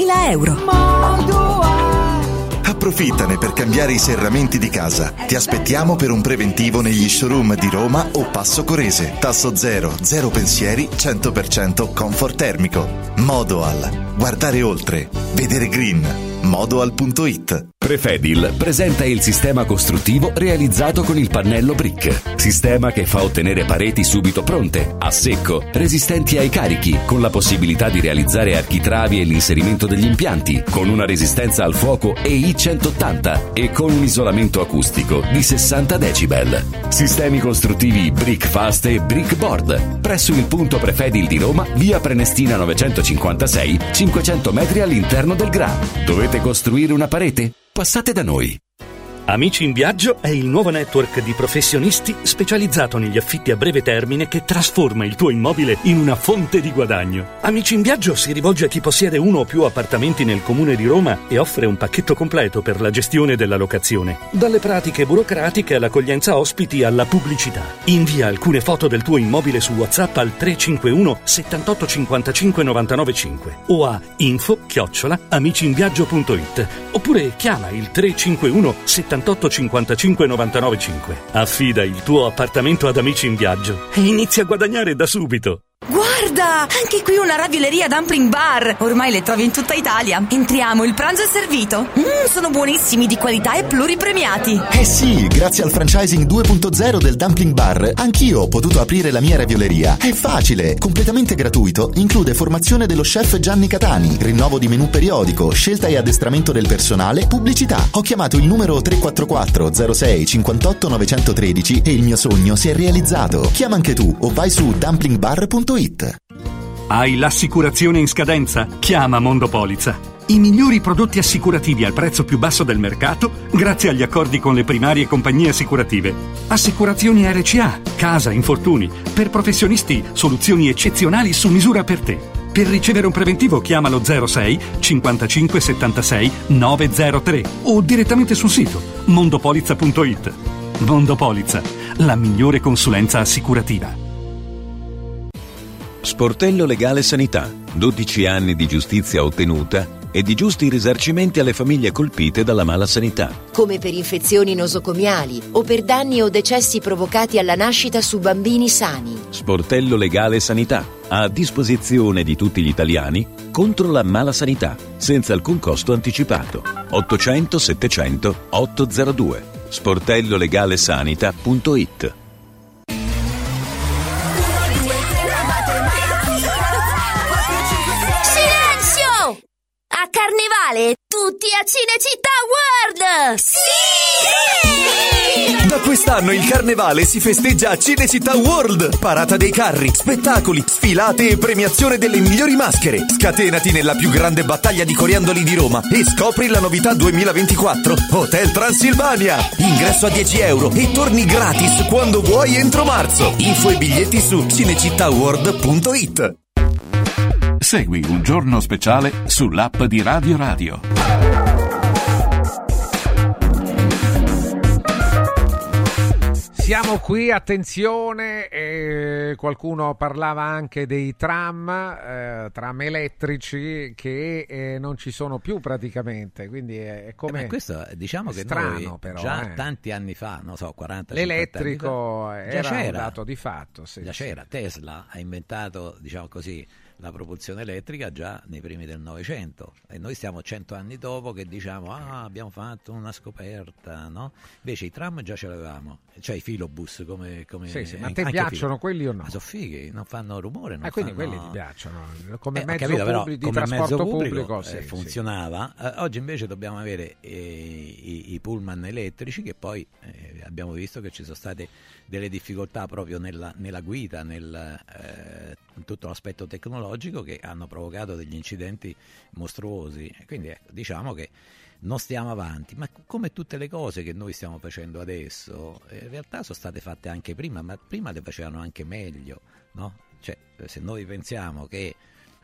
€50.000. Approfittane per cambiare i serramenti di casa. Ti aspettiamo per un preventivo negli showroom di Roma o Passo Corese. Tasso zero, zero pensieri, 100% comfort termico. Modoal. Guardare oltre. Vedere green. Modoal.it. Prefedil presenta il sistema costruttivo realizzato con il pannello brick. Sistema che fa ottenere pareti subito pronte, a secco, resistenti ai carichi, con la possibilità di realizzare architravi e l'inserimento degli impianti, con una resistenza al fuoco EI 180 e con un isolamento acustico di 60 decibel. Sistemi costruttivi Brick Fast e Brick Board. Presso il punto Prefedil di Roma, via Prenestina 956, 500 metri all'interno del GRA. Dovete costruire una parete? Passate da noi. Amici in Viaggio è il nuovo network di professionisti specializzato negli affitti a breve termine che trasforma il tuo immobile in una fonte di guadagno. Amici in Viaggio si rivolge a chi possiede uno o più appartamenti nel comune di Roma e offre un pacchetto completo per la gestione della locazione. Dalle pratiche burocratiche all'accoglienza ospiti alla pubblicità. Invia alcune foto del tuo immobile su WhatsApp al 351 78 55 99 5 o a info@amiciinviaggio.it oppure chiama il 351 78 55 99 5. Affida il tuo appartamento ad Amici in Viaggio e inizia a guadagnare da subito. Guarda, anche qui una ravioleria dumpling bar. Ormai le trovi in tutta Italia. Entriamo, il pranzo è servito. Sono buonissimi, di qualità e pluripremiati. Eh sì, grazie al franchising 2.0 del dumpling bar, anch'io ho potuto aprire la mia ravioleria. È facile, completamente gratuito, include formazione dello chef Gianni Catani, rinnovo di menù periodico, scelta e addestramento del personale, pubblicità. Ho chiamato il numero 344 06 58 913 e il mio sogno si è realizzato. Chiama anche tu o vai su dumplingbar.it. Hai l'assicurazione in scadenza? Chiama Mondopolizza. I migliori prodotti assicurativi al prezzo più basso del mercato grazie agli accordi con le primarie compagnie assicurative. Assicurazioni RCA, casa, infortuni. Per professionisti, soluzioni eccezionali su misura per te. Per ricevere un preventivo chiamalo 06 55 76 903 o direttamente sul sito mondopolizza.it. Mondopolizza, la migliore consulenza assicurativa. Sportello Legale Sanità, 12 anni di giustizia ottenuta e di giusti risarcimenti alle famiglie colpite dalla mala sanità. Come per infezioni nosocomiali o per danni o decessi provocati alla nascita su bambini sani. Sportello Legale Sanità, a disposizione di tutti gli italiani contro la mala sanità, senza alcun costo anticipato. 800 700 802. sportellolegalesanita.it. A Carnevale, tutti a Cinecittà World! Sì! Da quest'anno il Carnevale si festeggia a Cinecittà World. Parata dei carri, spettacoli, sfilate e premiazione delle migliori maschere. Scatenati nella più grande battaglia di coriandoli di Roma e scopri la novità 2024 Hotel Transilvania. Ingresso a €10 e torni gratis quando vuoi entro marzo. Info e biglietti su cinecittàworld.it. Segui Un Giorno Speciale sull'app di Radio Radio. Siamo qui, attenzione, qualcuno parlava anche dei tram elettrici che non ci sono più praticamente, quindi è come questo diciamo che strano, noi però, già tanti anni fa, non so, 40-50 l'elettrico anni fa, era un dato di fatto, già c'era. Tesla ha inventato, diciamo così, la propulsione elettrica già nei primi del Novecento, e noi stiamo 100 anni dopo che diciamo abbiamo fatto una scoperta, no? Invece i tram già ce l'avevamo, cioè i filobus come sì, ma a te piacciono quelli o no? Ma sono fighi, non fanno rumore, non quindi fanno... quelli ti piacciono come mezzo capito, però, di come trasporto mezzo pubblico funzionava. Oggi invece dobbiamo avere i pullman elettrici, che poi abbiamo visto che ci sono state delle difficoltà proprio nella guida, in tutto l'aspetto tecnologico, che hanno provocato degli incidenti mostruosi. Quindi diciamo che non stiamo avanti, ma come tutte le cose che noi stiamo facendo adesso in realtà sono state fatte anche prima, ma prima le facevano anche meglio, no? Cioè, se noi pensiamo che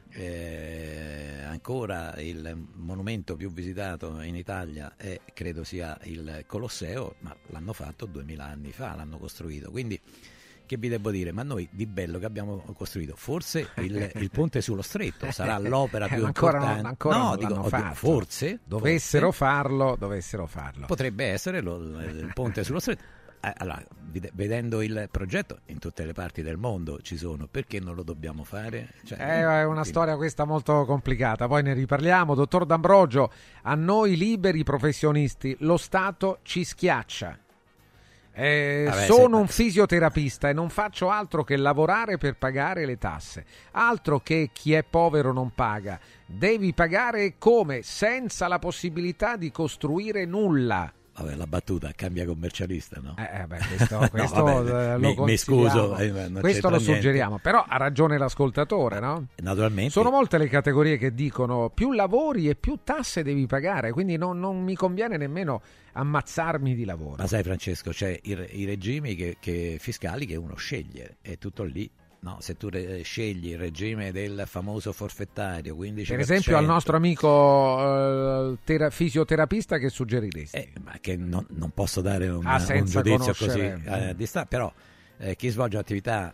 ancora il monumento più visitato in Italia credo sia il Colosseo, ma l'hanno fatto 2000 anni fa, l'hanno costruito. Quindi che vi devo dire, ma noi di bello che abbiamo costruito, forse il ponte sullo Stretto sarà l'opera più importante. Ancora non l'hanno fatto. Forse dovessero farlo. Potrebbe essere il ponte sullo Stretto. Allora, vedendo il progetto, in tutte le parti del mondo ci sono, perché non lo dobbiamo fare? Cioè, è una storia questa molto complicata, poi ne riparliamo. Dottor D'Ambrogio, a noi liberi professionisti lo Stato ci schiaccia. Sono un fisioterapista e non faccio altro che lavorare per pagare le tasse, altro che chi è povero non paga. Devi pagare come? Senza la possibilità di costruire nulla. Vabbè, la battuta cambia commercialista, no? Questo no, vabbè, lo mi scuso, questo lo suggeriamo, però ha ragione l'ascoltatore, no? Naturalmente. Sono molte le categorie che dicono più lavori e più tasse devi pagare, quindi non mi conviene nemmeno ammazzarmi di lavoro. Ma sai, Francesco, c'è i regimi fiscali che uno sceglie, è tutto lì. No, se tu scegli il regime del famoso forfettario, 15%, per esempio al nostro amico fisioterapista, che suggeriresti? Ma che non posso dare un giudizio così distante, però chi svolge attività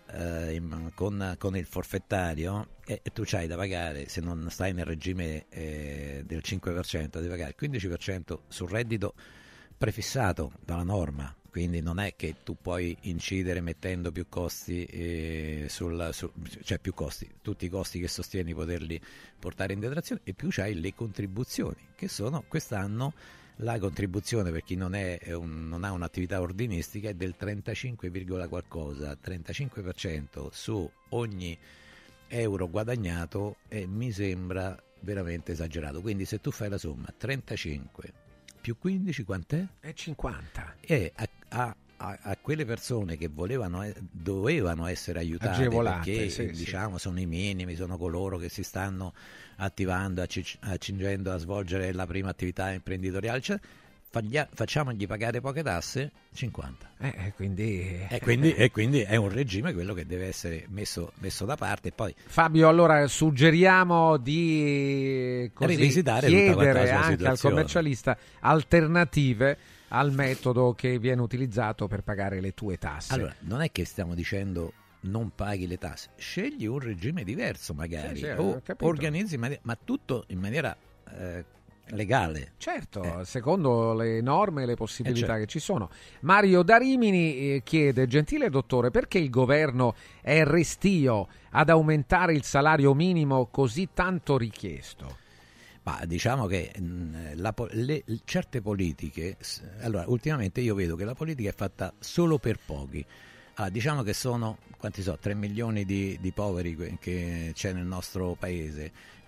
con il forfettario, tu c'hai da pagare, se non stai nel regime del 5%, devi pagare il 15% sul reddito prefissato dalla norma. Quindi non è che tu puoi incidere mettendo più costi, cioè più costi, tutti i costi che sostieni poterli portare in detrazione, e più c'hai le contribuzioni, che sono quest'anno la contribuzione per chi non ha un'attività ordinistica è del 35, qualcosa, 35% su ogni euro guadagnato, e mi sembra veramente esagerato. Quindi se tu fai la somma 35 più 15 quant'è? È 50. E a quelle persone che dovevano essere aiutate, agevolate, perché diciamo sono i minimi, sono coloro che si stanno attivando, accingendo a svolgere la prima attività imprenditoriale, cioè, facciamogli pagare poche tasse, 50. Quindi è un regime quello che deve essere messo da parte. Poi Fabio, allora suggeriamo di rivisitare chiedere anche al commercialista alternative al metodo che viene utilizzato per pagare le tue tasse. Allora, non è che stiamo dicendo non paghi le tasse, scegli un regime diverso magari, o organizzi ma tutto in maniera legale. Certo, secondo le norme e le possibilità che ci sono. Mario da Rimini chiede: gentile dottore, perché il governo è restio ad aumentare il salario minimo così tanto richiesto? Ma diciamo che certe politiche, allora ultimamente io vedo che la politica è fatta solo per pochi. Allora, diciamo che sono, 3 milioni di poveri che c'è nel nostro paese.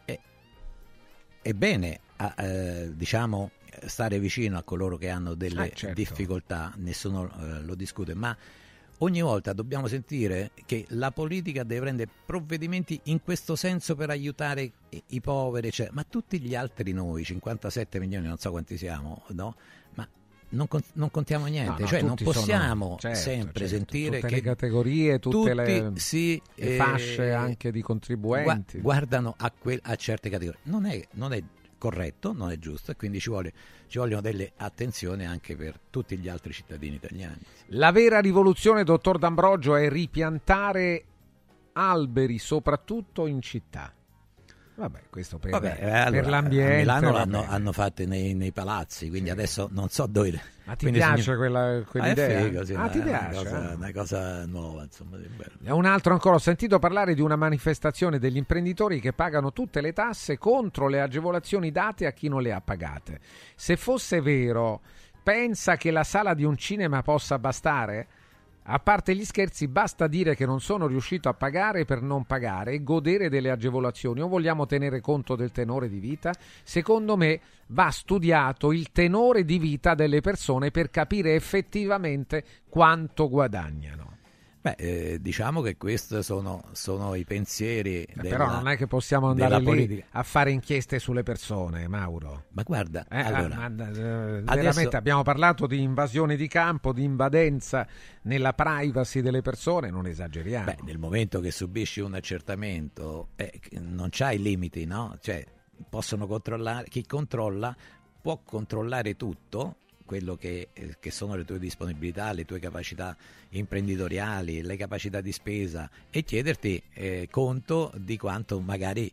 È bene diciamo stare vicino a coloro che hanno delle difficoltà, nessuno lo discute, ma ogni volta dobbiamo sentire che la politica deve prendere provvedimenti in questo senso per aiutare i poveri, ma tutti gli altri, noi 57 milioni, non so quanti siamo, no? Ma non contiamo niente, no, cioè non possiamo sono, sempre sentire tutte che le categorie, tutte le fasce anche di contribuenti guardano a certe categorie. Non è corretto, non è giusto, e quindi ci vogliono delle attenzioni anche per tutti gli altri cittadini italiani. La vera rivoluzione, dottor D'Ambrogio, è ripiantare alberi soprattutto in città. Vabbè, questo per l'ambiente. A Milano hanno fatte nei palazzi, quindi adesso non so dove. Ma ti piace quell'idea? Figo, sì, ti piace? Una cosa nuova, insomma. E un altro ancora, ho sentito parlare di una manifestazione degli imprenditori che pagano tutte le tasse contro le agevolazioni date a chi non le ha pagate. Se fosse vero, pensa che la sala di un cinema possa bastare? A parte gli scherzi, basta dire che non sono riuscito a pagare per non pagare e godere delle agevolazioni. O vogliamo tenere conto del tenore di vita? Secondo me va studiato il tenore di vita delle persone per capire effettivamente quanto guadagnano. Diciamo che questi sono i pensieri però non è che possiamo andare lì a fare inchieste sulle persone, Mauro. Ma guarda, veramente abbiamo parlato di invasione di campo, di invadenza nella privacy delle persone, non esageriamo. Nel momento che subisci un accertamento non c'hai limiti, no? Cioè possono controllare, chi controlla può controllare tutto quello che sono le tue disponibilità, le tue capacità imprenditoriali, le capacità di spesa, e chiederti conto di quanto magari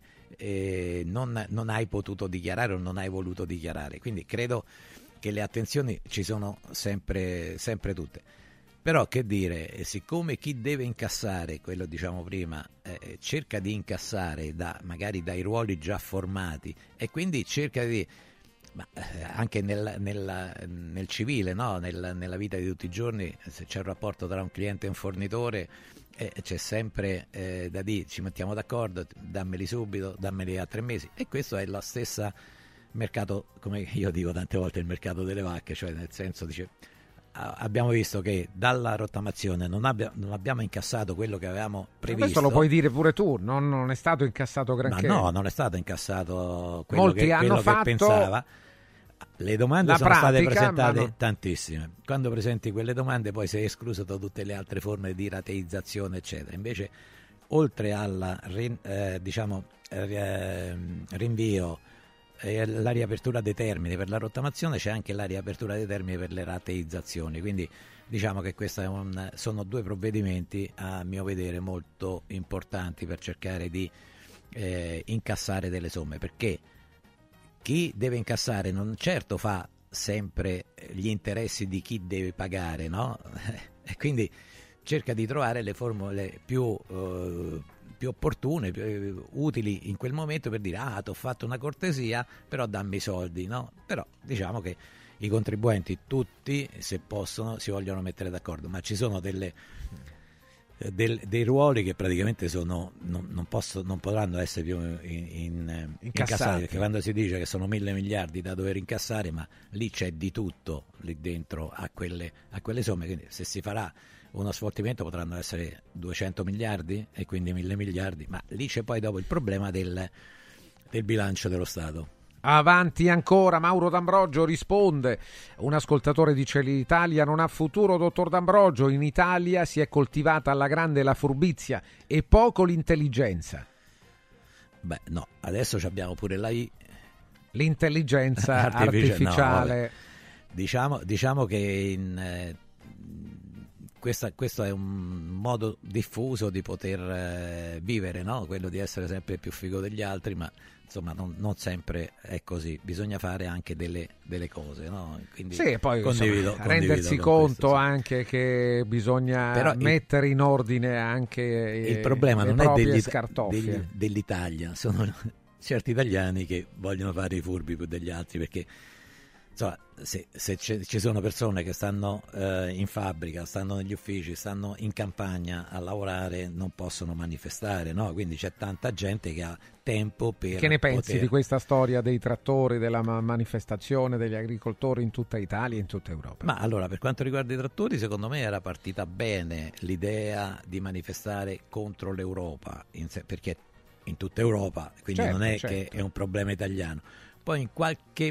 non hai potuto dichiarare o non hai voluto dichiarare. Quindi credo che le attenzioni ci sono sempre tutte. Però che dire, siccome chi deve incassare, quello diciamo prima, cerca di incassare magari dai ruoli già formati, e quindi cerca di... Ma anche nel civile, no? Nella vita di tutti i giorni, se c'è un rapporto tra un cliente e un fornitore, c'è sempre da dire: ci mettiamo d'accordo, dammeli subito, dammeli a 3 mesi. E questo è lo stesso mercato, come io dico tante volte, il mercato delle vacche, cioè nel senso, abbiamo visto che dalla rottamazione non abbiamo incassato quello che avevamo previsto. Questo lo puoi dire pure tu, non è stato incassato granché. Ma no, non è stato incassato quello Molti hanno che fatto pensava. Le domande sono state presentate tantissime. Quando presenti quelle domande poi sei escluso da tutte le altre forme di rateizzazione, eccetera. Invece, oltre al rinvio e la riapertura dei termini per la rottamazione, c'è anche la riapertura dei termini per le rateizzazioni. Quindi diciamo che questi sono 2 provvedimenti, a mio vedere, molto importanti per cercare di incassare delle somme, perché chi deve incassare non certo fa sempre gli interessi di chi deve pagare, no? E quindi cerca di trovare le formule più opportune, più utili in quel momento, per dire: ti ho fatto una cortesia, però dammi i soldi, no? Però diciamo che i contribuenti tutti, se possono, si vogliono mettere d'accordo, ma ci sono dei ruoli che praticamente non potranno essere più incassati, perché quando si dice che sono 1.000 miliardi da dover incassare, ma lì c'è di tutto lì dentro a quelle somme, quindi se si farà uno sfoltimento potranno essere 200 miliardi e quindi 1.000 miliardi, ma lì c'è poi dopo il problema del bilancio dello Stato. Avanti ancora, Mauro D'Ambrogio risponde. Un ascoltatore dice: l'Italia non ha futuro, dottor D'Ambrogio, in Italia si è coltivata alla grande la furbizia e poco l'intelligenza. No, adesso abbiamo pure l'intelligenza artificiale. No, diciamo che questo è un modo diffuso di poter vivere, no? Quello di essere sempre più figo degli altri, ma insomma non sempre è così, bisogna fare anche delle cose, no? Quindi sì, poi condivido rendersi conto questo, sì, che bisogna però mettere in ordine anche il problema non è dell'Italia, sono certi italiani che vogliono fare i furbi più degli altri, perché insomma, se ci sono persone che stanno in fabbrica, stanno negli uffici, stanno in campagna a lavorare, non possono manifestare, no? Quindi c'è tanta gente che ha tempo per... Che ne pensi di questa storia dei trattori, della manifestazione degli agricoltori in tutta Italia e in tutta Europa? Ma allora, per quanto riguarda i trattori, secondo me era partita bene l'idea di manifestare contro l'Europa, perché in tutta Europa, quindi non è che è un problema italiano. Poi in qualche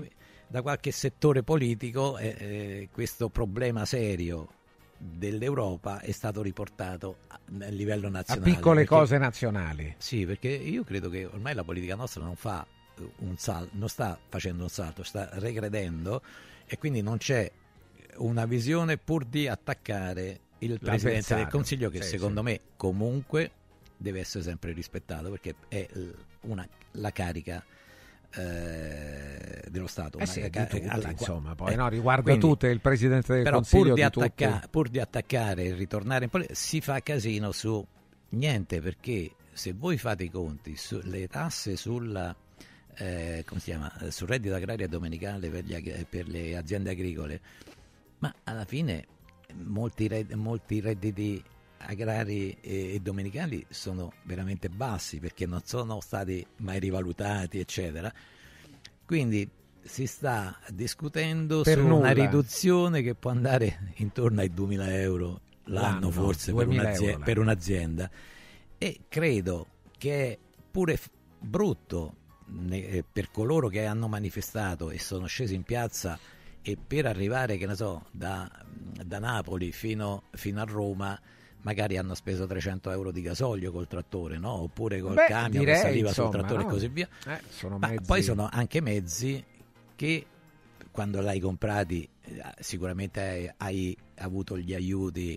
da qualche settore politico questo problema serio dell'Europa è stato riportato a livello nazionale. A piccole cose nazionali. Sì, perché io credo che ormai la politica nostra non fa un salto, non sta facendo un salto, sta regredendo, e quindi non c'è una visione pur di attaccare il Presidente del Consiglio, che secondo me comunque deve essere sempre rispettato, perché è la carica dello Stato, di tutti, insomma, poi riguarda quindi, tutte il Presidente del però Consiglio, pur di attaccare e ritornare in politica, si fa casino su niente, perché se voi fate i conti sulle tasse sul reddito agrario domenicale per le aziende agricole, ma alla fine molti redditi agrari e domenicali sono veramente bassi, perché non sono stati mai rivalutati, eccetera. Quindi si sta discutendo su una riduzione che può andare intorno ai 2.000 euro l'anno, forse per un'azienda, e credo che è pure brutto per coloro che hanno manifestato e sono scesi in piazza, e per arrivare, che ne so, da Napoli fino a Roma magari hanno speso 300 euro di gasolio col trattore, no? Oppure col camion che saliva sul trattore, e così via. Poi sono anche mezzi che, quando l'hai comprati, sicuramente hai avuto gli aiuti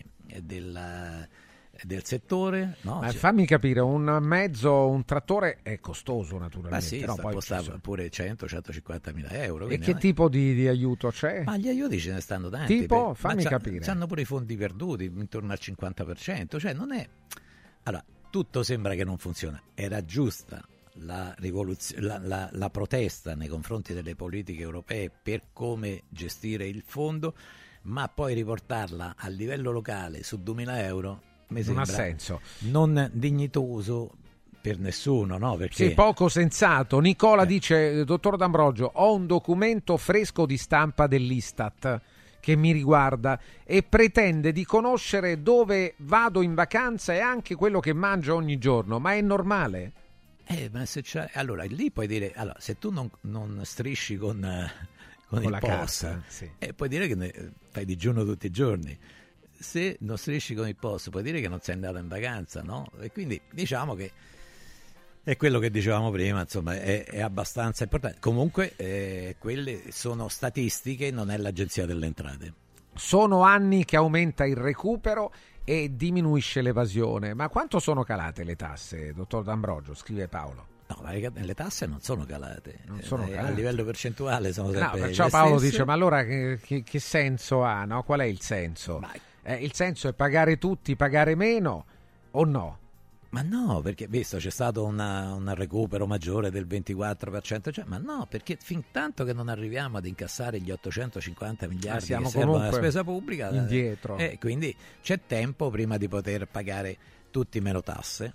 del settore, no? Ma fammi capire, un trattore è costoso, naturalmente. Ma sì, costava pure 100-150 mila euro. E che tipo di aiuto c'è? Ma gli aiuti ce ne stanno tanti. Tipo? Fammi capire. Hanno pure i fondi perduti, intorno al 50%. Cioè non è... Allora, tutto sembra che non funziona. Era giusta la protesta nei confronti delle politiche europee per come gestire il fondo, ma poi riportarla a livello locale su 2.000 euro non ha senso, non dignitoso per nessuno, no? Perché... Sì, poco sensato. Nicola dice: dottor D'Ambrogio, ho un documento fresco di stampa dell'Istat che mi riguarda e pretende di conoscere dove vado in vacanza e anche quello che mangio ogni giorno, ma è normale? Ma se c'è... Allora lì puoi dire, se tu non strisci con il la post, cassa, sì. Puoi dire che fai digiuno tutti i giorni. Se non strisci con il post, puoi dire che non sei andato in vacanza, no? E quindi diciamo che è quello che dicevamo prima, insomma, è abbastanza importante. Comunque quelle sono statistiche, non è l'Agenzia delle Entrate. Sono anni che aumenta il recupero e diminuisce l'evasione. Ma quanto sono calate le tasse, dottor D'Ambrogio? Scrive Paolo. No, ma le tasse non sono calate. Non sono calate. A livello percentuale sono sempre perciò Paolo dice: ma allora che senso ha? No? Qual è il senso? Il senso è pagare tutti, pagare meno o no? Ma no, perché visto c'è stato un recupero maggiore del 24%, cioè, ma no, perché fin tanto che non arriviamo ad incassare gli 850 miliardi che servono alla spesa pubblica, indietro. Quindi c'è tempo prima di poter pagare tutti meno tasse.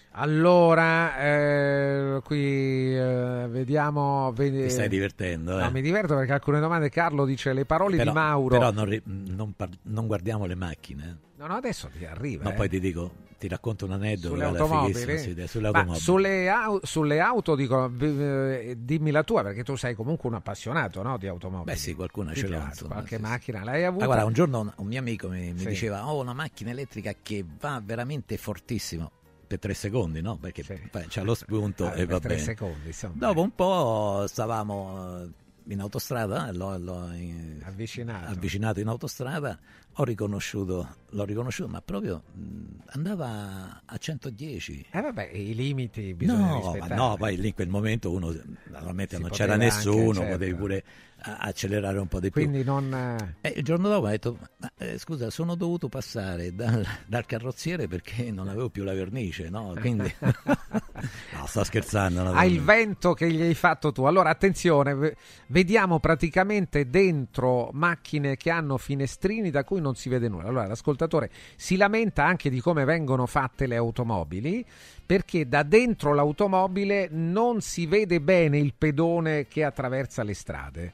Allora, qui vediamo. Ti stai divertendo? No, mi diverto perché alcune domande. Carlo dice: le parole di Mauro. Però non guardiamo le macchine. No, adesso ti arriva. Ma poi ti racconto un aneddoto sulle automobili. Sulle auto dico, dimmi la tua, perché tu sei comunque un appassionato, no, di automobili. Beh sì, qualcuna ce l'ha. Qualche macchina l'hai avuta? Guarda, un giorno un mio amico mi diceva: ho una macchina elettrica che va veramente fortissimo. Per 3 secondi, no? Perché c'ha lo spunto e va bene. 3 secondi, insomma. Dopo un po' stavamo in autostrada, l'ho avvicinato in autostrada, l'ho riconosciuto, ma proprio andava a 110. Vabbè, i limiti bisogna rispettare. No, poi lì in quel momento uno naturalmente non c'era nessuno, certo. Potevi pure accelerare un po' di più. Quindi non... il giorno dopo ho detto: scusa, sono dovuto passare dal carrozziere perché non avevo più la vernice, no? Quindi no, sto scherzando. Hai il vento che gli hai fatto tu. Allora attenzione, vediamo praticamente dentro macchine che hanno finestrini da cui non si vede nulla. Allora l'ascoltatore si lamenta anche di come vengono fatte le automobili, perché da dentro l'automobile non si vede bene il pedone che attraversa le strade.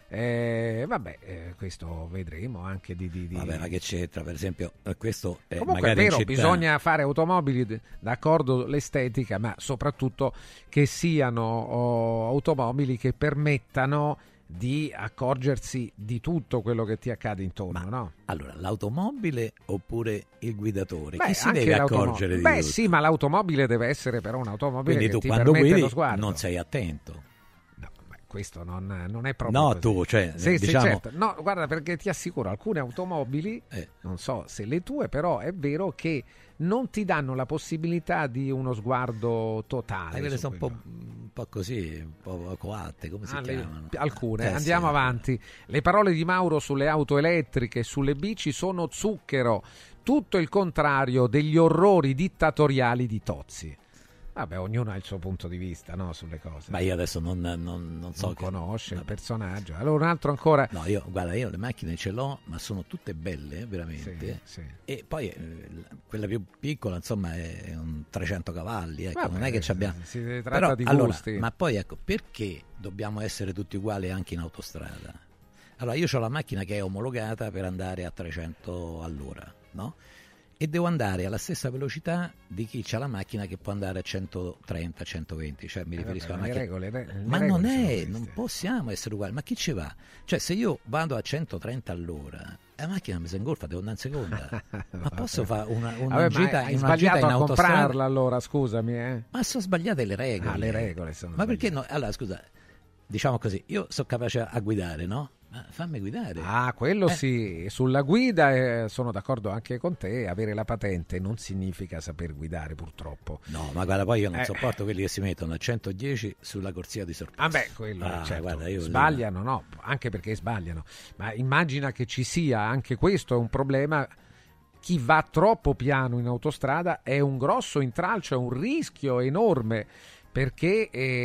Questo vedremo anche Vabbè, ma che c'entra? Per esempio, questo è comunque magari è vero, in città... bisogna fare automobili, d'accordo, l'estetica, ma soprattutto che siano automobili che permettano di accorgersi di tutto quello che ti accade intorno, no? Allora, l'automobile oppure il guidatore? Beh, chi si deve accorgere di tutto? Beh sì, ma l'automobile deve essere però un'automobile quindi che tu ti quando permette guidi lo sguardo. non sei attento. Questo non è proprio no, così. tu, cioè, sì, diciamo... sì, certo. No, guarda, perché ti assicuro, alcune automobili, non so se le tue, però è vero che non ti danno la possibilità di uno sguardo totale. Quelle sono un po' così, un po' coatte, come si chiamano? Alcune, andiamo avanti. Le parole di Mauro sulle auto elettriche, sulle bici sono zucchero, tutto il contrario degli orrori dittatoriali di Tozzi. Vabbè, ognuno ha il suo punto di vista, no, sulle cose. Ma io adesso non so non conosce il personaggio. Allora un altro ancora. No, io le macchine ce l'ho, ma sono tutte belle, veramente. Sì. E poi quella più piccola, insomma, è un 300 cavalli, ecco. Vabbè, non è che ci abbiamo. Si tratta di gusti. Ma poi ecco, perché dobbiamo essere tutti uguali anche in autostrada? Allora, io ho la macchina che è omologata per andare a 300 all'ora, no? E devo andare alla stessa velocità di chi ha la macchina che può andare a 130, 120, cioè mi riferisco alla macchina. Ma non possiamo essere uguali, ma chi ci va? Cioè se io vado a 130 all'ora, la macchina mi si ingolfa, devo andare in seconda. Ma posso fare una gita in sbagliato a autostrada? Comprarla allora, scusami. Ma sono sbagliate le regole. Le regole sono Ma perché no? Allora scusa, diciamo così, io sono capace a guidare, no? Ma fammi guidare. Quello sì, sulla guida sono d'accordo anche con te, avere la patente non significa saper guidare purtroppo. No, ma guarda, poi io non sopporto quelli che si mettono a 110 sulla corsia di sorpasso. Vabbè, quello certo. Guarda, io sbagliano, no, anche perché sbagliano, ma immagina che ci sia, anche questo è un problema. Chi va troppo piano in autostrada è un grosso intralcio, è un rischio enorme, perché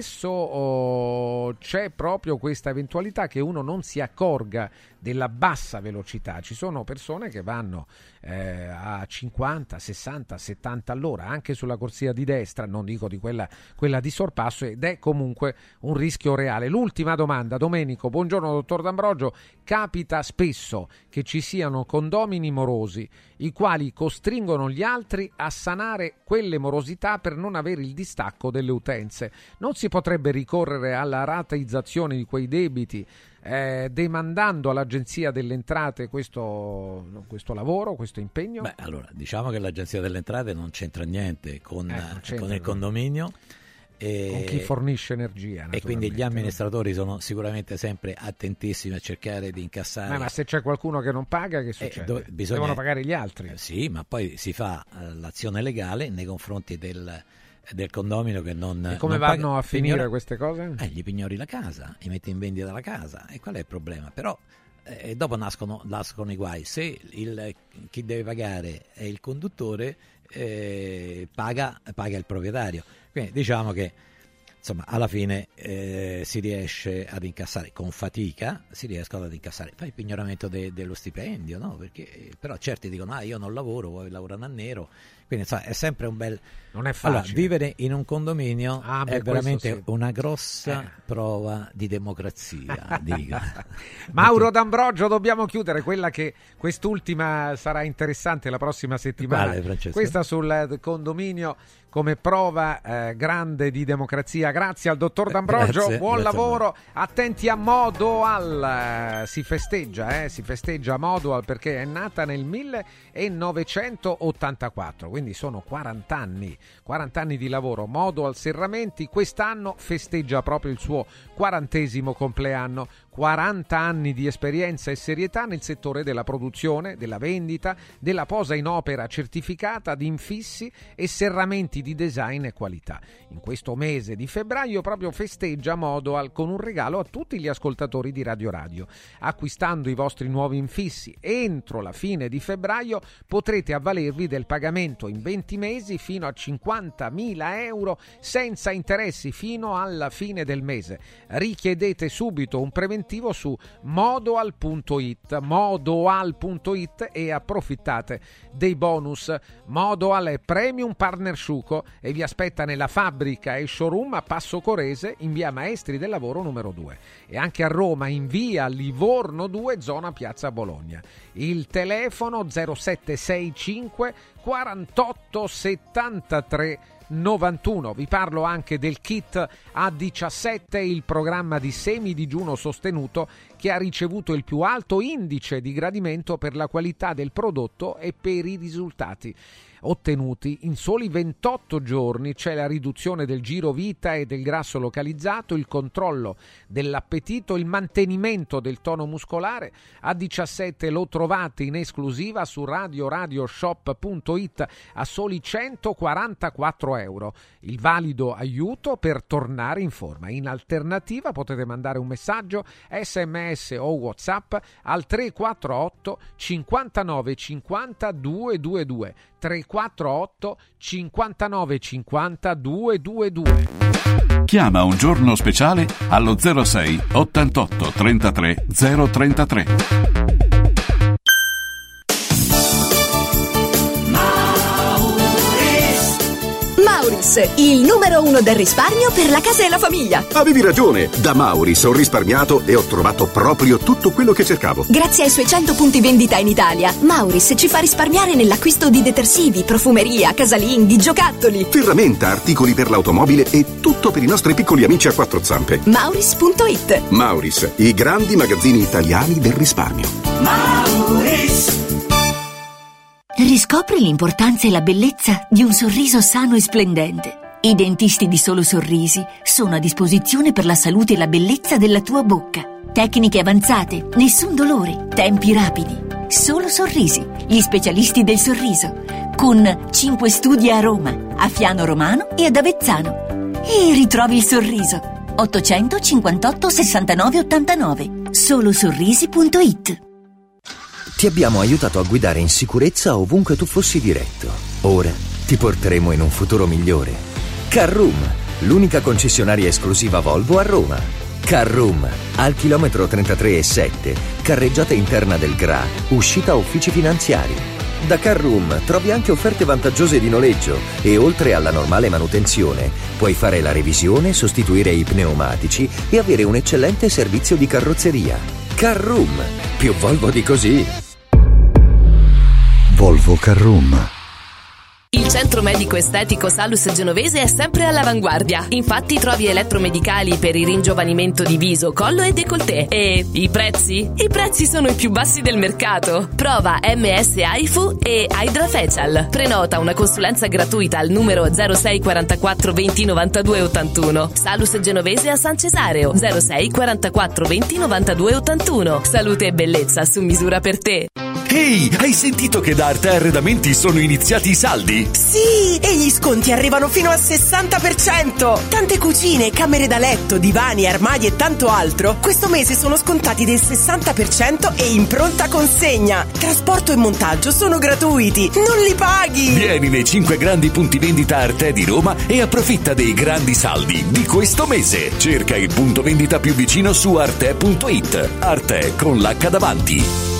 spesso c'è proprio questa eventualità che uno non si accorga della bassa velocità. Ci sono persone che vanno a 50, 60, 70 all'ora anche sulla corsia di destra, non dico di quella di sorpasso, ed è comunque un rischio reale. L'ultima domanda, Domenico. Buongiorno dottor D'Ambrogio, capita spesso che ci siano condomini morosi i quali costringono gli altri a sanare quelle morosità per non avere il distacco delle utenze. Non si potrebbe ricorrere alla rateizzazione di quei debiti demandando all'Agenzia delle Entrate questo lavoro, questo impegno? Beh, allora, diciamo che l'Agenzia delle Entrate non c'entra niente con il condominio. Con chi fornisce energia, e quindi gli amministratori sono sicuramente sempre attentissimi a cercare di incassare. Ma se c'è qualcuno che non paga, che succede? Devono pagare gli altri. Sì, ma poi si fa l'azione legale nei confronti del condomino che non. E come non vanno paga, a finire queste cose? Gli pignori la casa, li metti in vendita la casa, e qual è il problema? Però dopo nascono i guai. Se chi deve pagare è il conduttore, paga il proprietario. Quindi diciamo che insomma alla fine si riesce ad incassare con fatica, ad incassare poi il pignoramento dello stipendio, no? Perché però certi dicono io non lavoro, vuoi lavorare a nero, quindi insomma, è sempre un bel. Non è facile. Allora, vivere in un condominio è veramente una grossa prova di democrazia. Dica. Mauro D'Ambrogio, dobbiamo chiudere quella che quest'ultima sarà interessante la prossima settimana. Vale, questa sul condominio come prova grande di democrazia. Grazie al dottor D'Ambrogio, buon lavoro, attenti a Modoal, si festeggia Modoal perché è nata nel 1984, quindi sono 40 anni di lavoro. Modoal Serramenti quest'anno festeggia proprio il suo 40° compleanno. 40 anni di esperienza e serietà nel settore della produzione, della vendita, della posa in opera certificata di infissi e serramenti di design e qualità. In questo mese di febbraio proprio festeggia Modoal con un regalo a tutti gli ascoltatori di Radio Radio. Acquistando i vostri nuovi infissi entro la fine di febbraio potrete avvalervi del pagamento in 20 mesi fino a 50.000 euro senza interessi fino alla fine del mese. Richiedete subito un preventivo su modoal.it e approfittate dei bonus. Modoal è Premium Partner Sciuco e vi aspetta nella fabbrica e showroom a Passo Corese in via Maestri del Lavoro numero 2 e anche a Roma in via Livorno 2 zona Piazza Bologna. Il telefono 0765 48 73 91. Vi parlo anche del kit A17, il programma di semidigiuno sostenuto che ha ricevuto il più alto indice di gradimento per la qualità del prodotto e per i risultati ottenuti. In soli 28 giorni c'è la riduzione del giro vita e del grasso localizzato, il controllo dell'appetito, il mantenimento del tono muscolare. A17 lo trovate in esclusiva su radioshop.it a soli 144 euro. Il valido aiuto per tornare in forma. In alternativa potete mandare un messaggio SMS o WhatsApp al 348 59 50 222 348 59 50 222. Chiama un giorno speciale allo 06 88 33 033. Mauris, il numero 1 del risparmio per la casa e la famiglia. Avevi ragione, da Mauris ho risparmiato e ho trovato proprio tutto quello che cercavo. Grazie ai suoi 100 punti vendita in Italia, Mauris ci fa risparmiare nell'acquisto di detersivi, profumeria, casalinghi, giocattoli, ferramenta, articoli per l'automobile e tutto per i nostri piccoli amici a quattro zampe. Mauris.it. Mauris, i grandi magazzini italiani del risparmio. Mauris. Riscopri l'importanza e la bellezza di un sorriso sano e splendente. I dentisti di Solo Sorrisi sono a disposizione per la salute e la bellezza della tua bocca. Tecniche avanzate, nessun dolore, tempi rapidi. Solo Sorrisi, gli specialisti del sorriso, con 5 studi a Roma, a Fiano Romano e ad Avezzano. E ritrovi il sorriso. 858 69 89. Solosorrisi.it. Ti abbiamo aiutato a guidare in sicurezza ovunque tu fossi diretto. Ora ti porteremo in un futuro migliore. Carroom, l'unica concessionaria esclusiva Volvo a Roma. Carroom, al chilometro 33,7, carreggiata interna del GRA, uscita uffici finanziari. Da Carroom trovi anche offerte vantaggiose di noleggio e oltre alla normale manutenzione puoi fare la revisione, sostituire i pneumatici e avere un eccellente servizio di carrozzeria. Carroom, più Volvo di così. Volvo Carroom. Il centro medico estetico Salus Genovese è sempre all'avanguardia. Infatti trovi elettromedicali per il ringiovanimento di viso, collo e décolleté. E i prezzi? I prezzi sono i più bassi del mercato. Prova MS AIFU e Hydra Facial. Prenota una consulenza gratuita al numero 06 44 20 92 81. Salus Genovese a San Cesareo 06 44 20 92 81. Salute e bellezza su misura per te. Ehi, hai sentito che da Arte Arredamenti sono iniziati i saldi? Sì, e gli sconti arrivano fino al 60%. Tante cucine, camere da letto, divani, armadi e tanto altro questo mese sono scontati del 60% e in pronta consegna. Trasporto e montaggio sono gratuiti, non li paghi. Vieni nei 5 grandi punti vendita Arte di Roma e approfitta dei grandi saldi di questo mese. Cerca il punto vendita più vicino su arte.it. Arte con l'H davanti.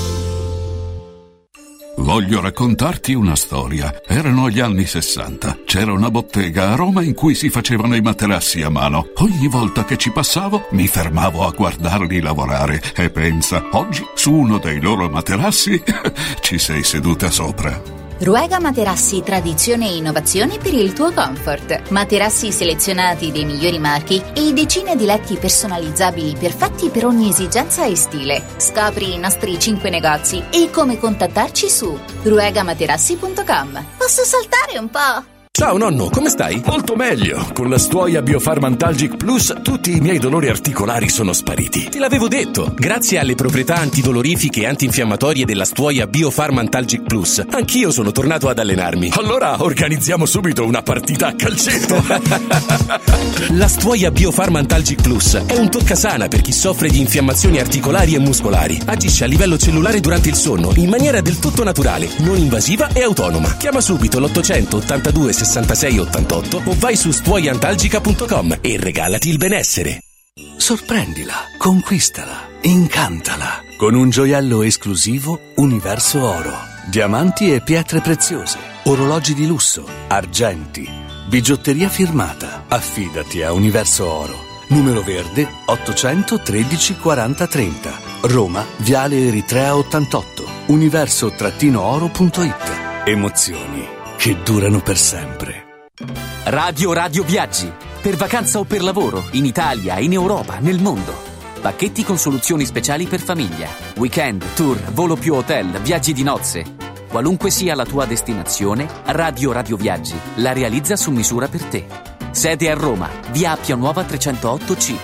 Voglio raccontarti una storia. Erano gli anni 60. C'era una bottega a Roma in cui si facevano i materassi a mano. Ogni volta che ci passavo mi fermavo a guardarli lavorare e pensa, oggi su uno dei loro materassi ci sei seduta sopra. Ruega Materassi, tradizione e innovazione per il tuo comfort. Materassi selezionati dei migliori marchi e decine di letti personalizzabili perfetti per ogni esigenza e stile. Scopri i nostri 5 negozi e come contattarci su ruegamaterassi.com. Posso saltare un po'? Ciao nonno, come stai? Molto meglio. Con la Stuoia Biofarm Antalgic Plus tutti i miei dolori articolari sono spariti. Te l'avevo detto. Grazie alle proprietà antidolorifiche e antinfiammatorie della Stuoia Biofarm Antalgic Plus, anch'io sono tornato ad allenarmi. Allora organizziamo subito una partita a calcetto. La Stuoia Biofarm Antalgic Plus è un toccasana per chi soffre di infiammazioni articolari e muscolari. Agisce a livello cellulare durante il sonno in maniera del tutto naturale, non invasiva e autonoma. Chiama subito l'882 66 88 o vai su stuoiantalgica.com e regalati il benessere. Sorprendila, conquistala, incantala con un gioiello esclusivo Universo Oro. Diamanti e pietre preziose, orologi di lusso, argenti, bigiotteria firmata. Affidati a Universo Oro. Numero verde 813 40 30. Roma, Viale Eritrea 88. Universo-oro.it. Emozioni che durano per sempre. Radio Viaggi. Per vacanza o per lavoro, in Italia, in Europa, nel mondo. Pacchetti con soluzioni speciali per famiglia. Weekend, tour, volo più hotel, viaggi di nozze. Qualunque sia la tua destinazione, Radio Viaggi la realizza su misura per te. Sede a Roma, via Appia Nuova 308C.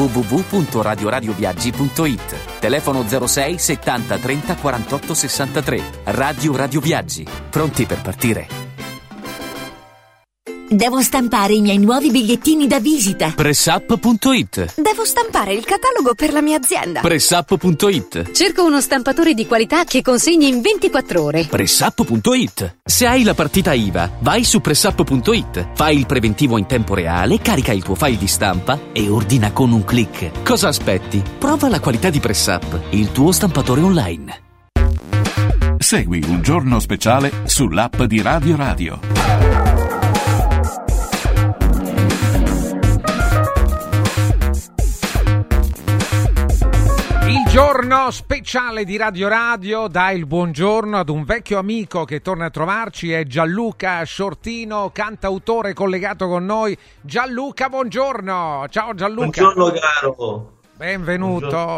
www.radioradioviaggi.it. Telefono 06 70 30 48 63. Radio Viaggi. Pronti per partire? Devo stampare i miei nuovi bigliettini da visita. Pressup.it. Devo stampare il catalogo per la mia azienda. Pressup.it. Cerco uno stampatore di qualità che consegni in 24 ore. Pressup.it. Se hai la partita IVA, vai su Pressup.it. Fai il preventivo in tempo reale, carica il tuo file di stampa e ordina con un click. Cosa aspetti? Prova la qualità di Pressup, il tuo stampatore online. Segui Un Giorno Speciale sull'app di Radio Radio. Il giorno speciale di Radio Radio dà il buongiorno ad un vecchio amico che torna a trovarci, è Gianluca Sciortino, cantautore collegato con noi. Gianluca, buongiorno. Ciao Gianluca. Buongiorno caro. Benvenuto.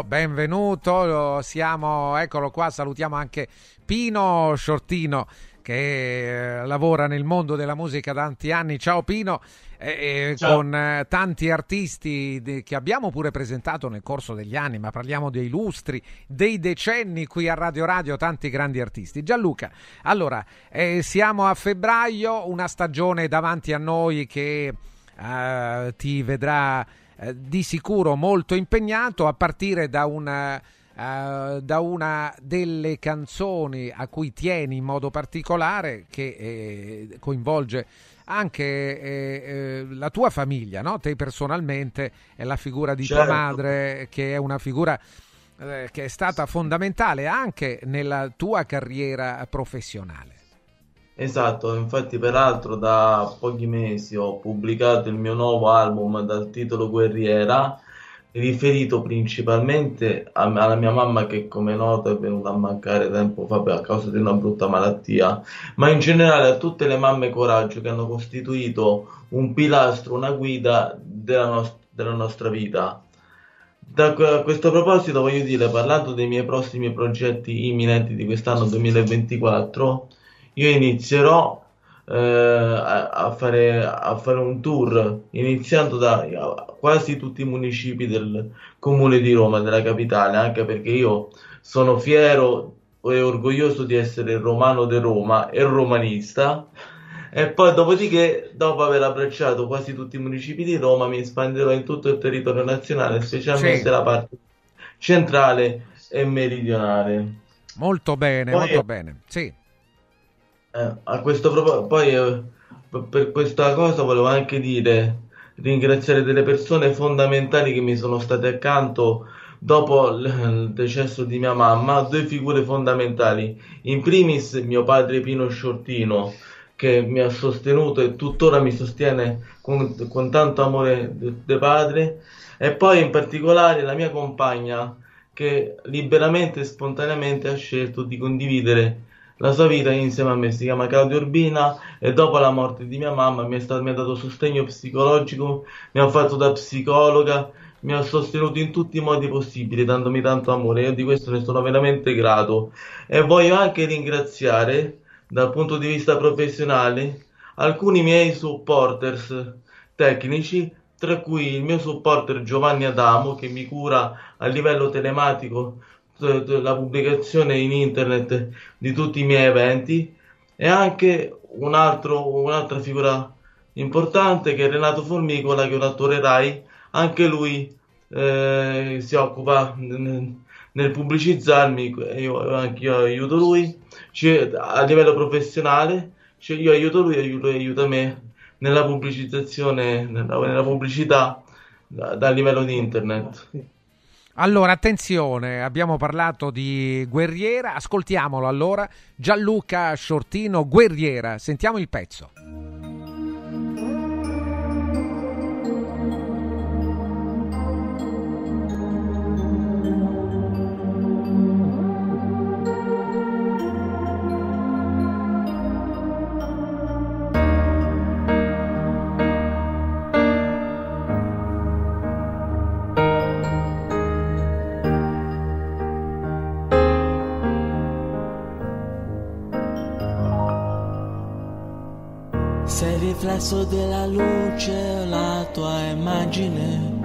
Eccolo qua, salutiamo anche Pino Sciortino che lavora nel mondo della musica da tanti anni. Ciao Pino. Con tanti artisti che abbiamo pure presentato nel corso degli anni, ma parliamo dei lustri, dei decenni qui a Radio Radio, tanti grandi artisti. Gianluca, allora, siamo a febbraio, una stagione davanti a noi che ti vedrà di sicuro molto impegnato, a partire da una delle canzoni a cui tieni in modo particolare, che coinvolge anche la tua famiglia, no? Te personalmente, è la figura di tua madre, che è una figura che è stata fondamentale anche nella tua carriera professionale. Esatto, infatti peraltro da pochi mesi ho pubblicato il mio nuovo album dal titolo Guerriera, riferito principalmente alla mia mamma, che come noto è venuta a mancare tempo fa a causa di una brutta malattia, ma in generale a tutte le mamme coraggio che hanno costituito un pilastro, una guida della nostra vita. A questo proposito voglio dire, parlando dei miei prossimi progetti imminenti di quest'anno 2024, io inizierò a fare un tour iniziando da quasi tutti i municipi del comune di Roma, della capitale, anche perché io sono fiero e orgoglioso di essere romano di Roma e romanista. E poi dopodiché, dopo aver abbracciato quasi tutti i municipi di Roma, mi espanderò in tutto il territorio nazionale, specialmente la parte centrale e meridionale. Molto bene, molto bene, sì. A questo proposito, poi per questa cosa volevo anche ringraziare delle persone fondamentali che mi sono state accanto dopo il decesso di mia mamma, due figure fondamentali. In primis mio padre Pino Sciortino, che mi ha sostenuto e tuttora mi sostiene con tanto amore di padre, e poi in particolare la mia compagna, che liberamente e spontaneamente ha scelto di condividere la sua vita insieme a me. Si chiama Claudia Urbina e dopo la morte di mia mamma mi ha dato sostegno psicologico, mi ha fatto da psicologa, mi ha sostenuto in tutti i modi possibili, dandomi tanto amore. Io di questo ne sono veramente grato, e voglio anche ringraziare dal punto di vista professionale alcuni miei supporters tecnici, tra cui il mio supporter Giovanni Adamo, che mi cura a livello telematico la pubblicazione in internet di tutti i miei eventi, e anche un'altra figura importante che è Renato Formicola, che è un attore Rai, anche lui si occupa nel pubblicizzarmi, e anche io aiuto lui a livello professionale, io aiuto lui, lui aiuta me nella pubblicizzazione, nella pubblicità dal livello di internet. Allora, attenzione, abbiamo parlato di Guerriera, ascoltiamolo allora, Gianluca Sciortino, Guerriera, sentiamo il pezzo. riflesso della luce, la tua immagine.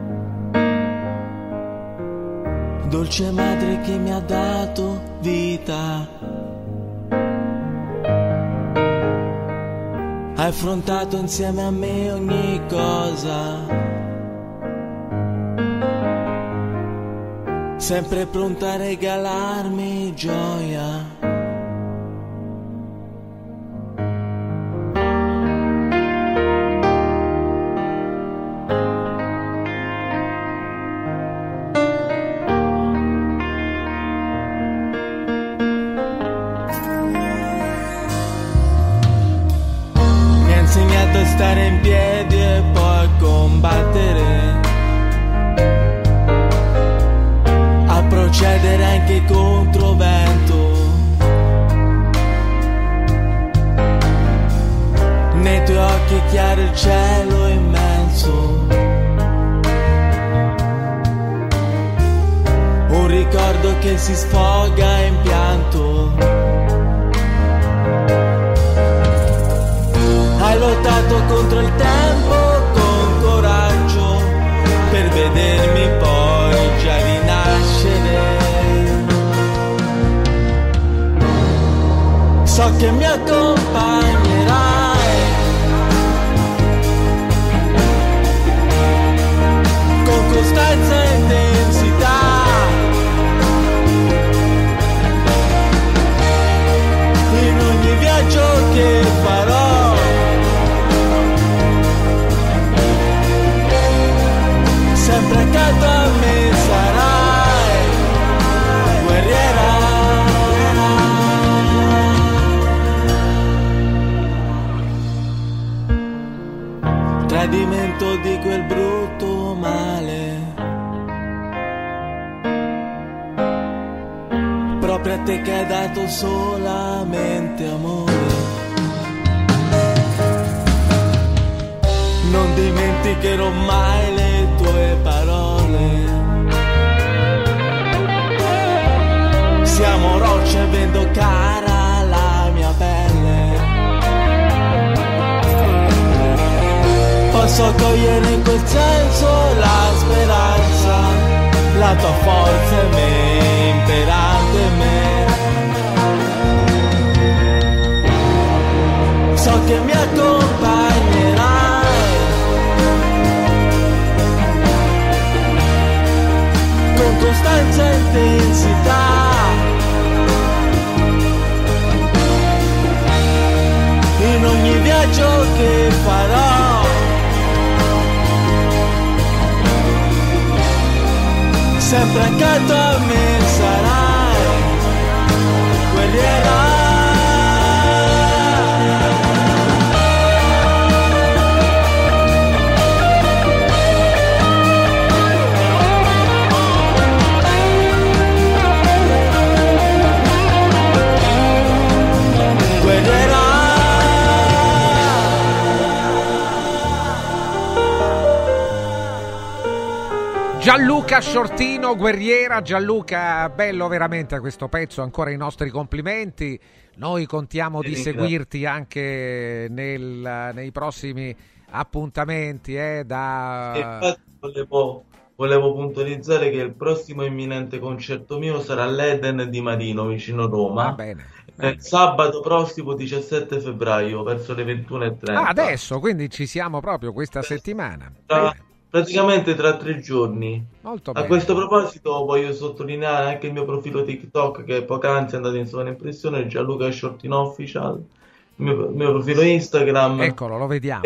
Dolce madre che mi ha dato vita. Hai affrontato insieme a me ogni cosa, sempre pronta a regalarmi gioia. Stare in piedi e poi combattere, a procedere anche contro vento. Nei tuoi occhi chiaro il cielo immenso, un ricordo che si sfoga in pianto. Hai lottato contro il tempo con coraggio, per vedermi poi già rinascere. So che mi accompagnerai con costanza e intensità, in ogni viaggio che farò. Sempre accanto a me sarai, guerriera. Tradimento di quel brutto male, proprio a te che hai dato solamente amore. Non dimenticherò mai le tue parole. Siamo rocce, vendo cara la mia pelle. Posso cogliere in quel senso la speranza, la tua forza è me, imperante me. So che mi accompagnerai con costanza e intensità, in ogni viaggio che farò. Sempre accanto a me sarai, guerriera. Gianluca Shortino, guerriera. Gianluca, bello veramente questo pezzo, ancora i nostri complimenti. Noi contiamo di seguirti anche nei prossimi appuntamenti. Infatti volevo puntualizzare che il prossimo imminente concerto mio sarà all'Eden di Marino, vicino Roma. Va bene. Sabato prossimo 17 febbraio verso le 21:30. Adesso, quindi ci siamo proprio questa settimana. Praticamente tra 3 giorni. Molto bene. A questo proposito voglio sottolineare anche il mio profilo TikTok, che poc'anzi è andato in sovraimpressione, Gianluca Shortino Official, il mio profilo Instagram. Eccolo, lo vediamo.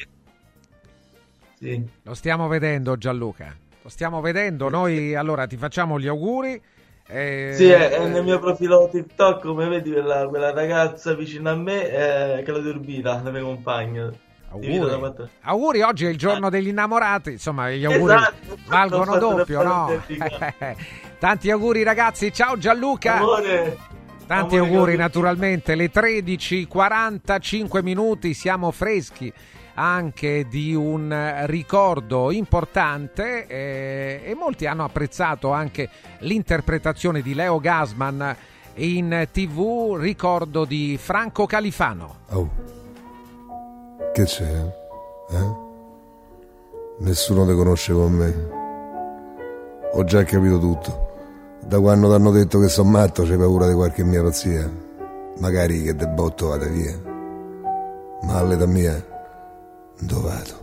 Sì. Lo stiamo vedendo, Gianluca. Lo stiamo vedendo. Noi allora ti facciamo gli auguri. Sì, è nel mio profilo TikTok, come vedi, quella ragazza vicino a me, Claudia Urbina, la mia compagna. Auguri, oggi è il giorno degli innamorati, insomma gli auguri valgono doppio, no? Tanti auguri ragazzi, ciao Gianluca. Amore. Tanti auguri naturalmente, le 13:45 minuti, siamo freschi anche di un ricordo importante e molti hanno apprezzato anche l'interpretazione di Leo Gassman in TV, ricordo di Franco Califano. Che c'è? Nessuno ti conosce con me. Ho già capito tutto. Da quando ti hanno detto che sono matto c'hai paura di qualche mia pazzia. Magari che de botto vada via. Ma all'età mia dove vado?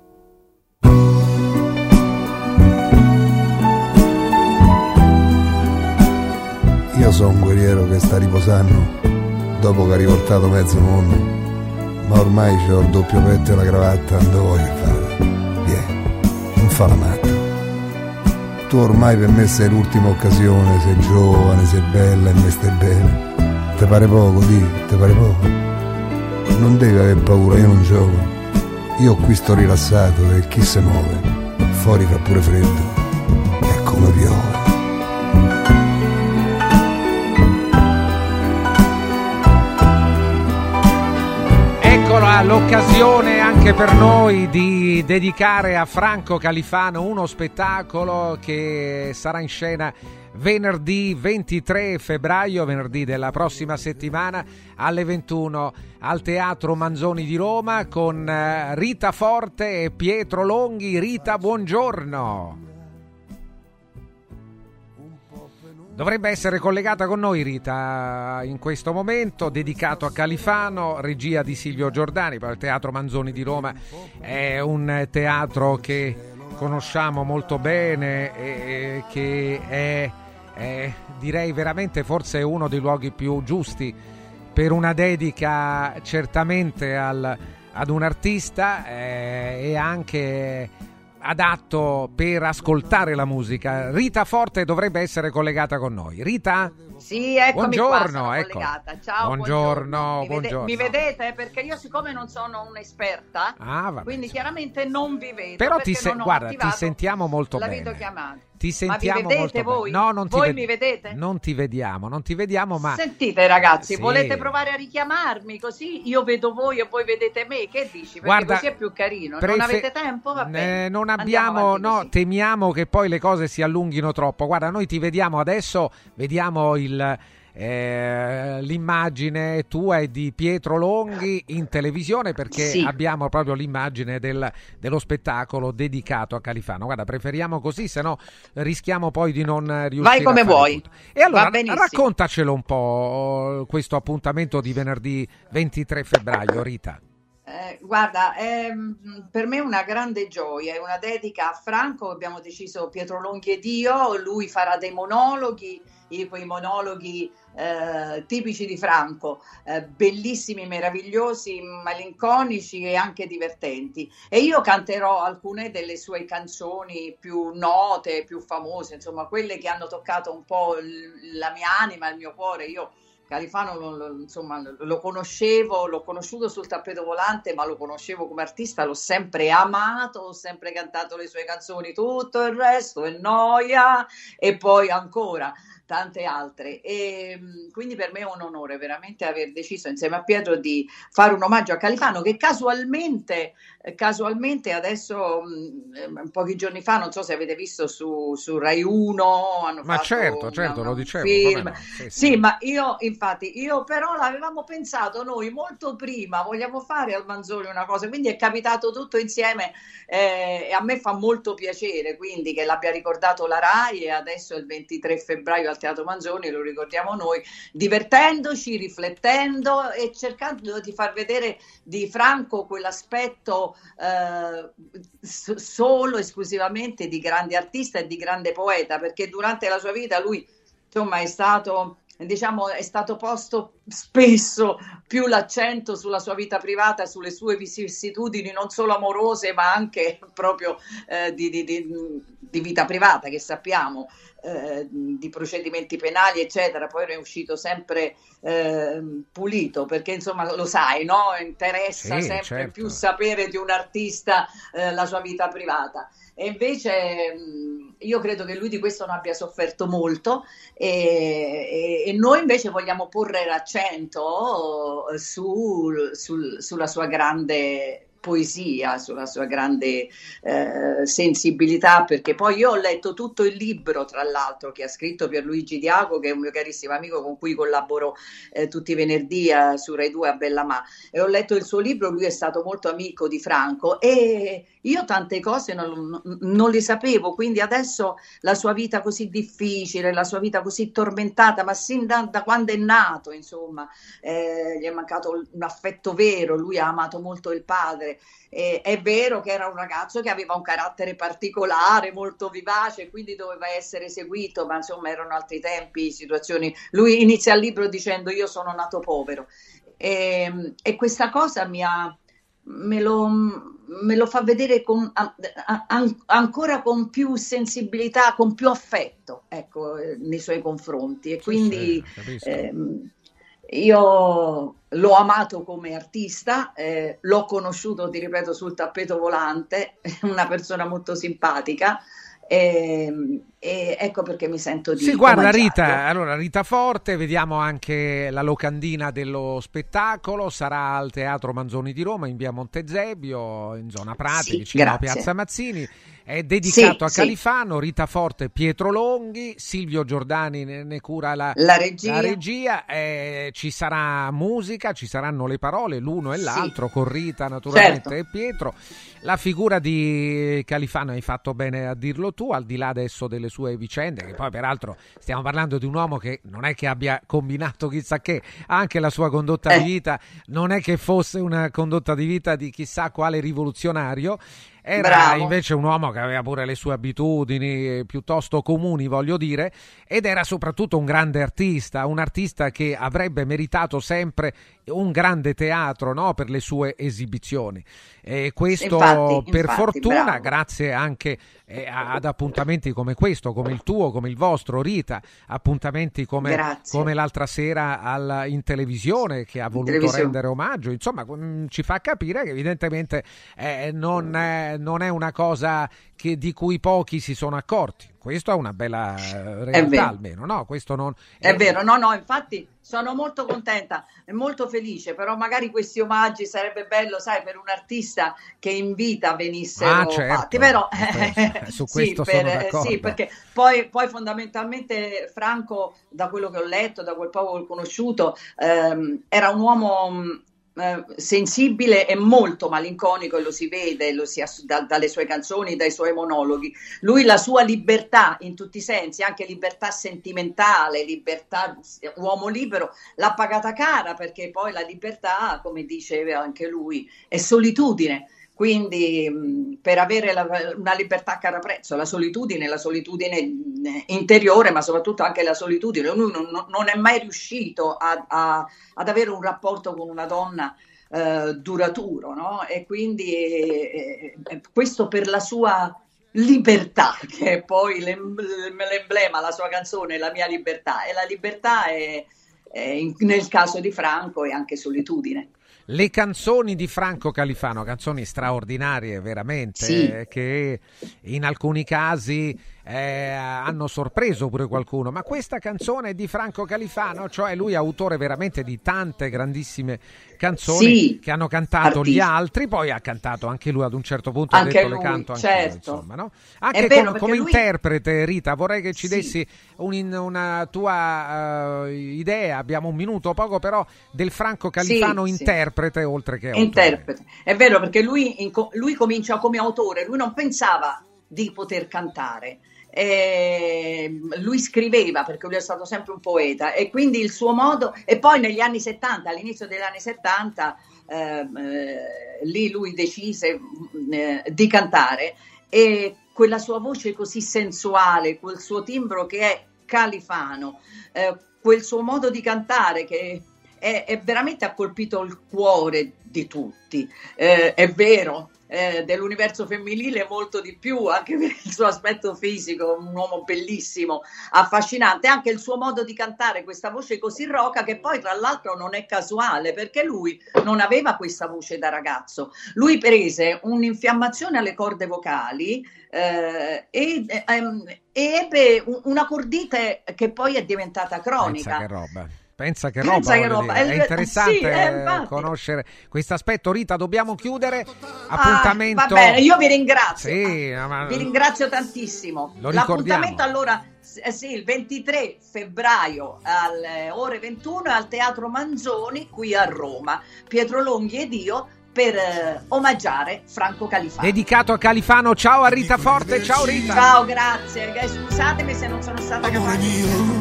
Io sono un guerriero che sta riposando dopo che ha rivoltato mezzo mondo, ma ormai c'ho il doppio petto e la cravatta, non voglio fare. Non fa la matta. Tu ormai per me sei l'ultima occasione, sei giovane, sei bella e me stai bene. Te pare poco, te pare poco? Non devi aver paura, io non gioco. Io qui sto rilassato e chi se muove? Fuori fa pure freddo, è come piove. Eccola l'occasione anche per noi di dedicare a Franco Califano uno spettacolo che sarà in scena venerdì 23 febbraio, venerdì della prossima settimana, alle 21 al Teatro Manzoni di Roma con Rita Forte e Pietro Longhi. Rita, buongiorno. Dovrebbe essere collegata con noi Rita in questo momento, dedicato a Califano, regia di Silvio Giordani. Il Teatro Manzoni di Roma è un teatro che conosciamo molto bene e che è direi veramente forse uno dei luoghi più giusti per una dedica certamente ad un artista e anche adatto per ascoltare la musica. Rita Forte dovrebbe essere collegata con noi. Rita? Sì, eccomi. Buongiorno, qua, ecco. collegata. Ciao, buongiorno. Mi vedete? Perché io siccome non sono un'esperta, quindi chiaramente non vi vedo. Però ti sentiamo molto bene. Videochiamata. Ti sentiamo ma vi vedete molto voi? bene. No, non ti voi mi vedete? Non ti vediamo, ma sentite ragazzi, sì. Volete provare a richiamarmi così io vedo voi e voi vedete me? Che dici? Perché così è più carino. Non avete tempo? Va bene. Non abbiamo, no, temiamo che poi le cose si allunghino troppo. Guarda, noi ti vediamo adesso, vediamo l'immagine tua e di Pietro Longhi in televisione, perché abbiamo proprio l'immagine dello spettacolo dedicato a Califano. Guarda, preferiamo così, se no rischiamo poi di non riuscire. Vai come vuoi. Tutto. E allora raccontacelo un po' questo appuntamento di venerdì 23 febbraio, Rita. Guarda, è per me una grande gioia, è una dedica a Franco. Abbiamo deciso Pietro Longhi ed io, lui farà dei monologhi, quei monologhi tipici di Franco, bellissimi, meravigliosi, malinconici e anche divertenti, e io canterò alcune delle sue canzoni più note, più famose, insomma quelle che hanno toccato un po' la mia anima, il mio cuore. Io Califano lo conoscevo, l'ho conosciuto sul tappeto volante, ma lo conoscevo come artista, l'ho sempre amato, ho sempre cantato le sue canzoni, tutto il resto è noia, e poi ancora tante altre, e quindi per me è un onore veramente aver deciso insieme a Pietro di fare un omaggio a Califano, che casualmente adesso pochi giorni fa, non so se avete visto su Rai 1, hanno fatto certo, lo dicevo, film. No? Sì, ma io però l'avevamo pensato noi molto prima, vogliamo fare al Manzoni una cosa, quindi è capitato tutto insieme, e a me fa molto piacere quindi che l'abbia ricordato la Rai, e adesso il 23 febbraio al Teatro Manzoni lo ricordiamo noi, divertendoci, riflettendo e cercando di far vedere di Franco quell'aspetto solo esclusivamente di grande artista e di grande poeta, perché durante la sua vita lui insomma è stato posto spesso più l'accento sulla sua vita privata, sulle sue vicissitudini non solo amorose ma anche proprio di vita privata, che sappiamo, di procedimenti penali eccetera. Poi è uscito sempre pulito, perché insomma lo sai, no? Interessa sempre più sapere di un artista la sua vita privata, e invece io credo che lui di questo non abbia sofferto molto, e noi invece vogliamo porre l'accento sulla sua grande poesia, sulla sua grande sensibilità, perché poi io ho letto tutto il libro, tra l'altro, che ha scritto Pierluigi Diaco, che è un mio carissimo amico con cui collaboro tutti i venerdì su Rai 2 a Bellamà, e ho letto il suo libro. Lui è stato molto amico di Franco e io tante cose non le sapevo, quindi adesso la sua vita così difficile, la sua vita così tormentata, ma sin da quando è nato, insomma, gli è mancato un affetto vero, lui ha amato molto il padre. È vero che era un ragazzo che aveva un carattere particolare, molto vivace, quindi doveva essere seguito, ma insomma erano altri tempi, situazioni. Lui inizia il libro dicendo: io sono nato povero, e questa cosa me lo fa vedere ancora con più sensibilità, con più affetto, ecco, nei suoi confronti. E quindi io l'ho amato come artista, l'ho conosciuto, ti ripeto, sul tappeto volante, una persona molto simpatica. E ecco perché mi sento di guarda Rita, allora Rita Forte, vediamo anche la locandina dello spettacolo, sarà al Teatro Manzoni di Roma in via Montezebio, in zona Prati, vicino a Piazza Mazzini. È dedicato a Califano. Rita Forte, Pietro Longhi, Silvio Giordani ne cura la regia. Ci sarà musica, ci saranno le parole, l'uno e l'altro, con Rita naturalmente e Pietro. La figura di Califano, hai fatto bene a dirlo tu, al di là adesso delle sue vicende, che poi peraltro stiamo parlando di un uomo che non è che abbia combinato chissà che, anche la sua condotta di vita non è che fosse una condotta di vita di chissà quale rivoluzionario. Era invece un uomo che aveva pure le sue abitudini piuttosto comuni, voglio dire, ed era soprattutto un grande artista, un artista che avrebbe meritato sempre un grande teatro, no? Per le sue esibizioni. E questo per fortuna, grazie anche ad appuntamenti come questo, come il tuo, come il vostro, Rita, appuntamenti come l'altra sera in televisione, che ha voluto rendere omaggio, insomma ci fa capire che evidentemente non è una cosa di cui pochi si sono accorti. Questo è una bella realtà, almeno, no? Questo non è vero, no, infatti sono molto contenta e molto felice, però magari questi omaggi sarebbe bello, sai, per un artista che in vita venissero fatti, però su questo sono d'accordo. Sì, perché poi fondamentalmente Franco, da quello che ho letto, da quel poco che ho conosciuto, era un uomo sensibile e molto malinconico, e lo si vede, dalle sue canzoni, dai suoi monologhi. Lui la sua libertà in tutti i sensi, anche libertà sentimentale, libertà, uomo libero, l'ha pagata cara, perché poi la libertà, come diceva anche lui, è solitudine. Quindi per avere una libertà a caro prezzo, la solitudine interiore, ma soprattutto anche la solitudine. Lui non è mai riuscito ad avere un rapporto con una donna duraturo, no? E quindi questo per la sua libertà, che è poi l'emblema, la sua canzone, La mia libertà. E la libertà nel caso di Franco è anche solitudine. Le canzoni di Franco Califano, canzoni straordinarie veramente, che in alcuni casi hanno sorpreso pure qualcuno, ma questa canzone è di Franco Califano, cioè lui è autore veramente di tante grandissime canzoni che hanno cantato gli altri, poi ha cantato anche lui ad un certo punto, ha detto le canto anche insomma, no? Anche come interprete, Rita, vorrei che ci dessi una tua idea, abbiamo un minuto poco però, del Franco Califano interprete oltre che autore. Interprete, è vero, perché lui comincia come autore, lui non pensava di poter cantare. Lui scriveva, perché lui è stato sempre un poeta, e quindi il suo modo, e poi negli anni 70, all'inizio degli anni 70, lì lui decise di cantare, e quella sua voce così sensuale, quel suo timbro che è Califano, quel suo modo di cantare che è veramente ha colpito il cuore di tutti. È vero, dell'universo femminile molto di più, anche per il suo aspetto fisico, un uomo bellissimo, affascinante, anche il suo modo di cantare, questa voce così roca, che poi tra l'altro non è casuale, perché lui non aveva questa voce da ragazzo, lui prese un'infiammazione alle corde vocali e ebbe una cordite che poi è diventata cronica. Che roba. Pensa che roba. È interessante conoscere questo aspetto. Rita, dobbiamo chiudere. Appuntamento. Va bene, io vi ringrazio. Sì, vi ringrazio tantissimo. L'appuntamento allora il 23 febbraio alle ore 21 al Teatro Manzoni qui a Roma. Pietro Longhi ed io per omaggiare Franco Califano. Dedicato a Califano. Ciao a Rita Forte. Ciao Rita. Ciao, grazie. Scusatemi se non sono stata capace.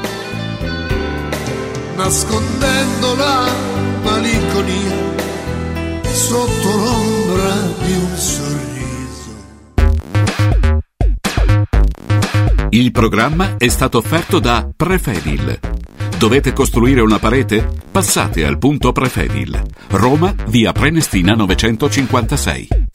Nascondendo la malinconia sotto l'ombra di un sorriso. Il programma è stato offerto da Prefedil. Dovete costruire una parete? Passate al punto Prefedil. Roma, via Prenestina 956.